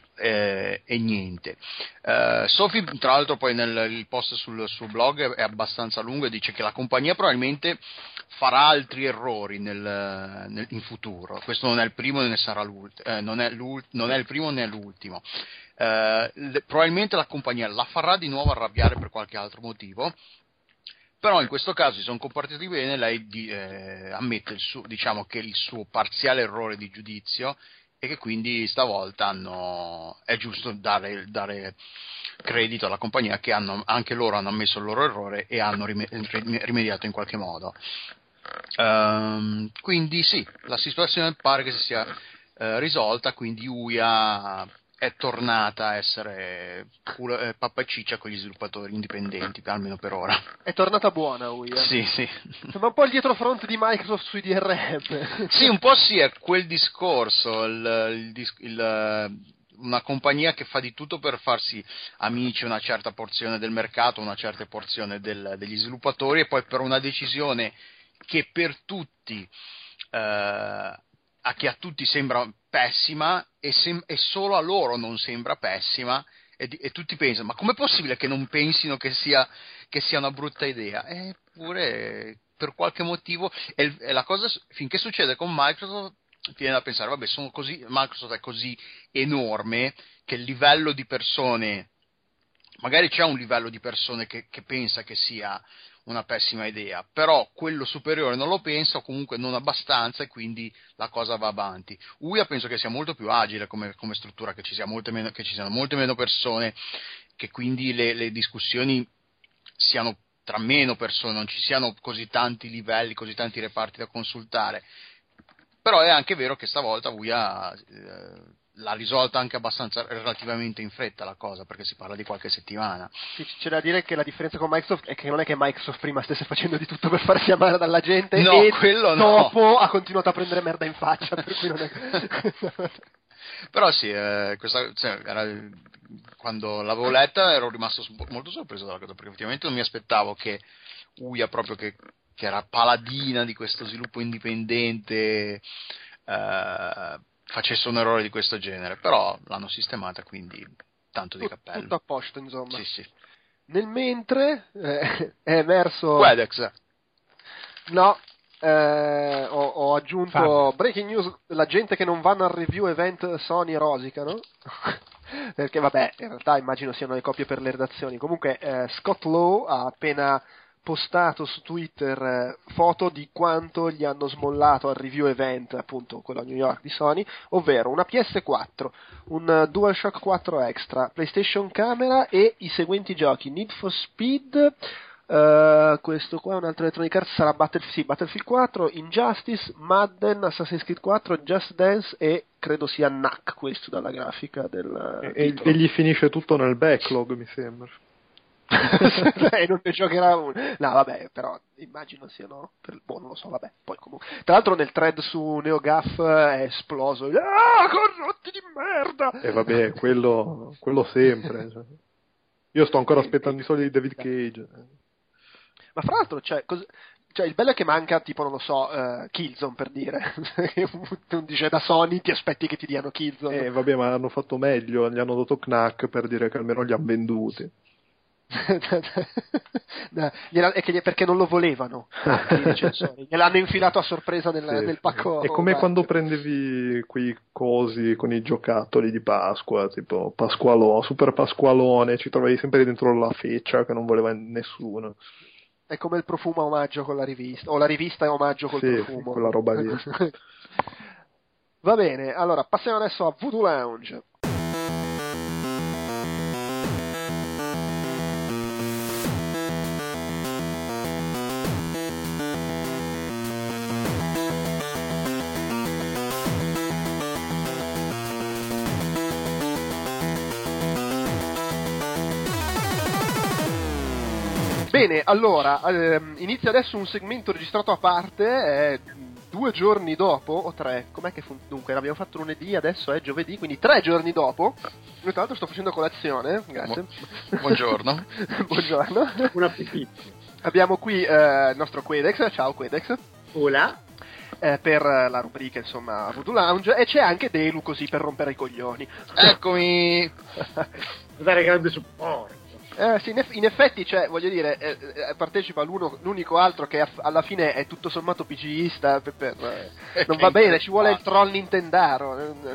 Eh, e niente. eh, Sophie tra l'altro poi nel il post sul suo blog è abbastanza lungo e dice che la compagnia probabilmente farà altri errori nel, nel, in futuro, questo non è il primo né sarà l'ultimo, eh, non, è non è il primo né l'ultimo. eh, le, probabilmente la compagnia la farà di nuovo arrabbiare per qualche altro motivo, però in questo caso si sono comportati bene, lei di, eh, ammette il suo, diciamo che il suo parziale errore di giudizio e che quindi stavolta hanno, è giusto dare, dare credito alla compagnia che hanno, anche loro hanno ammesso il loro errore e hanno rimediato in qualche modo. Um, quindi sì, la situazione pare che si sia uh, risolta, quindi U I A è tornata a essere culo, eh, pappa e ciccia con gli sviluppatori indipendenti, almeno per ora. È tornata buona U I A. Sì, sì. Sembra un po' il dietrofront di Microsoft sui D R M. Sì, un po' sì, è quel discorso, il, il, il, una compagnia che fa di tutto per farsi amici una certa porzione del mercato, una certa porzione del, degli sviluppatori, e poi per una decisione che per tutti eh, a che a tutti sembra pessima e, sem- e solo a loro non sembra pessima, e, di- e tutti pensano ma com'è possibile che non pensino che sia, che sia una brutta idea? Eppure per qualche motivo e, e la cosa finché succede con Microsoft ti viene da pensare vabbè sono così, Microsoft è così enorme che il livello di persone, magari c'è un livello di persone che, che pensa che sia una pessima idea, però quello superiore non lo pensa o comunque non abbastanza e quindi la cosa va avanti. U I A penso che sia molto più agile come, come struttura, che ci sia molte meno, che ci siano molte meno persone, che quindi le, le discussioni siano tra meno persone, non ci siano così tanti livelli, così tanti reparti da consultare. Però è anche vero che stavolta U I A eh, l'ha risolta anche abbastanza relativamente in fretta la cosa, perché si parla di qualche settimana. Sì, c'è da dire che la differenza con Microsoft è che non è che Microsoft prima stesse facendo di tutto per farsi amare dalla gente, no, e quello dopo no. ha continuato a prendere merda in faccia, per cui non è... Però sì, eh, questa, cioè, era, quando l'avevo letta ero rimasto molto sorpreso dalla cosa, perché effettivamente non mi aspettavo che Uia, proprio che, che era paladina di questo sviluppo indipendente, eh, facesse un errore di questo genere, però l'hanno sistemata, quindi tanto di cappello. Tutto a posto, insomma. Sì, sì. Nel mentre eh, è emerso... Quedex. No, eh, ho, ho aggiunto Fabio. breaking news, la gente che non vanno al review event Sony rosicano. Perché vabbè, in realtà immagino siano le copie per le redazioni. Comunque eh, Scott Lowe ha appena postato su Twitter eh, foto di quanto gli hanno smollato al review event, appunto quello a New York di Sony, ovvero una P S quattro, un uh, DualShock quattro Extra, PlayStation Camera e i seguenti giochi: Need for Speed, uh, questo qua è un altro Electronic Arts, sarà Battlefield, sì, Battlefield quattro, Injustice, Madden, Assassin's Creed quattro, Just Dance e credo sia N A C, questo dalla grafica del e, e gli finisce tutto nel backlog, mi sembra. E non ne giocherà uno. No, vabbè, però immagino siano per... boh, non lo so, vabbè, poi comunque. Tra l'altro nel thread su NeoGAF è esploso. Ah, corrotti di merda! E vabbè, quello, quello sempre. Cioè. Io sto ancora aspettando i soldi di David Cage. Ma fra l'altro, cioè, cos... cioè, il bello è che manca, tipo, non lo so, uh, Killzone, per dire. Non dice da Sony, ti aspetti che ti diano Killzone. Eh, vabbè, ma hanno fatto meglio, gli hanno dato Knack per dire che almeno li hanno venduti. No, è che perché non lo volevano i recensori, gliel'hanno infilato a sorpresa nel, Sì, nel pacco. è come quando prendevi quei cosi con i giocattoli di Pasqua, tipo Pasqualone, Super Pasqualone, ci trovavi sempre dentro la feccia che non voleva nessuno. È come il profumo a omaggio con la rivista, o la rivista a omaggio col sì, profumo, quella roba lì. Va bene, allora passiamo adesso a Voodoo Lounge. Bene, allora, ehm, inizia adesso un segmento registrato a parte, eh, due giorni dopo, o tre, com'è che funziona? Dunque, l'abbiamo fatto lunedì, adesso è giovedì, quindi tre giorni dopo. Io tra l'altro sto facendo colazione, grazie. Buongiorno. Buongiorno. Un appetito. Abbiamo qui eh, il nostro Quedex, ciao Quedex. Hola. Eh, per la rubrica, insomma, Voodoo Lounge, e c'è anche Delu, così, per rompere i coglioni. Eccomi! Dare grande supporto. Eh, sì, in, eff- in effetti, cioè, voglio dire, eh, eh, partecipa l'uno, l'unico altro che aff- alla fine è tutto sommato PCista, per, per, eh, non va bene, ci vuole il troll Nintendaro.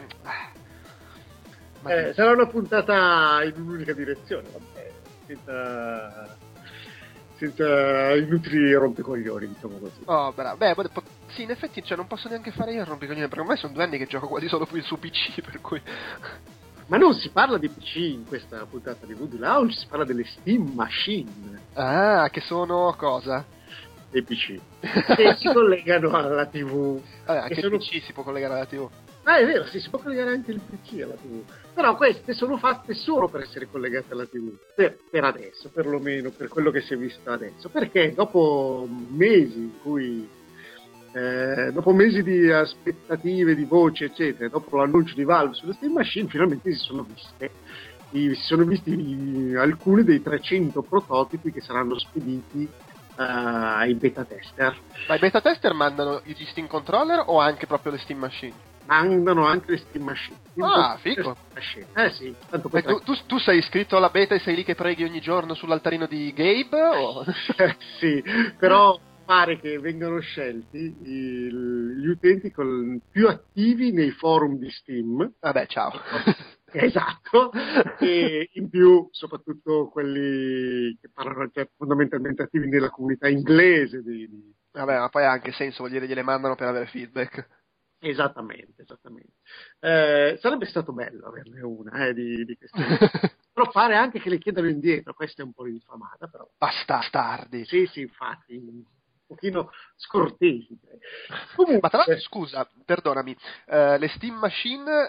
Ma Eh, sarà una puntata in un'unica direzione, vabbè, senza, senza inutili rompicoglioni, diciamo così. Oh, bravo. Beh, po- sì, in effetti, cioè, non posso neanche fare io il rompicoglioni, perché ormai sono due anni che gioco quasi solo su P C, per cui... Ma non si parla di P C in questa puntata di Voodoo Lounge, si parla delle Steam Machine. Ah, che sono cosa? Dei P C. Che si collegano alla tivù. Vabbè, anche sono... il P C si può collegare alla tivù. Ah, è vero, sì, si può collegare anche il P C alla tivù. Però queste sono fatte solo per essere collegate alla tivù. Per, per adesso, perlomeno, per quello che si è visto adesso. Perché dopo mesi in cui... Eh, dopo mesi di aspettative, di voci, eccetera, dopo l'annuncio di Valve sulle Steam Machine, finalmente si sono viste, i, si sono visti i, alcuni dei trecento prototipi che saranno spediti uh, ai beta tester. Ma i beta tester mandano gli Steam Controller o anche proprio le Steam Machine? Mandano anche le Steam Machine. Ah, figo. Machine. Eh sì, tanto poi tu, tu, tu sei iscritto alla beta e sei lì che preghi ogni giorno sull'altarino di Gabe? O... sì, però pare che vengano scelti il, gli utenti con, più attivi nei forum di Steam. Vabbè, ciao. Esatto, e in più soprattutto quelli che parlano, cioè, fondamentalmente attivi nella comunità inglese. Di, di... Vabbè, ma poi ha anche senso, vuol dire gliele mandano per avere feedback. Esattamente, esattamente. Eh, sarebbe stato bello averne una eh, di, di queste. Però pare anche che le chiedano indietro, questa è un po' infamata, però. Bastardi. Sì, sì, infatti. Un pochino scortesi. Comunque, ma tra l'altro, scusa, perdonami, uh, le Steam Machine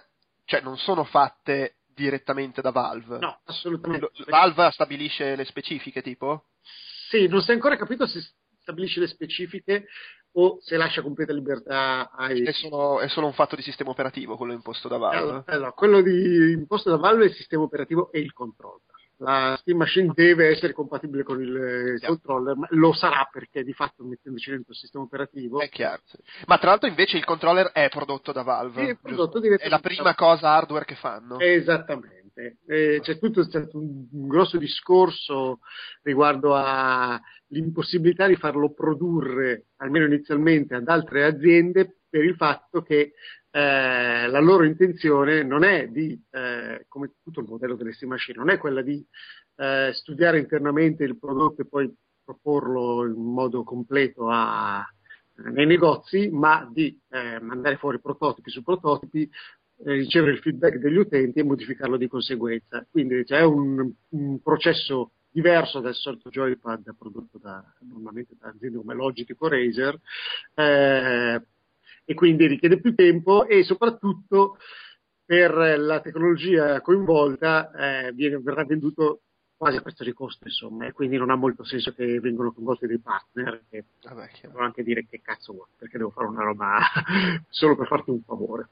cioè non sono fatte direttamente da Valve. No, assolutamente. L- Valve stabilisce le specifiche, tipo? Sì, non si è ancora capito se stabilisce le specifiche o se lascia completa libertà ai... È solo, è solo un fatto di sistema operativo quello imposto da Valve. Allora, allora, quello di, imposto da Valve è il sistema operativo e il controller. La Steam Machine deve essere compatibile con il Sì. controller, ma lo sarà perché di fatto mettendoci dentro il sistema operativo È chiaro. Sì. Ma tra l'altro invece il controller è prodotto da Valve. è prodotto giusto? È la direttamente prima cosa hardware che fanno. Esattamente. Eh, c'è tutto stato un, un grosso discorso riguardo all'impossibilità di farlo produrre, almeno inizialmente, ad altre aziende per il fatto che eh, la loro intenzione non è di, eh, come tutto il modello delle Steam Machine, non è quella di eh, studiare internamente il prodotto e poi proporlo in modo completo a, nei negozi, ma di eh, mandare fuori prototipi su prototipi, eh, ricevere il feedback degli utenti e modificarlo di conseguenza. Quindi c'è un, un processo diverso dal solito joypad prodotto da, normalmente da aziende come Logitech o Razer, eh, e quindi richiede più tempo e soprattutto per la tecnologia coinvolta eh, viene, verrà venduto quasi a prezzo di costo, insomma, e quindi non ha molto senso che vengano coinvolti dei partner che Vabbè, devono anche dire che cazzo vuoi, perché devo fare una roba solo per farti un favore.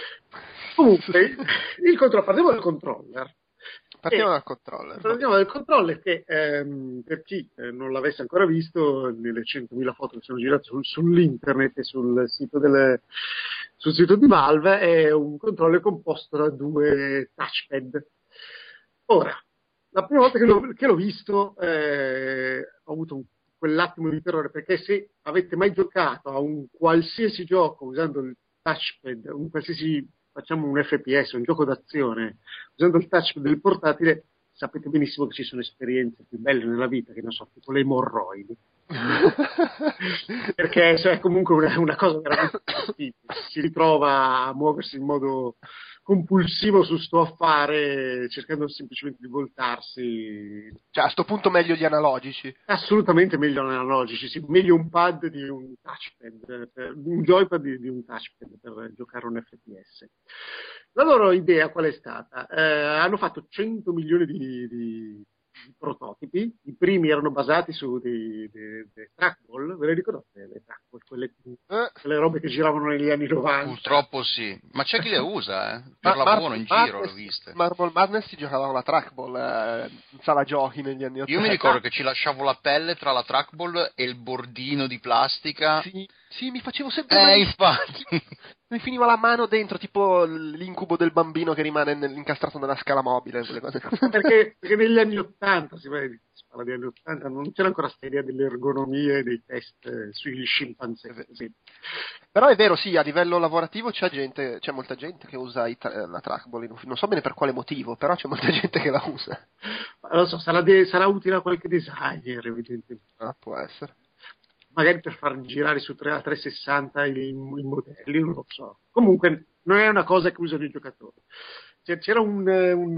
Comunque, il controller, parliamo del controller. Partiamo E dal controller. Parliamo del controller che, ehm, per chi eh, non l'avesse ancora visto, nelle centomila foto che sono girate sul, sull'internet e sul sito, delle, sul sito di Valve, è un controller composto da due touchpad. Ora, la prima volta che l'ho, che l'ho visto eh, ho avuto un, quell'attimo di terrore, perché se avete mai giocato a un qualsiasi gioco usando il touchpad, un qualsiasi, facciamo un F P S, un gioco d'azione, usando il touchpad del portatile, sapete benissimo che ci sono esperienze più belle nella vita, che non so, tipo le emorroidi. Perché cioè, è comunque una, una cosa veramente fastidio. Si ritrova a muoversi in modo compulsivo su sto affare, cercando semplicemente di voltarsi. Cioè, a sto punto meglio gli analogici. Assolutamente meglio analogici, sì, meglio un pad di un touchpad, per, un joypad di, di un touchpad per giocare un F P S. La loro idea qual è stata? Eh, hanno fatto cento milioni di, di, di prototipi, i primi erano basati su dei, dei, dei trackball, ve le ricordate le trackball, quelle, Eh. quelle robe che giravano negli anni novanta? Purtroppo sì, ma c'è chi le usa, eh? Per Ma- lavoro Mar- in Madness- giro, l'ho viste. Marble Madness si giocava con la trackball eh, in sala giochi negli anni ottanta. Io mi ricordo che ci lasciavo la pelle tra la trackball e il bordino di plastica. Sì, sì, mi facevo sempre Eh, male. infatti. Mi finiva la mano dentro, tipo l'incubo del bambino che rimane nel- incastrato nella scala mobile, quelle cose. Perché, perché negli anni ottanta, si parla di, si parla di anni ottanta, non c'era ancora questa idea delle ergonomie dei test eh, sugli scimpanzé. Sì. Però è vero, sì, a livello lavorativo c'è gente, c'è molta gente che usa i tra- la trackball, in ufficio. Non so bene per quale motivo, però c'è molta gente che la usa. Ma non so, sarà, de- sarà utile a qualche designer, evidentemente. Ah, può essere. Magari per far girare su tre- a trecentosessanta i, i modelli, non lo so. Comunque non è una cosa che usano i giocatori. C'è- C'era un, un,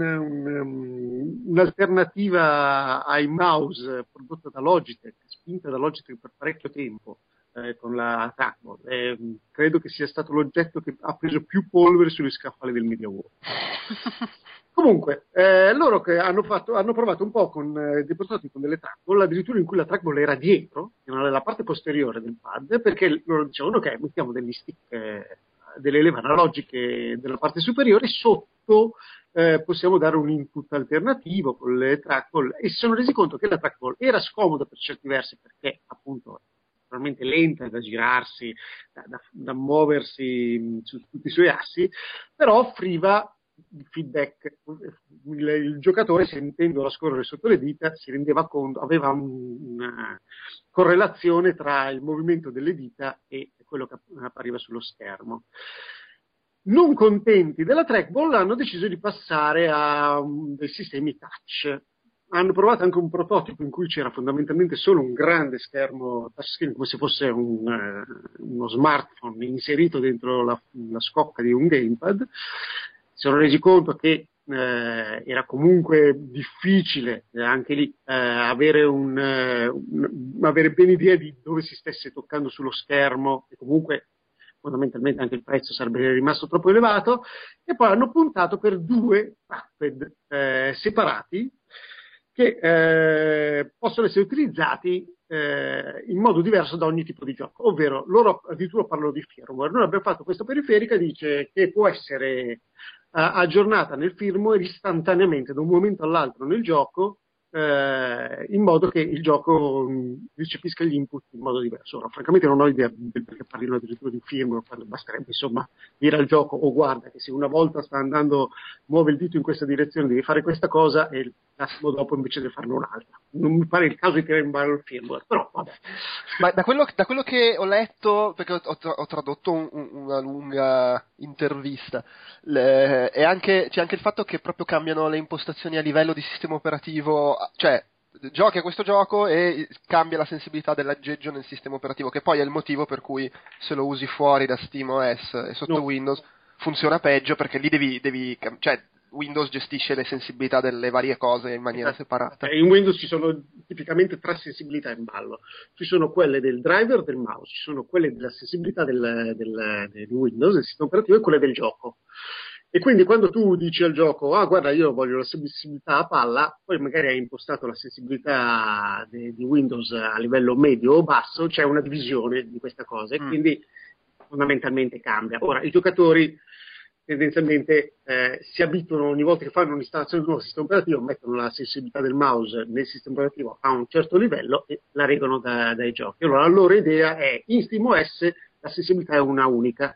un, un'alternativa ai mouse prodotta da Logitech, spinta da Logitech per parecchio tempo, eh, con la trackball. Eh, credo che sia stato l'oggetto che ha preso più polvere sugli scaffali del Media World. Comunque, eh, loro che hanno, fatto, hanno provato un po' con eh, dei prototipi con delle trackball, addirittura in cui la trackball era dietro, nella parte posteriore del pad, perché loro dicevano ok, mettiamo degli stick, eh, delle leve analogiche della parte superiore, sotto eh, possiamo dare un input alternativo con le trackball, e si sono resi conto che la trackball era scomoda per certi versi perché appunto veramente lenta da girarsi, da, da, da muoversi su tutti i suoi assi, però offriva il feedback. Il, il giocatore, sentendola scorrere sotto le dita, si rendeva conto, aveva un, una correlazione tra il movimento delle dita e quello che appariva sullo schermo. Non contenti della trackball, hanno deciso di passare a um, dei sistemi touch. Hanno provato anche un prototipo in cui c'era fondamentalmente solo un grande schermo touchscreen, come se fosse un, uh, uno smartphone inserito dentro la, la scocca di un gamepad. Si sono resi conto che eh, era comunque difficile eh, anche lì eh, avere, un, eh, un, avere ben idea di dove si stesse toccando sullo schermo, e comunque fondamentalmente anche il prezzo sarebbe rimasto troppo elevato, e poi hanno puntato per due trackpad eh, separati che eh, possono essere utilizzati eh, in modo diverso da ogni tipo di gioco, ovvero loro addirittura parlano di firmware. Noi abbiamo fatto questa periferica, dice che può essere eh, aggiornata nel firmware istantaneamente da un momento all'altro nel gioco, eh, in modo che il gioco mh, ricepisca gli input in modo diverso. Ora, francamente non ho idea del perché parlino addirittura di firmware, quando basterebbe insomma dire al gioco: oh, guarda che se una volta sta andando, muove il dito in questa direzione, devi fare questa cosa, e l'attimo dopo invece di farne un'altra. Non mi pare il caso di tirare in ballo il firmware, però vabbè. Ma da quello, da quello che ho letto, perché ho, ho, ho tradotto un, un, una lunga intervista, le, e anche, c'è anche il fatto che proprio cambiano le impostazioni a livello di sistema operativo, cioè giochi a questo gioco e cambia la sensibilità dell'aggeggio nel sistema operativo, che poi è il motivo per cui se lo usi fuori da SteamOS e sotto no. Windows funziona peggio, perché lì devi, devi cioè Windows gestisce le sensibilità delle varie cose in maniera esatto. separata. In Windows ci sono tipicamente tre sensibilità in ballo. Ci sono quelle del driver del mouse, ci sono quelle della sensibilità del, del, del Windows, del sistema operativo, e quelle del gioco. E quindi quando tu dici al gioco: ah, guarda, io voglio la sensibilità a palla, poi magari hai impostato la sensibilità di, di Windows a livello medio o basso, c'è una divisione di questa cosa, e mm. quindi fondamentalmente cambia. Ora, i giocatori tendenzialmente eh, si abituano, ogni volta che fanno un'installazione di un nuovo sistema operativo, mettono la sensibilità del mouse nel sistema operativo a un certo livello e la reggono da, dai giochi. Allora la loro idea è: in SteamOS la sensibilità è una unica,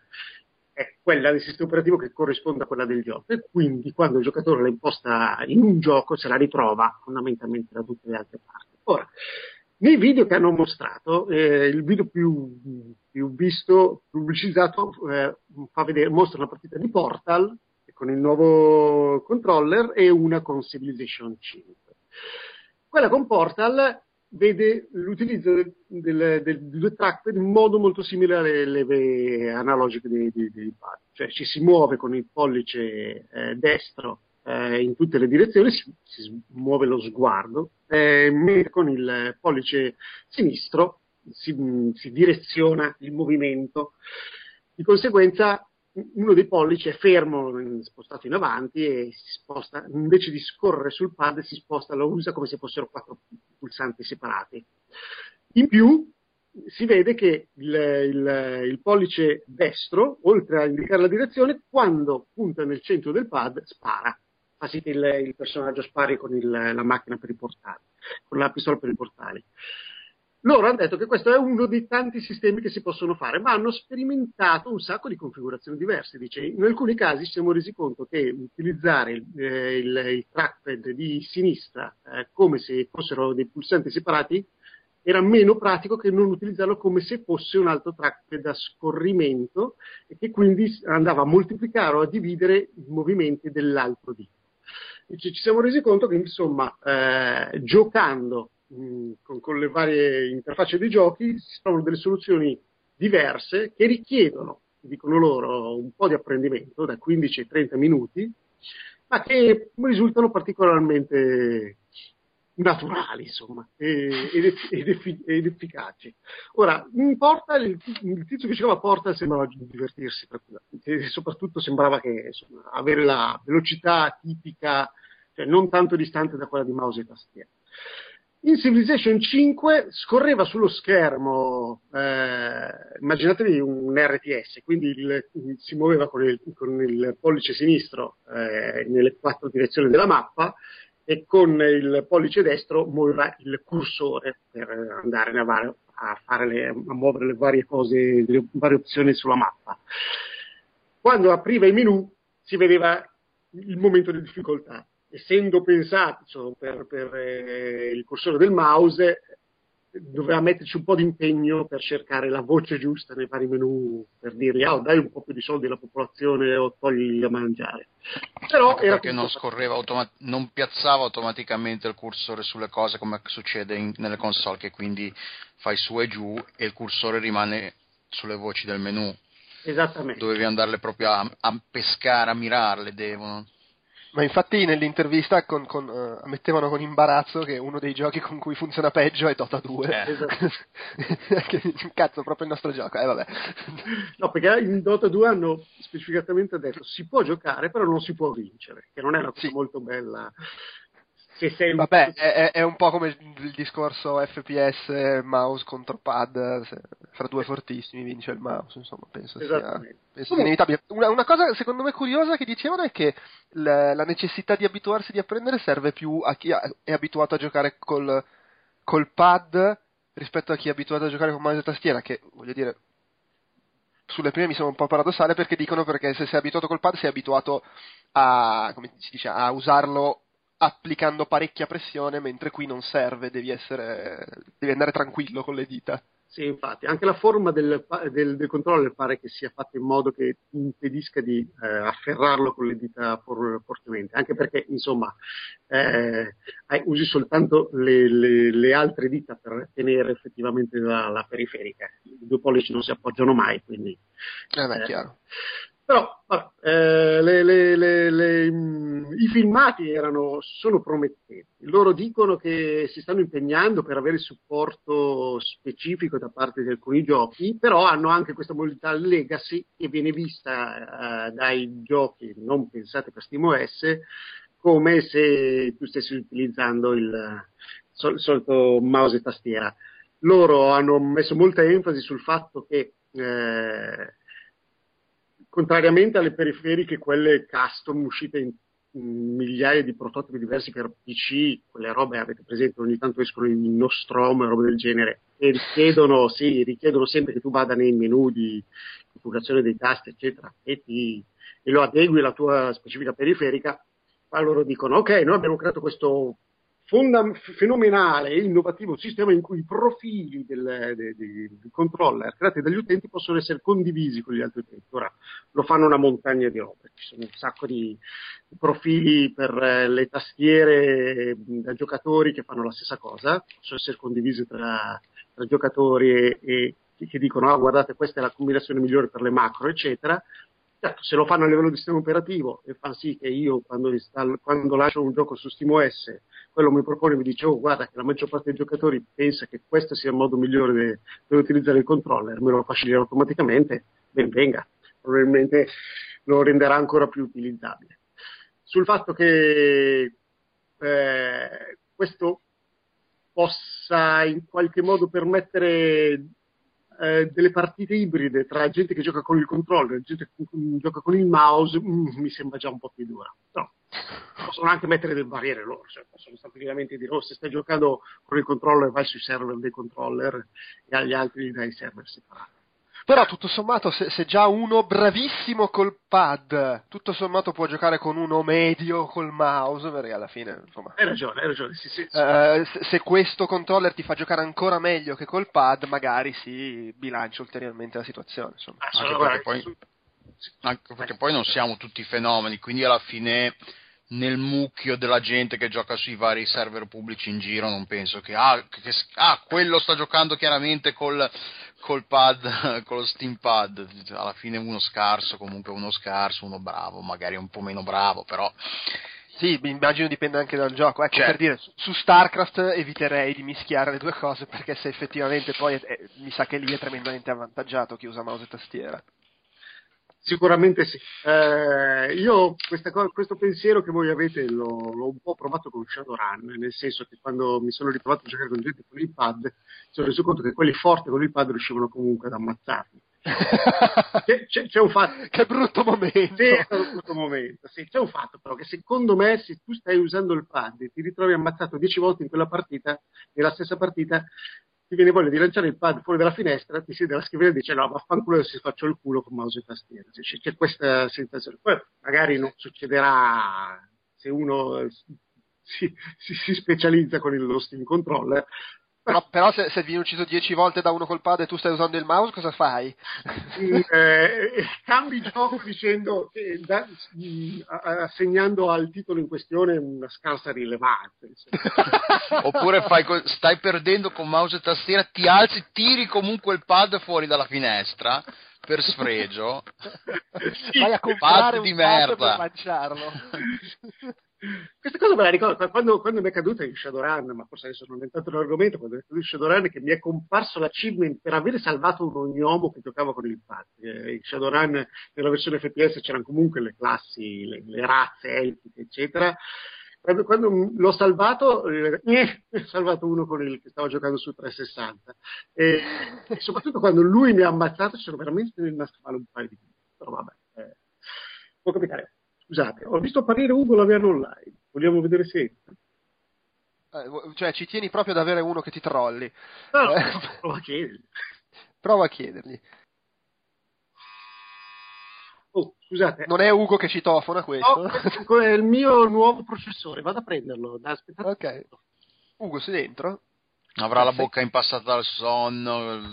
è quella del sistema operativo che corrisponde a quella del gioco, e quindi quando il giocatore la imposta in un gioco se la ritrova fondamentalmente da tutte le altre parti. Ora, nei video che hanno mostrato, eh, il video più, più visto, pubblicizzato, eh, fa vedere, mostra una partita di Portal con il nuovo controller e una con Civilization cinque. Quella con Portal vede l'utilizzo del, del, del, di due trackpad in modo molto simile alle leve analogiche dei, dei, dei pad, cioè ci si muove con il pollice eh, destro Eh, in tutte le direzioni, si, si muove lo sguardo, eh, mentre con il pollice sinistro si, si direziona il movimento. Di conseguenza uno dei pollici è fermo, spostato in avanti, e si sposta, invece di scorrere sul pad si sposta, lo usa come se fossero quattro pulsanti separati. In più si vede che il, il, il pollice destro, oltre a indicare la direzione, quando punta nel centro del pad spara, fa sì che il, il personaggio spari con il, la macchina per i portali, con la pistola per i portali. Loro hanno detto che questo è uno dei tanti sistemi che si possono fare, ma hanno sperimentato un sacco di configurazioni diverse. Dice, in alcuni casi ci siamo resi conto che utilizzare il, il, il trackpad di sinistra eh, come se fossero dei pulsanti separati era meno pratico che non utilizzarlo come se fosse un altro trackpad a scorrimento, e che quindi andava a moltiplicare o a dividere i movimenti dell'altro dito. E ci siamo resi conto che insomma eh, giocando mh, con, con le varie interfacce dei giochi si trovano delle soluzioni diverse che richiedono, dicono loro, un po' di apprendimento, da quindici ai trenta minuti, ma che risultano particolarmente naturali, insomma, ed, ed, effic- ed efficaci. Ora, in Portal, il, il tizio che giocava a Portal sembrava divertirsi, e soprattutto sembrava che insomma, avere la velocità tipica, cioè non tanto distante da quella di mouse e tastiera. In Civilization cinque scorreva sullo schermo, eh, immaginatevi un R T S, quindi il, si muoveva con il, con il pollice sinistro eh, nelle quattro direzioni della mappa, e con il pollice destro muoveva il cursore per andare a, a, fare le, a muovere le varie cose, le varie opzioni sulla mappa. Quando apriva i menu si vedeva il momento di difficoltà. Essendo pensato insomma, per, per eh, il cursore del mouse, doveva metterci un po' di impegno per cercare la voce giusta nei vari menu, per dirgli oh, dai un po' più di soldi alla popolazione o togli da mangiare. Però era perché non scorreva automat- non piazzava automaticamente il cursore sulle cose come succede in, nelle console, che quindi fai su e giù e il cursore rimane sulle voci del menu. Esattamente. Dovevi andarle proprio a, a pescare, a mirarle, devono. Ma infatti nell'intervista con, con, uh, ammettevano con imbarazzo che uno dei giochi con cui funziona peggio è Dota due. Eh. Esatto. Cazzo, proprio il nostro gioco, eh vabbè. No, perché in Dota due hanno specificatamente detto si può giocare, però non si può vincere, che non è una cosa Sì. molto bella. Se sei... Vabbè, è, è un po' come il discorso F P S mouse contro pad, se fra due fortissimi vince il mouse, insomma, penso sia, penso sia inevitabile. Una, una cosa secondo me curiosa che dicevano è che la, la necessità di abituarsi, di apprendere, serve più a chi è abituato a giocare col, col pad rispetto a chi è abituato a giocare con mouse e tastiera, che, voglio dire, sulle prime mi sembra un po' paradossale, perché dicono perché se sei abituato col pad sei abituato a, come si dice, a usarlo applicando parecchia pressione, mentre qui non serve, devi essere devi andare tranquillo con le dita. Sì, infatti, anche la forma del, del, del controller pare che sia fatta in modo che impedisca di eh, afferrarlo con le dita for, fortemente, anche perché, insomma, eh, usi soltanto le, le, le altre dita per tenere effettivamente la, la periferica. I due pollici non si appoggiano mai, quindi... Eh beh, eh, chiaro. Però vabbè, eh, le, le, le, le, i filmati erano, sono promettenti. Loro dicono che si stanno impegnando per avere supporto specifico da parte di alcuni giochi, però hanno anche questa modalità legacy che viene vista eh, dai giochi non pensati per SteamOS come se tu stessi utilizzando il, sol, il solito mouse e tastiera. Loro hanno messo molta enfasi sul fatto che eh, contrariamente alle periferiche, quelle custom uscite in, in migliaia di prototipi diversi per P C, quelle robe avete presente, ogni tanto escono in Nostrom e robe del genere, e richiedono, sì, richiedono sempre che tu vada nei menu di configurazione dei tasti, eccetera, e, ti, e lo adegui alla tua specifica periferica. Ma loro dicono, ok, noi abbiamo creato questo Fonda- fenomenale e innovativo sistema in cui i profili del, del, del controller creati dagli utenti possono essere condivisi con gli altri utenti. Ora lo fanno una montagna di robe, ci sono un sacco di profili per le tastiere da giocatori che fanno la stessa cosa, possono essere condivisi tra, tra giocatori e, e che dicono ah, guardate, questa è la combinazione migliore per le macro, eccetera. Certo, se lo fanno a livello di sistema operativo e fanno sì che io quando, installo, quando lascio un gioco su SteamOS, quello mi propone e mi dice oh guarda che la maggior parte dei giocatori pensa che questo sia il modo migliore per utilizzare il controller, me lo facilita automaticamente, ben venga, probabilmente lo renderà ancora più utilizzabile. Sul fatto che eh, questo possa in qualche modo permettere Eh, delle partite ibride tra gente che gioca con il controller e gente che gioca con il mouse, mm, mi sembra già un po' più dura. No. Possono anche mettere delle barriere loro, cioè possono stabilimente dire oh, se stai giocando con il controller vai sui server dei controller e agli altri dai server separati. Però tutto sommato se, se già uno bravissimo col pad tutto sommato può giocare con uno medio col mouse, perché alla fine insomma hai ragione, hai ragione sì, sì, sì. Uh, se, se questo controller ti fa giocare ancora meglio che col pad magari si bilancia ulteriormente la situazione, insomma. Ah, anche, perché poi, anche perché poi non siamo tutti fenomeni, quindi alla fine nel mucchio della gente che gioca sui vari server pubblici in giro non penso che ah, che, ah quello sta giocando chiaramente col, col pad, con lo Steam Pad. Alla fine uno scarso, comunque uno scarso, uno bravo, magari un po' meno bravo, però sì, mi immagino dipende anche dal gioco. Ecco, certo. Per dire, su, su StarCraft eviterei di mischiare le due cose, perché se effettivamente poi è, è, mi sa che lì è tremendamente avvantaggiato chi usa mouse e tastiera. Sicuramente sì. Eh, io questa cosa, questo pensiero che voi avete l'ho, l'ho un po' provato con Shadowrun, nel senso che quando mi sono ritrovato a giocare con gente con il pad, mi sono reso conto che quelli forti con il pad riuscivano comunque ad ammazzarmi. c'è, c'è, c'è un fatto. Che brutto momento. Sì, è stato un brutto momento. Sì, c'è un fatto però che secondo me se tu stai usando il pad e ti ritrovi ammazzato dieci volte in quella partita, nella stessa partita, ti viene voglia di lanciare il pad fuori dalla finestra, ti siede alla scrivania e dice no, vaffanculo se faccio il culo con mouse e tastiera. C'è, c'è questa sensazione. Poi magari non succederà se uno si, si, si specializza con il, lo Steam Controller. Però, però se, se vieni ucciso dieci volte da uno col pad e tu stai usando il mouse, cosa fai? eh, cambi gioco dicendo che da, assegnando al titolo in questione una scarsa rilevanza. Oppure fai, stai perdendo con mouse e tastiera, ti alzi, tiri comunque il pad fuori dalla finestra per sfregio. Vai a comprare un di pad merda per mangiarlo. Questa cosa me la ricordo quando, quando mi è caduta in Shadowrun, ma forse adesso non è tanto l'argomento, quando mi è caduto in Shadowrun che mi è comparso l'achievement per aver salvato un ognomo che giocava con il pad. Eh, in Shadowrun nella versione F P S c'erano comunque le classi, le, le razze elfiche, eccetera. Quando, quando l'ho salvato, eh, ho salvato uno con il che stavo giocando su trecentosessanta. E, e soprattutto quando lui mi ha ammazzato ci sono veramente rimasto male un paio di minuti. Però vabbè, eh, può capitare. Scusate, ho visto apparire Ugo Laverno online. Vogliamo vedere se entra? Eh, cioè, ci tieni proprio ad avere uno che ti trolli. No, no, Eh, no, prova a chiedergli. Prova a chiedergli. Oh, scusate. Non è Ugo che citofona questo? No, questo è il mio nuovo processore, vado a prenderlo. Aspettate. Ok. Ugo, sei dentro? avrà la Sì. bocca impastata dal sonno.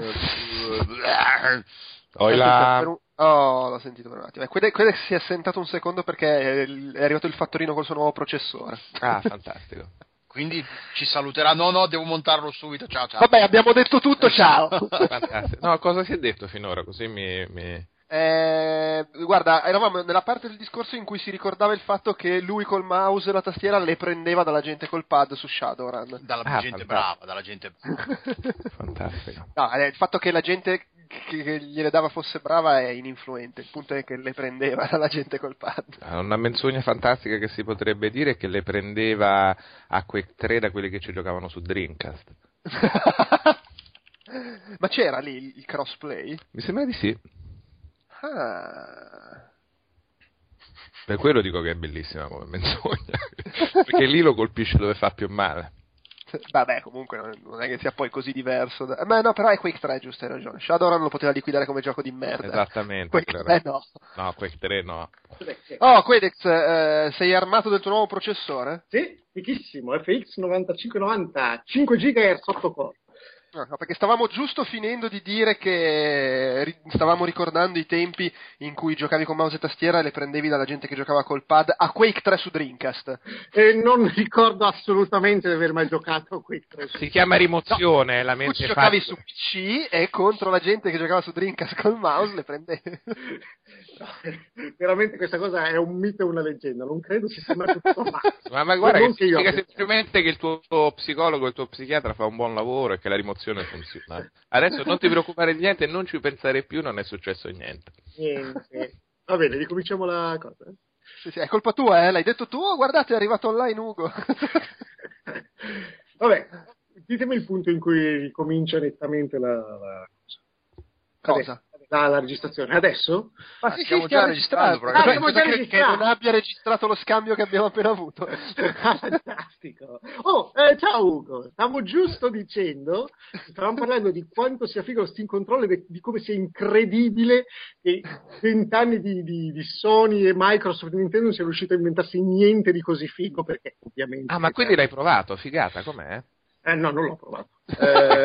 Ho Per la... un- Oh, l'ho sentito per un attimo. Eh, Quede, Quede si è assentato un secondo perché è è arrivato il fattorino col suo nuovo processore. Ah, fantastico. Quindi ci saluterà. No, no, devo montarlo subito. Ciao, ciao. Vabbè, abbiamo detto tutto, ciao! Fantastico. No, cosa si è detto finora? Così mi... mi... Eh, guarda, eravamo nella parte del discorso in cui si ricordava il fatto che lui col mouse e la tastiera le prendeva dalla gente col pad su Shadowrun. Dalla Ah, gente fantastico. brava, dalla gente Fantastico. No, eh, il fatto che la gente che che gliele dava fosse brava è ininfluente, il punto è che le prendeva dalla gente col pad. Ah, una menzogna fantastica che si potrebbe dire è che le prendeva a Quake tre da quelli che ci giocavano su Dreamcast. Ma c'era lì il, il crossplay? Mi sembra di sì. Ah. Per quello dico che è bellissima come menzogna. Perché lì lo colpisce dove fa più male. Vabbè, comunque non- non è che sia poi così diverso. Da... Ma no, però è Quake tre, giusto, hai ragione. Shadowrun lo poteva liquidare come gioco di merda. Esattamente. Quake quello tre era- no. No, Quake tre no. Oh, Quedex, eh, sei armato del tuo nuovo processore? Sì, fichissimo, F X novantacinque novanta, cinque gigahertz otto core. No, no, perché stavamo giusto finendo di dire che ri- stavamo ricordando i tempi in cui giocavi con mouse e tastiera e le prendevi dalla gente che giocava col pad a Quake tre su Dreamcast. E non ricordo assolutamente di aver mai giocato a Quake tre. Si chiama rimozione, è la Tu mente ci giocavi facile. su P C e contro la gente che giocava su Dreamcast col mouse le prendevi. No, veramente questa cosa è un mito e una leggenda, non credo si sia mai potuto fare. Ma, ma guarda, Non che che io significa abbia- semplicemente che il tuo, tuo psicologo, il tuo psichiatra fa un buon lavoro e che la rimozione funziona. Adesso non ti preoccupare di niente, non ci pensare più, non è successo niente. Niente. Va bene, ricominciamo la cosa. Sì, sì, è colpa tua, eh? L'hai detto tu? Oh, guardate, è arrivato online Ugo. Vabbè, ditemi il punto in cui ricomincia nettamente la, la Cosa? Adesso, la, la registrazione. Adesso? Ma sì, stiamo già registrando, Ah, Ah, cioè, stiamo penso già che, che registrando. non abbia registrato lo scambio che abbiamo appena avuto. Fantastico. Oh, eh, ciao Ugo, stavo giusto dicendo, stavamo parlando di quanto sia figo lo Steam Controller e di come sia incredibile che vent'anni di, di, di Sony e Microsoft e Nintendo non siano riusciti a inventarsi niente di così figo, perché ovviamente... Ah, ma quindi l'hai provato? Figata, com'è? Eh, no, non l'ho provato. Eh...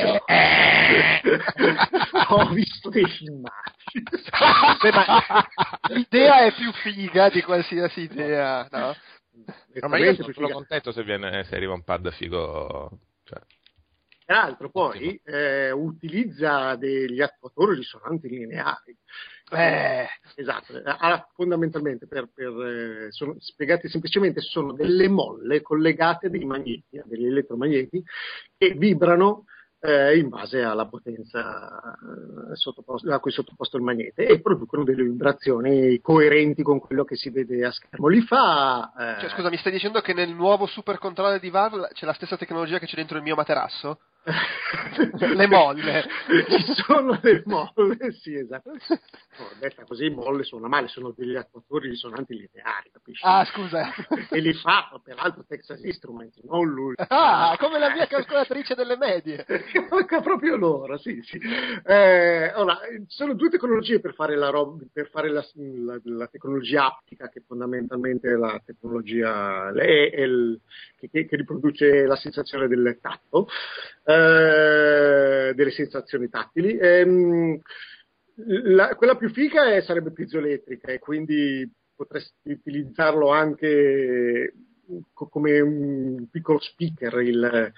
Ho visto dei filmati. Beh, ma l'idea è più figa di qualsiasi idea, no? No, ma io sono solo contento se, viene, se arriva un pad figo. Cioè. Tra l'altro poi eh, utilizza degli attuatori risonanti lineari. Eh. Esatto, allora, fondamentalmente per, per, eh, sono, spiegati semplicemente sono delle molle collegate a dei magneti, a degli elettromagneti che vibrano eh, in base alla potenza eh, sottoposto, a cui è sottoposto il magnete e producono delle vibrazioni coerenti con quello che si vede a schermo. Li fa eh, Cioè, scusa, mi stai dicendo che nel nuovo supercontroller di Valve c'è la stessa tecnologia che c'è dentro il mio materasso? Le molle. Ci sono le molle, sì, esatto. No, detta così, molle suona male, sono degli attuatori risonanti lineari, capisci? Ah, scusa. E li fa, peraltro, Texas Instruments, non lui. Ah, come la mia calcolatrice delle medie. Manca proprio loro, sì, sì. Eh, allora, sono due tecnologie per fare la roba, per fare la, la, la tecnologia aptica, che fondamentalmente è la tecnologia è, è il, che, che riproduce la sensazione del tatto. Eh, delle sensazioni tattili. Ehm, la, quella più figa è, sarebbe piezoelettrica e quindi potresti utilizzarlo anche co- come un piccolo speaker. Il,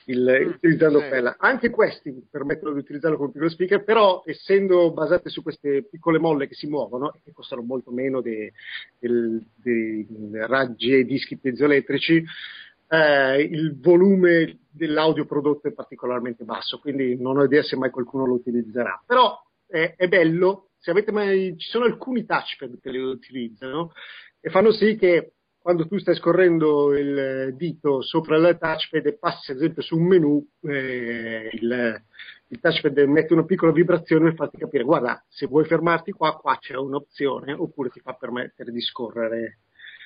il, utilizzando sì. quella. Anche questi permettono di utilizzarlo come piccolo speaker, però essendo basate su queste piccole molle che si muovono e che costano molto meno dei, dei, dei raggi e dischi piezoelettrici, eh, il volume dell'audio prodotto è particolarmente basso, quindi non ho idea se mai qualcuno lo utilizzerà. Però è, è bello, se avete mai, ci sono alcuni touchpad che li utilizzano e fanno sì che quando tu stai scorrendo il dito sopra il touchpad e passi ad esempio su un menu, eh, il, il touchpad mette una piccola vibrazione per farti capire, guarda, se vuoi fermarti qua, qua c'è un'opzione, oppure ti fa permettere di scorrere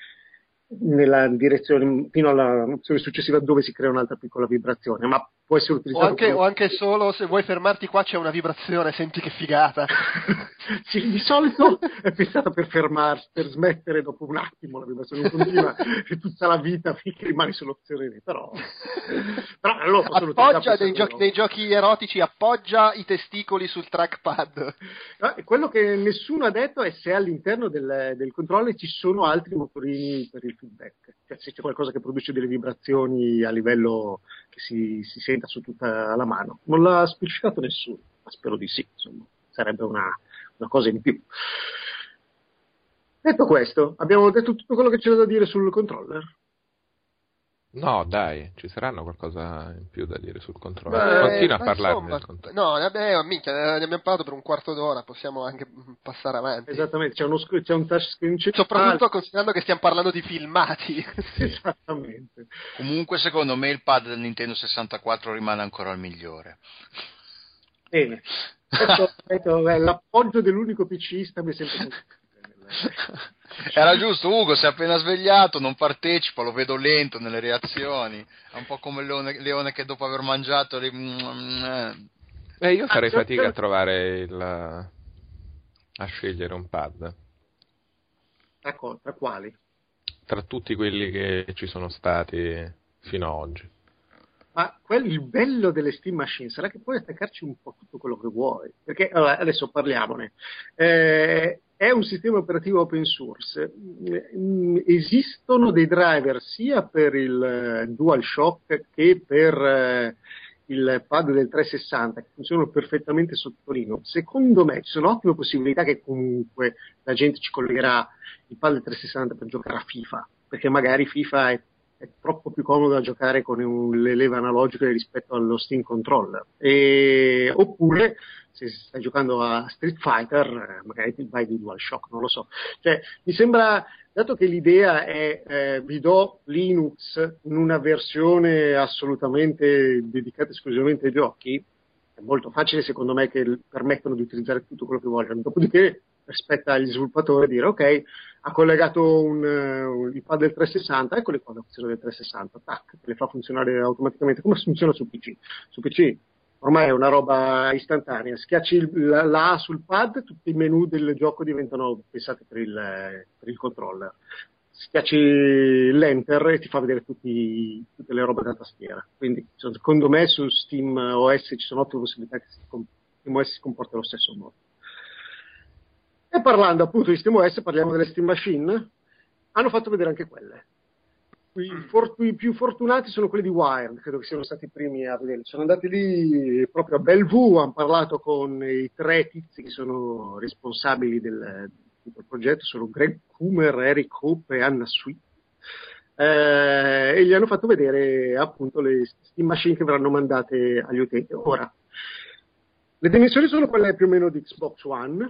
nella direzione fino all'opzione successiva dove si crea un'altra piccola vibrazione, ma può essere O utilizzato anche, come... o anche solo se vuoi fermarti qua c'è una vibrazione, senti che figata. Sì, di solito è pensato per fermarsi, per smettere dopo un attimo la vibrazione continua e tutta la vita finché rimani sull'opzione lì, però, però allora appoggia nei giochi, nei giochi erotici, appoggia i testicoli sul trackpad. No, quello che nessuno ha detto è se all'interno del, del controller ci sono altri motorini per il feedback, cioè se c'è qualcosa che produce delle vibrazioni a livello che si, si senta su tutta la mano. Non l'ha specificato nessuno, ma spero di sì, insomma, sarebbe una, una cosa in più. Detto questo, abbiamo detto tutto quello che c'era da dire sul controller. No, dai, ci saranno qualcosa in più da dire sul controller. Beh, Continua a ma parlare insomma, del controller. no, eh, minchia, ne abbiamo parlato per un quarto d'ora, possiamo anche passare avanti. Esattamente, c'è uno c'è un touchscreen soprattutto considerando che stiamo parlando di filmati. Esattamente. Comunque secondo me il pad del Nintendo sessantaquattro rimane ancora il migliore. Bene. Questo, questo è l'appoggio dell'unico PCista mi sembra molto. Era giusto, Ugo, si è appena svegliato, non partecipa, lo vedo lento nelle reazioni, è un po' come il leone, leone che dopo aver mangiato ri... eh, io farei fatica a trovare il a scegliere un pad tra, co- tra quali? Tra tutti quelli che ci sono stati fino ad oggi. Ma quello, il bello delle Steam Machine sarà che puoi attaccarci un po' tutto quello che vuoi, perché allora, adesso parliamone. Eh, è un sistema operativo open source, esistono dei driver sia per il DualShock che per eh, il pad del trecentosessanta che funzionano perfettamente sotto Linux. Secondo me ci sono ottime possibilità che comunque la gente ci collegherà il pad del trecentosessanta per giocare a FIFA, perché magari FIFA è è troppo più comodo da giocare con un, le leve analogiche rispetto allo Steam Controller. E, oppure, se stai giocando a Street Fighter, magari ti vai di DualShock, non lo so. Cioè, mi sembra, dato che l'idea è eh, vi do Linux in una versione assolutamente dedicata esclusivamente ai giochi, è molto facile secondo me che permettono di utilizzare tutto quello che vogliono. Dopodiché aspetta agli sviluppatori dire ok, ha collegato un, un, il pad del trecentosessanta, eccole qua l'opzione del trecentosessanta, tac, le fa funzionare automaticamente come funziona su P C. Su P C ormai è una roba istantanea, schiacci il, la, la A sul pad, tutti i menu del gioco diventano pensati per il, per il controller. Schiacci l'enter e ti fa vedere tutti, tutte le robe da tastiera. Quindi secondo me su Steam O S ci sono ottime possibilità che Steam O S si comporti allo stesso modo. E parlando appunto di Steam O S, parliamo delle Steam Machine. Hanno fatto vedere anche quelle. I, fortu- i più fortunati sono quelli di Wired, credo che siano stati i primi a vedere. Sono andati lì proprio a Bellevue, hanno parlato con i tre tizi che sono responsabili del, del progetto, sono Greg Coomer, Eric Hope e Anna Sweet. Eh, e gli hanno fatto vedere appunto le Steam Machine che verranno mandate agli utenti. Ora, le dimensioni sono quelle più o meno di Xbox One.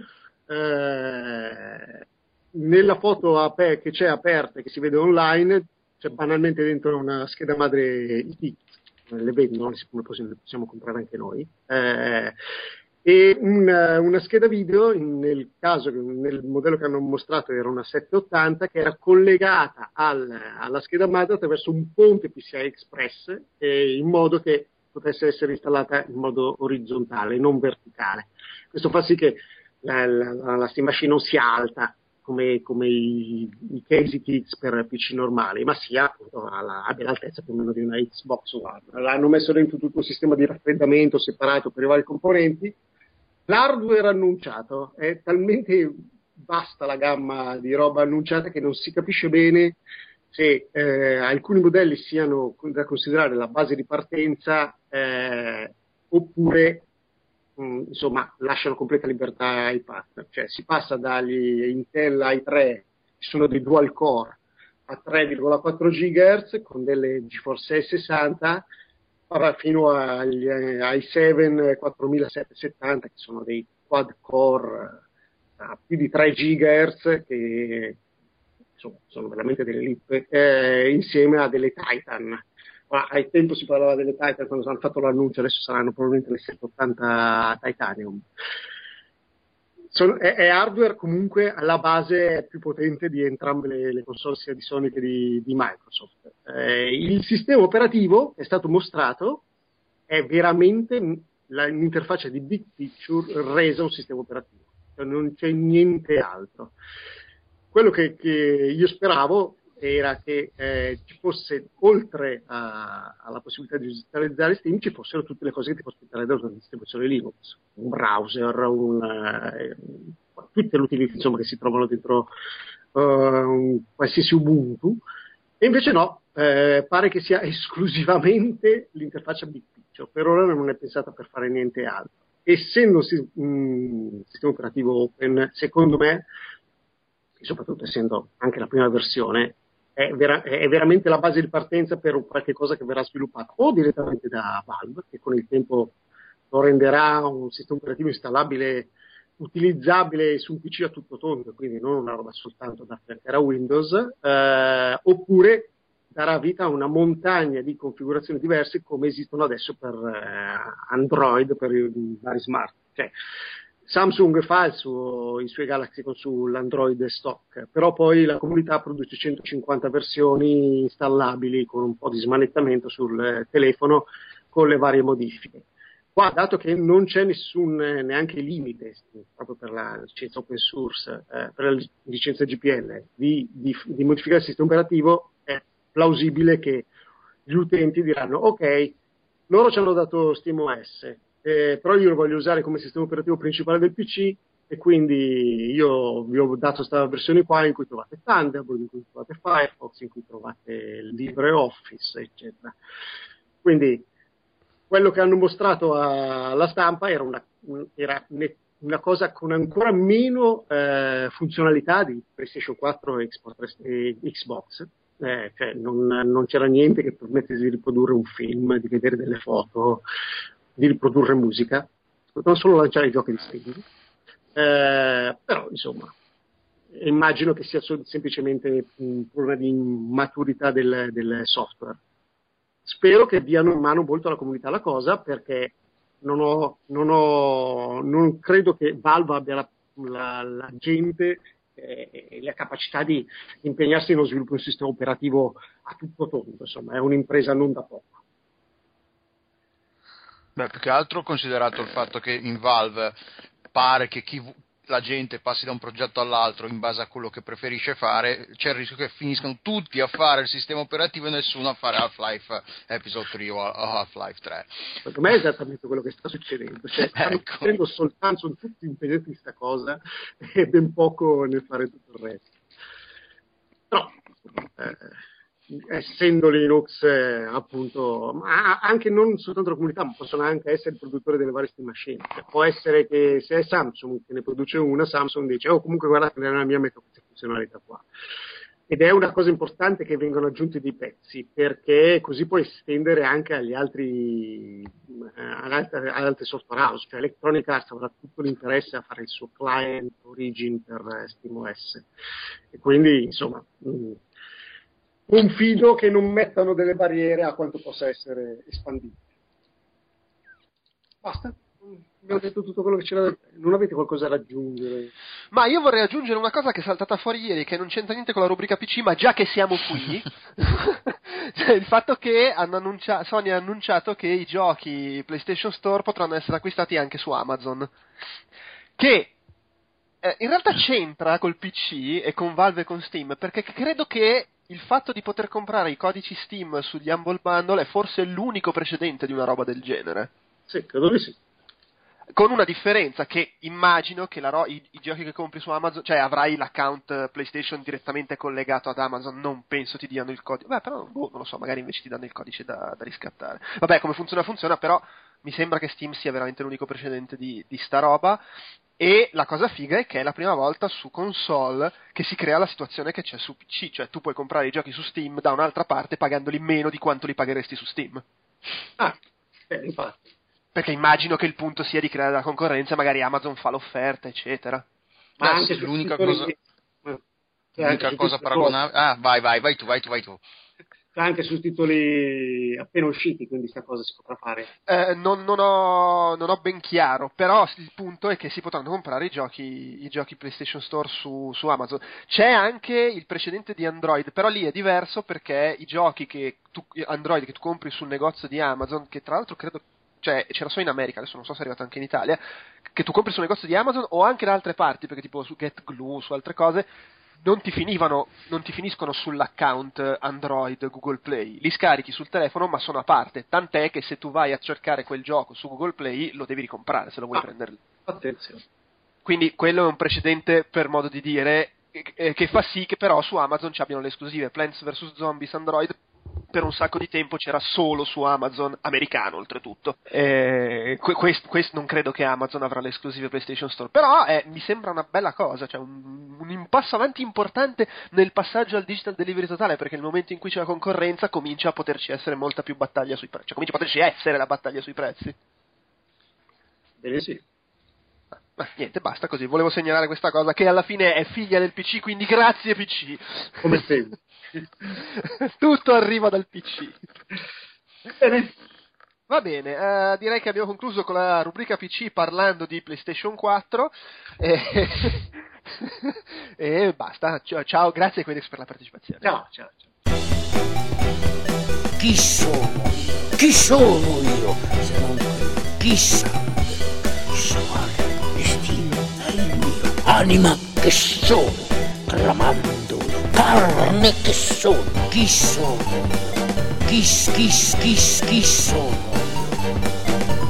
Eh, nella foto ap- che c'è aperta che si vede online c'è banalmente dentro una scheda madre I T, le vendono, le possiamo, possiamo comprare anche noi, eh, e una, una scheda video, nel caso, nel modello che hanno mostrato era una settecentottanta che era collegata al, alla scheda madre attraverso un ponte P C I Express, eh, in modo che potesse essere installata in modo orizzontale, non verticale. Questo fa sì che La, la, la Steam Machine non sia alta come, come i, i K Z T per P C normali, ma sia appunto alla, abbia l'altezza più o meno di una Xbox One. L'hanno messo dentro tutto un sistema di raffreddamento separato per i vari componenti. L'hardware annunciato è talmente vasta la gamma di roba annunciata che non si capisce bene se eh, alcuni modelli siano da considerare la base di partenza eh, oppure mh, insomma lasciano completa libertà ai partner, cioè si passa dagli Intel i tre, che sono dei dual core, a tre virgola quattro gigahertz con delle GeForce sessanta fino agli, ai sette quattromilasettecentosettanta che sono dei quad core a più di tre gigahertz che insomma, sono veramente delle lippe, eh, insieme a delle Titan. Ma ai tempo si parlava delle Titan quando hanno fatto l'annuncio, adesso saranno probabilmente le settecentottanta Titanium. Sono, è, è hardware comunque alla base più potente di entrambe le, le console sia di Sony che di, di Microsoft. Eh, il sistema operativo è stato mostrato, è veramente la, l'interfaccia di Big Picture resa un sistema operativo, cioè non c'è niente altro. Quello che, che io speravo era che eh, ci fosse, oltre a, alla possibilità di digitalizzare Steam, ci fossero tutte le cose che ti può aspettare da una distribuzione Linux, un browser, un, eh, tutte le utilità insomma, che si trovano dentro uh, un qualsiasi Ubuntu, e invece no, eh, pare che sia esclusivamente l'interfaccia Big Picture, per ora non è pensata per fare niente altro. Essendo un sistema operativo open, secondo me, e soprattutto essendo anche la prima versione, È, vera- è veramente la base di partenza per qualche cosa che verrà sviluppato o direttamente da Valve, che con il tempo lo renderà un sistema operativo installabile, utilizzabile su un P C a tutto tondo, quindi non una roba soltanto da affiancare a Windows, eh, oppure darà vita a una montagna di configurazioni diverse come esistono adesso per eh, Android, per i vari smart. Cioè, Samsung fa il suo, i suoi Galaxy sull'Android stock, però poi la comunità produce centocinquanta versioni installabili con un po' di smanettamento sul telefono con le varie modifiche. Qua, dato che non c'è nessun neanche limite, proprio per la licenza open source, eh, per la licenza G P L, di, di, di modificare il sistema operativo, è plausibile che gli utenti diranno ok, loro ci hanno dato SteamOS, Eh, però io lo voglio usare come sistema operativo principale del P C e quindi io vi ho dato questa versione qua in cui trovate Thunderbird, in cui trovate Firefox, in cui trovate LibreOffice, eccetera. Quindi quello che hanno mostrato alla stampa era una, era una cosa con ancora meno eh, funzionalità di PlayStation quattro e Xbox. Eh, cioè non, non c'era niente che permettesse di riprodurre un film, di vedere delle foto, di riprodurre musica, non solo lanciare i giochi di Steam, eh, però insomma immagino che sia semplicemente un problema di maturità del, del software. Spero che diano in mano molto alla comunità la cosa, perché non ho, non ho non credo che Valve abbia la, la, la gente e eh, la capacità di impegnarsi nello sviluppo di un sistema operativo a tutto tondo, insomma è un'impresa non da poco. Beh, più che altro considerato il fatto che in Valve pare che chi, la gente passi da un progetto all'altro in base a quello che preferisce fare, c'è il rischio che finiscano tutti a fare il sistema operativo e nessuno a fare Half-Life Episode tre o Half-Life tre. Secondo me è esattamente quello che sta succedendo, cioè stanno ecco. facendo soltanto, sono tutti impegnati in sta cosa e ben poco nel fare tutto il resto. Però eh, essendo Linux eh, appunto, ma anche non soltanto la comunità, ma possono anche essere il produttore delle varie Steam Machine. Cioè, può essere che se è Samsung che ne produce una, Samsung dice oh comunque guardate nella mia metto queste funzionalità qua, ed è una cosa importante che vengano aggiunti dei pezzi, perché così puoi estendere anche agli altri eh, ad altre, ad altre software house. Cioè Electronic Arts avrà tutto l'interesse a fare il suo client Origin per eh, SteamOS, e quindi insomma mh, confido che non mettano delle barriere a quanto possa essere espandibile. Basta? Abbiamo detto tutto quello che c'era da dire. Non avete qualcosa da aggiungere? Ma io vorrei aggiungere una cosa che è saltata fuori ieri, che non c'entra niente con la rubrica P C, ma già che siamo qui, cioè il fatto che hanno annuncia- Sony ha annunciato che i giochi PlayStation Store potranno essere acquistati anche su Amazon, che eh, in realtà c'entra col P C e con Valve e con Steam, perché credo che il fatto di poter comprare i codici Steam sugli Humble Bundle è forse l'unico precedente di una roba del genere. Sì, credo che sì. con una differenza che immagino che la ro- i, i giochi che compri su Amazon, cioè avrai l'account PlayStation direttamente collegato ad Amazon, non penso ti diano il codice, beh però boh, non lo so, magari invece ti danno il codice da, da riscattare. Vabbè, come funziona funziona, però mi sembra che Steam sia veramente l'unico precedente di, di sta roba. E la cosa figa è che è la prima volta su console che si crea la situazione che c'è su P C, cioè tu puoi comprare i giochi su Steam da un'altra parte pagandoli meno di quanto li pagheresti su Steam. Ah, eh, infatti. Perché immagino che il punto sia di creare la concorrenza, magari Amazon fa l'offerta, eccetera. Ma Beh, anche sì, l'unica titoli- cosa, eh, l'unica anche cosa su titoli- paragonabile... Ah, vai, vai, vai tu, vai tu, vai tu. anche su titoli appena usciti, quindi sta cosa si potrà fare. Eh, non, non, ho, non ho ben chiaro, però il punto è che si potranno comprare i giochi, i giochi PlayStation Store su, su Amazon. C'è anche il precedente di Android, però lì è diverso perché i giochi che tu, Android che tu compri sul negozio di Amazon, che tra l'altro credo, cioè c'era solo in America, adesso non so se è arrivato anche in Italia, che tu compri sul negozio di Amazon o anche da altre parti, perché tipo su GetGlue, su altre cose, non ti finivano, non ti finiscono sull'account Android Google Play, li scarichi sul telefono ma sono a parte, tant'è che se tu vai a cercare quel gioco su Google Play lo devi ricomprare se lo vuoi Ah, prendere. Attenzione. Quindi quello è un precedente, per modo di dire, eh, che fa sì che però su Amazon ci abbiano le esclusive. Plants versus. Zombies Android per un sacco di tempo c'era solo su Amazon americano, oltretutto. Eh, questo, questo non credo che Amazon avrà le esclusive PlayStation Store, però eh, mi sembra una bella cosa, cioè un, un passo avanti importante nel passaggio al digital delivery totale, perché nel momento in cui c'è la concorrenza comincia a poterci essere molta più battaglia sui prezzi, cioè comincia a poterci essere la battaglia sui prezzi. Bene, sì. Ma niente, basta così, volevo segnalare questa cosa che alla fine è figlia del P C, quindi grazie P C. Come sempre. Tutto arriva dal P C. Bene. Va bene, uh, direi che abbiamo concluso con la rubrica P C parlando di PlayStation quattro e, e basta, ciao, ciao, grazie Quedex per la partecipazione. Ciao, ciao, ciao. Chi sono io? Chi sono io? Se non quello, chissà, soare, destino è il mio, anima che sono, clamando, carne che sono, chi sono io? Chi, chi, chi, chi sono io?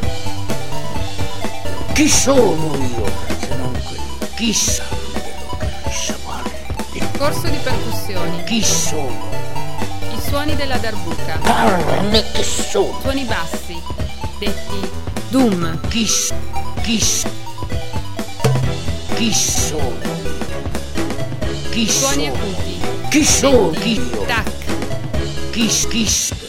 Chi sono io? Se non quello, chissà, soare, Corso di percussioni. chi sono? I suoni della darbuka. Carne che sono, Suoni bassi, detti Doom. chi, chi, chi sono io? Chi Suoni sono? acuti. Chi sono detti io? Tac. Chi, chi,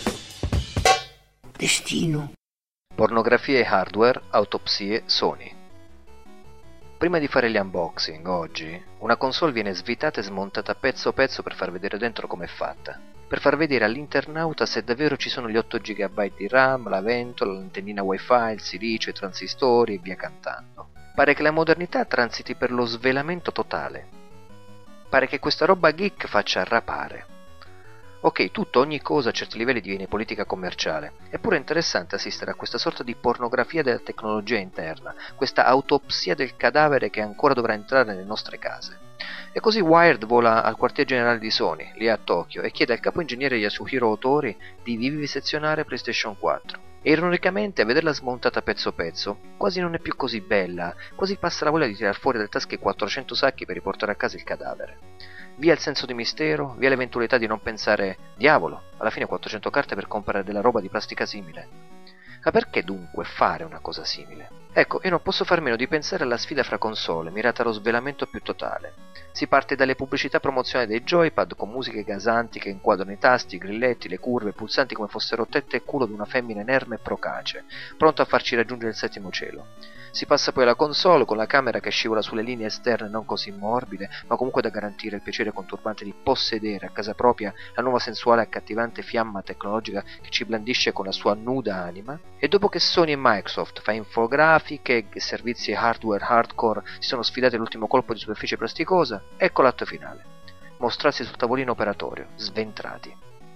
destino. Pornografia e hardware, autopsie Sony. Prima di fare gli unboxing, oggi, una console viene svitata e smontata pezzo pezzo per far vedere dentro com'è fatta. Per far vedere all'internauta se davvero ci sono gli otto giga di RAM, la ventola, l'antennina wifi, il silicio, i transistori e via cantando. Pare che la modernità transiti per lo svelamento totale. Pare che questa roba geek faccia arrapare. Ok, tutto, ogni cosa a certi livelli diviene politica commerciale. Eppure è interessante assistere a questa sorta di pornografia della tecnologia interna, questa autopsia del cadavere che ancora dovrà entrare nelle nostre case. E così Wired vola al quartier generale di Sony, lì a Tokyo, e chiede al capo ingegnere Yasuhiro Otori di vivisezionare PlayStation quattro. E ironicamente, a vederla smontata pezzo pezzo, quasi non è più così bella, quasi passa la voglia di tirar fuori dalle tasche quattrocento sacchi per riportare a casa il cadavere. Via il senso di mistero, via l'eventualità di non pensare «Diavolo, alla fine quattrocento carte per comprare della roba di plastica simile». Ma perché dunque fare una cosa simile? Ecco, io non posso far meno di pensare alla sfida fra console, mirata allo svelamento più totale. Si parte dalle pubblicità promozionali dei joypad con musiche gasanti che inquadrano i tasti, i grilletti, le curve, i pulsanti come fossero tette e culo di una femmina inerme e procace, pronto a farci raggiungere il settimo cielo. Si passa poi alla console con la camera che scivola sulle linee esterne non così morbide, ma comunque da garantire il piacere conturbante di possedere a casa propria la nuova sensuale e accattivante fiamma tecnologica che ci blandisce con la sua nuda anima. E dopo che Sony e Microsoft, fa infografiche e servizi hardware hardcore, si sono sfidati all'ultimo colpo di superficie plasticosa, ecco l'atto finale. Mostrarsi sul tavolino operatorio, sventrati.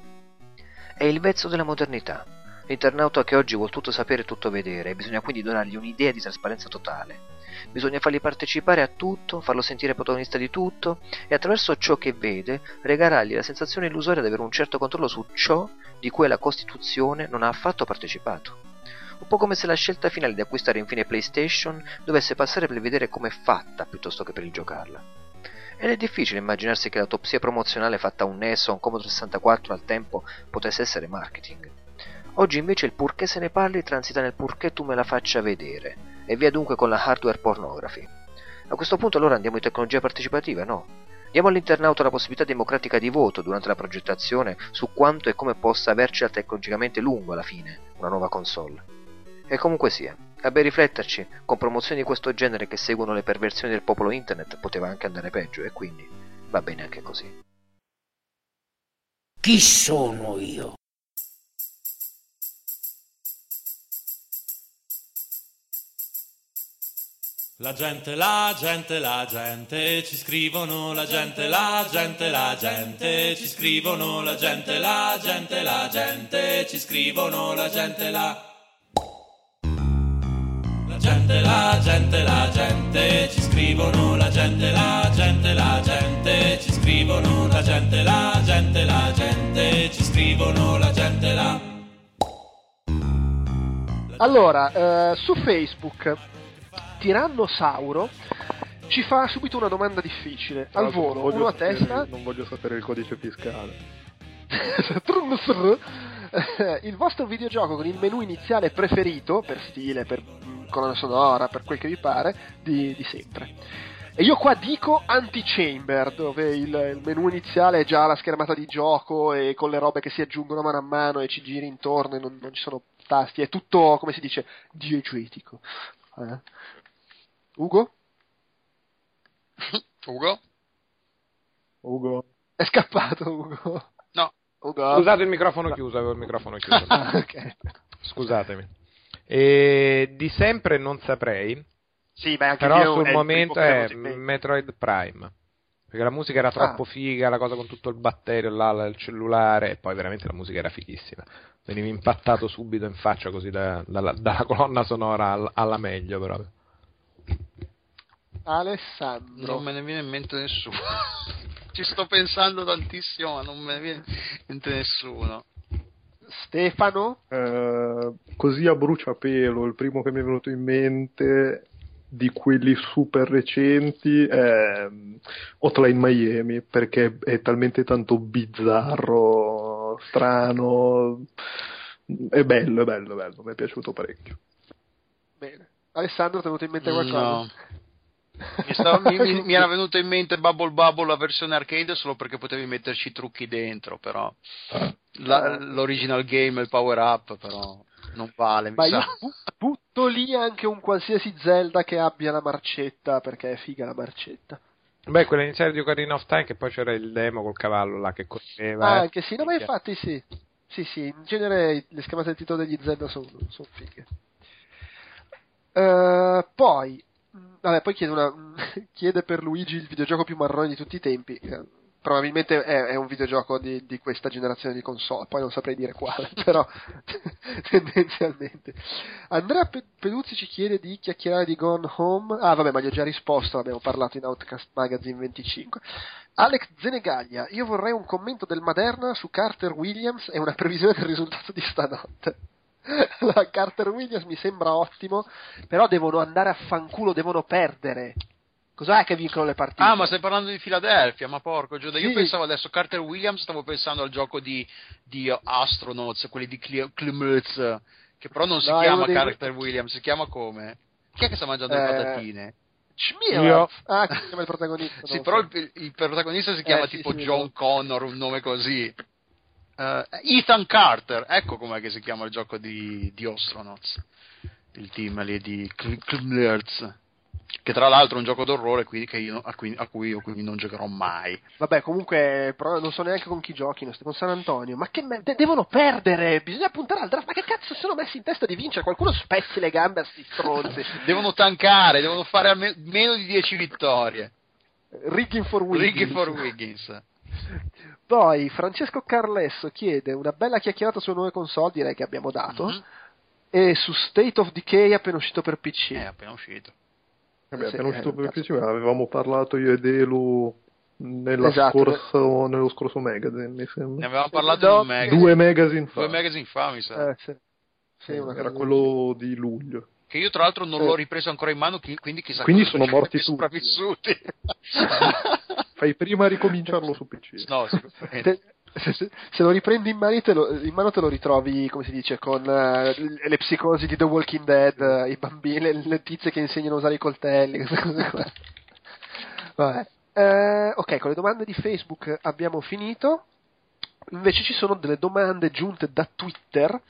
È il vezzo della modernità. L'internauta che oggi vuol tutto sapere e tutto vedere, e bisogna quindi donargli un'idea di trasparenza totale. Bisogna fargli partecipare a tutto, farlo sentire protagonista di tutto, e attraverso ciò che vede, regalargli la sensazione illusoria di avere un certo controllo su ciò di cui la Costituzione non ha affatto partecipato. Un po' come se la scelta finale di acquistare infine PlayStation dovesse passare per vedere com'è fatta piuttosto che per il giocarla. Ed è difficile immaginarsi che l'autopsia promozionale fatta a un N E S o a un Commodore sessantaquattro al tempo potesse essere marketing. Oggi invece il purché se ne parli transita nel purché tu me la faccia vedere, e via dunque con la hardware pornography. A questo punto allora andiamo in tecnologia partecipativa, no? Diamo all'internauta la possibilità democratica di voto durante la progettazione su quanto e come possa avercela tecnologicamente lungo alla fine una nuova console. E comunque sia, a ben rifletterci, con promozioni di questo genere che seguono le perversioni del popolo internet poteva anche andare peggio, e quindi va bene anche così. Chi sono io? La gente, la gente, la gente, ci scrivono la gente, la gente, la gente, ci scrivono la gente, la gente, la gente, ci scrivono la gente, la... La gente, la gente, la gente, ci scrivono la gente, la gente, la gente, ci scrivono la gente, la gente, la gente, ci scrivono la gente, la... Allora, eh, su Facebook Tirannosauro ci fa subito una domanda difficile al volo, uno a testa. Non voglio sapere il codice fiscale. Il vostro videogioco con il menu iniziale preferito, per stile, per colonna sonora, per quel che vi pare, di, di sempre. E io qua dico Antichamber, dove il, il menu iniziale è già la schermata di gioco e con le robe che si aggiungono mano a mano e ci giri intorno e non, non ci sono tasti, è tutto, come si dice, diegetico. Eh. Ugo? Ugo? Ugo? È scappato Ugo? No. Ugo? Scusate, il microfono chiuso, avevo il microfono chiuso. Ah, okay. Scusatemi. E di sempre non saprei. Sì, beh, anche però io sul è momento è Metroid Prime. Perché la musica era troppo ah. figa, la cosa con tutto il batterio là, il cellulare, e poi veramente la musica era fighissima. Venivi impattato subito in faccia così da, dalla, dalla colonna sonora alla, alla meglio proprio. Alessandro. Non me ne viene in mente nessuno. Ci sto pensando tantissimo, ma non me ne viene in mente nessuno. Stefano? Eh, così a bruciapelo, il primo che mi è venuto in mente di quelli super recenti è Hotline Miami, perché è talmente tanto bizzarro, strano, è bello, è bello, è bello, mi è piaciuto parecchio. Bene. Alessandro, ti è venuto in mente qualcosa? No. Mi, stava, mi, mi, mi era venuto in mente Bubble Bubble la versione arcade solo perché potevi metterci i trucchi dentro, però la, l'original game, il power up, però non vale. Ma mi io sa. butto lì anche un qualsiasi Zelda che abbia la marcetta, perché è figa la marcetta. Beh, quella iniziale di Ocarina of Time, che poi c'era il demo col cavallo là che correva. Ah, eh. anche sì, no, ma infatti sì. Sì, sì, in genere le schermate del titolo degli Zelda sono son fighe. Uh, poi Vabbè, poi chiede, una, chiede per Luigi il videogioco più marrone di tutti i tempi. Eh, probabilmente è, è un videogioco di, di questa generazione di console, poi non saprei dire quale, però tendenzialmente. Andrea Peduzzi ci chiede di chiacchierare di Gone Home. Ah, vabbè, ma gli ho già risposto, abbiamo parlato in Outcast Magazine venticinque. Alex Zenegaglia, io vorrei un commento del Maderna su Carter Williams e una previsione del risultato di stanotte. La Carter Williams mi sembra ottimo, però devono andare a fanculo, devono perdere. Cos'è che vincono le partite? Ah, ma stai parlando di Philadelphia, ma porco Giuda, io sì. pensavo adesso Carter Williams, stavo pensando al gioco di, di Astronauts, quelli di Clemutz, che però non si no, chiama dei... Carter Williams, si chiama come? Chi è che sta mangiando eh... le patatine? Io. Ah, che si chiama il protagonista? Sì, però so. il, il protagonista si chiama eh, tipo sì, sì, John no. Connor, un nome così. Uh, Ethan Carter, ecco com'è che si chiama il gioco di, di Astronauts, il team lì di Clemutz, che tra l'altro è un gioco d'orrore quindi che io, a, cui, a cui io quindi non giocherò mai. Vabbè, comunque però non so neanche con chi giochino, con San Antonio, ma che me- de- devono perdere, bisogna puntare al draft, ma che cazzo sono messi in testa di vincere? Qualcuno spezzi le gambe a sti stronzi. Devono tankare, devono fare almeno meno di dieci vittorie. Rigging for Wiggins. Rigging for Wiggins. Poi Francesco Carlesso chiede una bella chiacchierata sulle nuove console, direi che abbiamo dato, mm-hmm. e su State of Decay appena uscito per P C. È appena uscito. Vabbè, appena uscito per P C, ma avevamo parlato io ed Elu nella esatto. scorso, nello scorso magazine, mi sembra. Ne avevamo parlato no, in un magazine. Due magazine fa. Due magazine fa, mi sa. Eh, sì. Sì, una era cosa quello di luglio. Che io tra l'altro non Sì. l'ho ripreso ancora in mano, chi- quindi chissà Quindi cosa sono ci morti sono tutti. sopravvissuti. Fai prima a ricominciarlo su P C. No, sicuramente. Se, se- se- se lo riprendi in mano, te lo, in mano te lo ritrovi, come si dice, con eh, le psicosi di The Walking Dead, eh, i bambini, le, le tizie che insegnano a usare i coltelli, queste cose qua. Vabbè. Eh, ok, con le domande di Facebook abbiamo finito. Invece ci sono delle domande giunte da Twitter.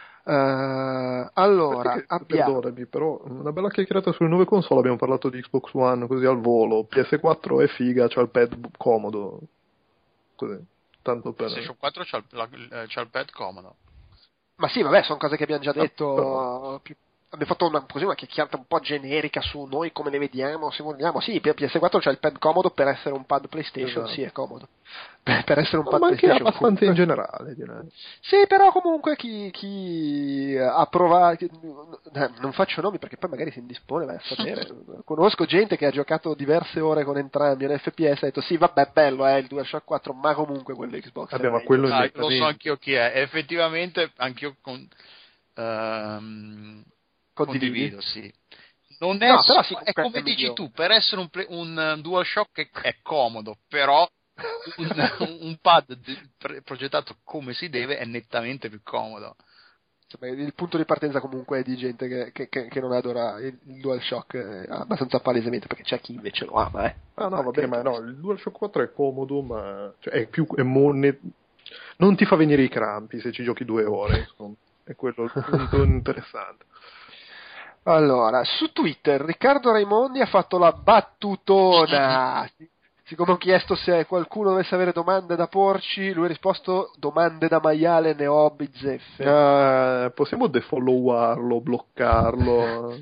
Eh, allora, Perché, abbiamo... Perdonami, però una bella chiacchierata sulle nuove console. Abbiamo parlato di Xbox One così al volo. P S quattro è figa, c'ha il pad comodo. Così, tanto per... PlayStation quattro c'ha il, la- c'ha il pad comodo. Ma sì, vabbè, sono cose che abbiamo già detto. però- più- Abbiamo fatto una, così una chiacchierata un po' generica su noi come le vediamo, se vogliamo. Sì, P S quattro c'ha il pad comodo per essere un pad PlayStation, Esatto. sì, è comodo. Per, per essere un No, pad ma anche PlayStation. abbastanza in generale, direi. Sì, però comunque chi, chi ha provato, eh, non faccio nomi perché poi magari si indispone, vai a sapere. Conosco gente che ha giocato diverse ore con entrambi un F P S e ha detto sì, vabbè, bello è eh, il DualShock quattro, ma comunque quello Xbox. Vabbè, è ma meglio. quello è Ah, lo nettamente- so anch'io chi è. Effettivamente anch'io con, ehm, Condividi? condivido, sì. Non è, No, però so- sì, è comunque come è dici migliore. tu, per essere un, play- un uh, DualShock è, è comodo, però un, un pad di- pre- progettato come si deve è nettamente più comodo. Insomma, il punto di partenza comunque è di gente che, che, che, che non adora il, il DualShock eh, abbastanza palesemente, perché c'è chi invece lo ama, eh. Ah no, vabbè, ma no, il DualShock quattro è comodo, ma cioè, è più è mo- ne- non ti fa venire i crampi se ci giochi due ore, insomma. È quello il punto interessante. Allora, su Twitter Riccardo Raimondi ha fatto la battutona. Siccome ho chiesto se qualcuno dovesse avere domande da porci, lui ha risposto domande da maiale, ne ho bizzeffe. Ah, possiamo defollowarlo, bloccarlo,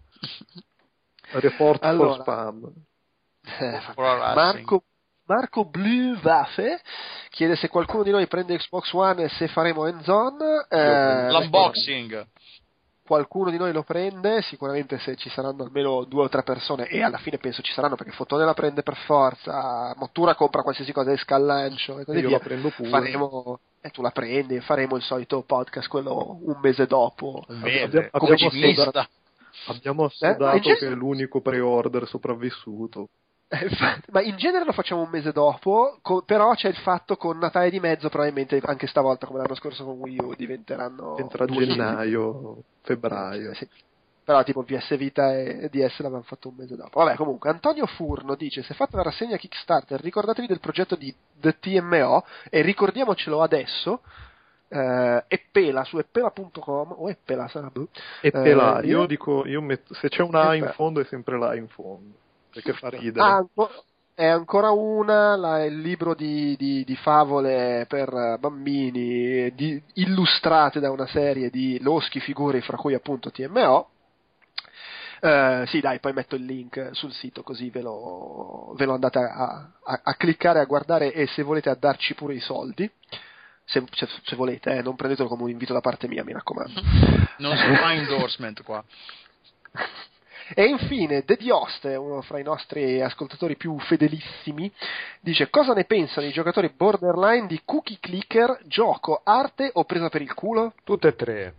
report Allora. for spam. Eh, For harassing. Marco, Marco Bluewaffe chiede se qualcuno di noi prende Xbox One e se faremo hands-on. Eh, L'unboxing. Qualcuno di noi lo prende, sicuramente se ci saranno almeno due o tre persone, e alla fine penso ci saranno perché Fotone la prende per forza, Mottura compra qualsiasi cosa di scallancio e così Io via. la prendo pure. Faremo, e tu la prendi, faremo il solito podcast, quello un mese dopo. Un Abbiamo- mese, abbiamo ottimista. assodato- Abbiamo Eh, ma assodato in gen- che è l'unico pre-order sopravvissuto. Eh, infatti, ma in genere lo facciamo un mese dopo, co- però c'è il fatto con Natale di mezzo, probabilmente anche stavolta come l'anno scorso con Wii U diventeranno Entra due mesi. gennaio, febbraio. Sì. Però tipo P S Vita e D S l'avevano fatto un mese dopo. Vabbè, comunque Antonio Furno dice: se fate la rassegna Kickstarter ricordatevi del progetto di The T M O e ricordiamocelo adesso. Eh, Eppela su eppela punto com o Eppela sarà boh. E pe là, Eh, io dico, io metto, se c'è una A in Eppela. fondo è sempre là in fondo, perché fa ridere. Ah, anco- è ancora una, la- il libro di, di- di favole per eh, bambini di- illustrate da una serie di loschi figuri, fra cui appunto T M O. Eh, sì, dai, poi metto il link sul sito così ve lo, ve lo andate a, a- a cliccare, a guardare e se volete a darci pure i soldi. Se, se- se volete, eh, non prendetelo come un invito da parte mia, mi raccomando. Non si fa endorsement qua. E infine The Diost, uno fra i nostri ascoltatori più fedelissimi, dice: cosa ne pensano i giocatori borderline di Cookie Clicker, gioco, arte o presa per il culo? Tutte e tre.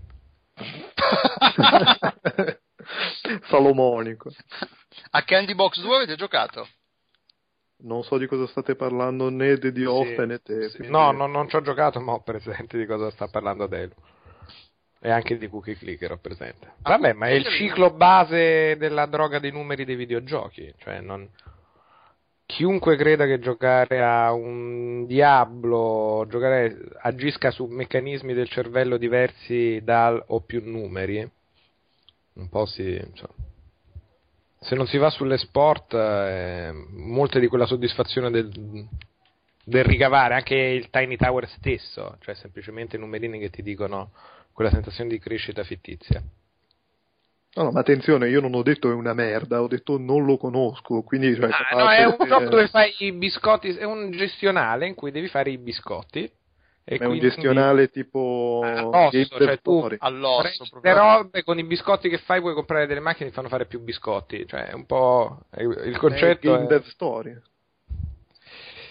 Salomonico. A Candy Box due avete giocato? Non so di cosa state parlando né di Diost Sì, né te. sì. quindi- No, no, non ci ho giocato, ma ho presente di cosa sta parlando Delu. E anche di Cookie Clicker ho presente. Ah, Vabbè, ma è il ciclo base della droga dei numeri dei videogiochi. Cioè, non... chiunque creda che giocare a un Diablo, giocare agisca su meccanismi del cervello diversi da o più numeri, un po' si... insomma. Se non si va sulle sport, eh, molte di quella soddisfazione del, del ricavare, anche il Tiny Tower stesso, cioè semplicemente numerini che ti dicono quella sensazione di crescita fittizia. No, no, ma attenzione, io non ho detto è una merda, ho detto non lo conosco, quindi... Cioè, Ah, a no, parte- è un gioco dove fai i biscotti, è un gestionale in cui devi fare i biscotti. E è un quindi gestionale tipo... all'osso, Game cioè tu Story. All'osso, prendi proprio. le robe, con i biscotti che fai puoi comprare delle macchine che ti fanno fare più biscotti, cioè è un po' il È concetto Game è... Dev Story.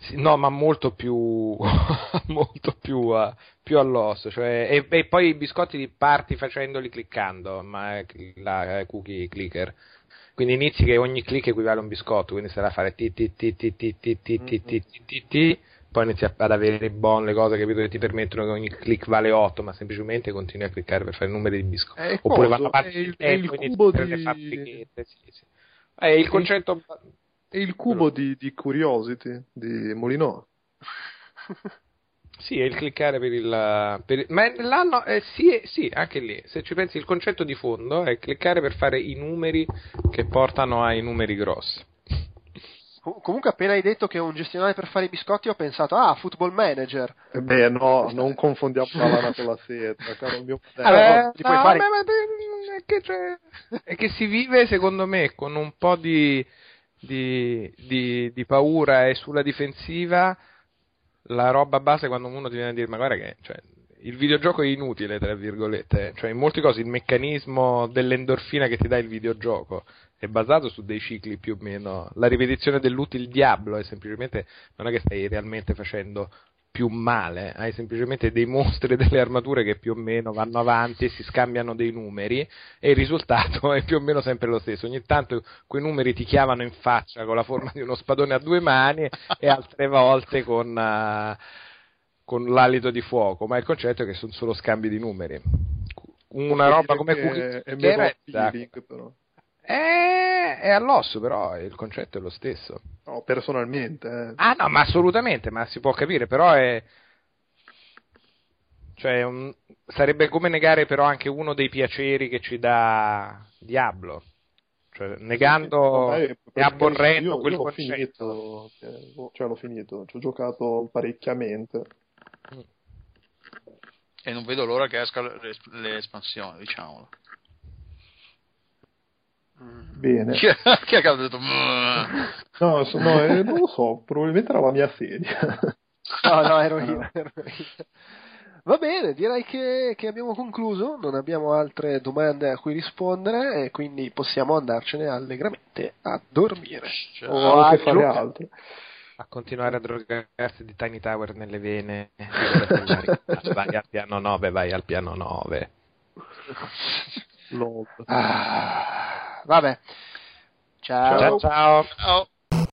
Sì, no, ma molto più molto più, uh, più all'osso, cioè, e, e poi i biscotti li parti facendoli cliccando, ma è la è cookie clicker. Quindi inizi che ogni click equivale a un biscotto, quindi sarà a fare ti ti ti ti ti ti ti ti ti ti ti, poi inizi ad avere i bon, le cose, capito, che ti permettono che ogni click vale otto, ma semplicemente continui a cliccare per fare il numero di biscotti. È Oppure coso, vanno avanti è il, il è il tempo, inizi cubo a fare le di fabbrichette, sì, sì. È il concetto... è il cubo di, di Curiosity di Molinò. Sì, è il cliccare per il... Per il ma l'hanno... Eh, sì, sì, anche lì, se ci pensi il concetto di fondo è cliccare per fare i numeri che portano ai numeri grossi. Comunque appena hai detto che è un gestionale per fare i biscotti ho pensato, ah, Football Manager. Eh beh, no, non confondiamo la lana con la seta, caro mio fratello. Vabbè, no, ti puoi no, fare... ma- ma- è, che c'è- è che si vive, secondo me, con un po' di, di, di, di paura e sulla difensiva. La roba base, quando uno ti viene a dire ma guarda che cioè, il videogioco è inutile, tra virgolette, cioè in molte cose il meccanismo dell'endorfina che ti dà il videogioco è basato su dei cicli più o meno, la ripetizione dell'utile diablo è semplicemente, non è che stai realmente facendo più male, hai semplicemente dei mostri e delle armature che più o meno vanno avanti e si scambiano dei numeri e il risultato è più o meno sempre lo stesso. Ogni tanto quei numeri ti chiamano in faccia con la forma di uno spadone a due mani e altre volte con, uh, con l'alito di fuoco, ma il concetto è che sono solo scambi di numeri. Una Posso roba dire come che Cookie è Clicker meno è, feeling, però. è, è all'osso, però il concetto è lo stesso. No, personalmente. Eh. Ah no, ma assolutamente, ma si può capire, però è... Cioè, un... sarebbe come negare però anche uno dei piaceri che ci dà Diablo. Cioè, negando sì, sì, e aborrendo io, quel io l'ho concetto. finito, cioè l'ho finito, ci ho giocato parecchiamente. E non vedo l'ora che esca l'espansione, diciamolo. Bene. Chi è che ha detto? No, so, no eh, non lo so, probabilmente era la mia sedia. No, no, ero io. Ero io. Va bene, direi che, che abbiamo concluso, non abbiamo altre domande a cui rispondere e quindi possiamo andarcene allegramente a dormire. Cioè, O a anche fare gio- altro. A continuare a drogarsi di Tiny Tower nelle vene. Vai al piano nove, vai al piano nove. No. Ah, vabbè. Ciao. Ciao ciao. ciao.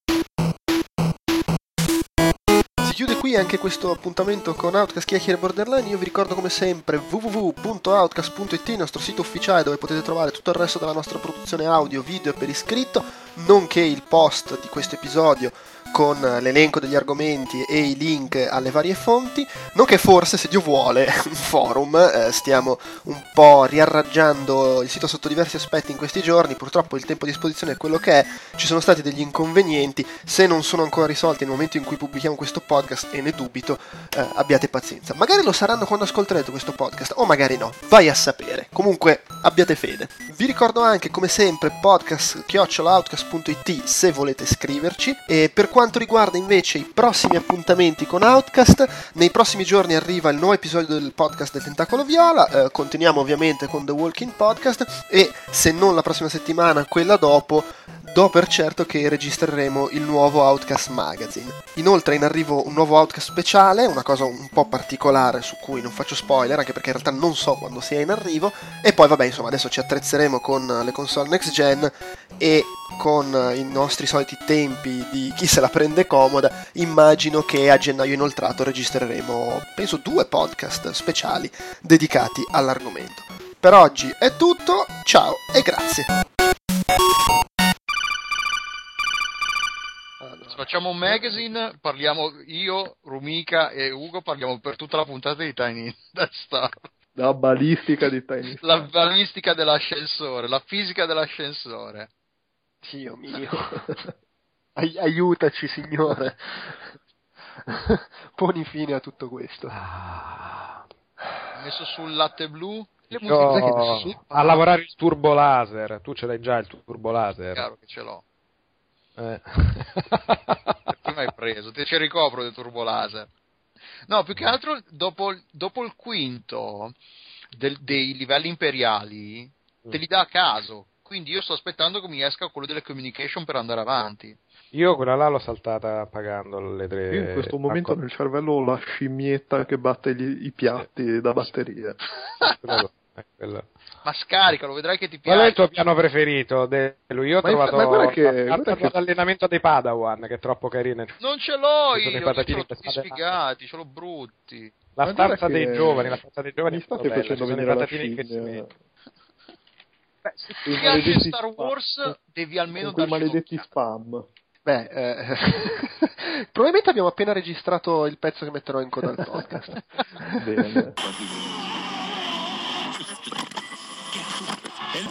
Si chiude qui anche questo appuntamento con Outcast Chiacchiere Borderline. Io vi ricordo come sempre w w w punto outcast punto i t, il nostro sito ufficiale dove potete trovare tutto il resto della nostra produzione audio, video per iscritto, nonché il post di questo episodio con l'elenco degli argomenti e i link alle varie fonti, nonché forse, se Dio vuole, un forum. Eh, stiamo un po' riarrangiando il sito sotto diversi aspetti in questi giorni, purtroppo il tempo a disposizione è quello che è, ci sono stati degli inconvenienti, se non sono ancora risolti nel momento in cui pubblichiamo questo podcast, e ne dubito, eh, abbiate pazienza. Magari lo saranno quando ascolterete questo podcast, o magari no, vai a sapere. Comunque, abbiate fede. Vi ricordo anche, come sempre, podcast chiocciola outcast punto i t se volete scriverci, e per quanto riguarda invece i prossimi appuntamenti con Outcast, nei prossimi giorni arriva il nuovo episodio del podcast del Tentacolo Viola, eh, continuiamo ovviamente con The Walking Podcast e se non la prossima settimana, quella dopo, do per certo che registreremo il nuovo Outcast Magazine. Inoltre è in arrivo un nuovo Outcast speciale, una cosa un po' particolare su cui non faccio spoiler, anche perché in realtà non so quando sia in arrivo, e poi vabbè, insomma, adesso ci attrezzeremo con le console next gen e con i nostri soliti tempi di chi se la prende comoda, immagino che a gennaio inoltrato registreremo, penso, due podcast speciali dedicati all'argomento. Per oggi è tutto, ciao e grazie. Se facciamo un magazine, parliamo io, Rumika e Ugo, parliamo per tutta la puntata di Tiny Death Star. La balistica di Tiny Star. La balistica dell'ascensore, la fisica dell'ascensore. Dio mio. Ai- aiutaci, signore. Poni fine a tutto questo. Ho messo sul latte blu le Io musiche che a lavorare il turbo laser. Tu ce l'hai già il turbo laser? Chiaro che ce l'ho. Eh. Prima hai preso, te ci ricopro del turbo laser. No, più che altro dopo, dopo il quinto del, dei livelli imperiali te li dà a caso. Quindi io sto aspettando che mi esca quello delle communication per andare avanti. Io quella là l'ho saltata pagando le tre. Io in questo momento nel cervello ho la scimmietta che batte gli, i piatti da batteria. Quello, è quello. Ma scaricalo, vedrai che ti Qual è il piace. tuo piano preferito? De- lui? Io ho Ma inf- trovato ma guarda che- la guarda carta che- d'allenamento dei Padawan, che è troppo carina. Non ce l'ho Ci sono i io, io patatini ce l'ho che tutti spade- sfigati, ce l'ho brutti. La Ma stanza guarda dei che giovani, la stanza dei giovani mi è state molto bella, facendo ci sono i venire la patatini che si scimmia. mettono. Beh, se ti Quei piace maledetti Star Wars, spam. devi almeno Con quei darci maledetti un'occhiata. spam. Beh, eh, probabilmente abbiamo appena registrato il pezzo che metterò in coda al podcast. Bene.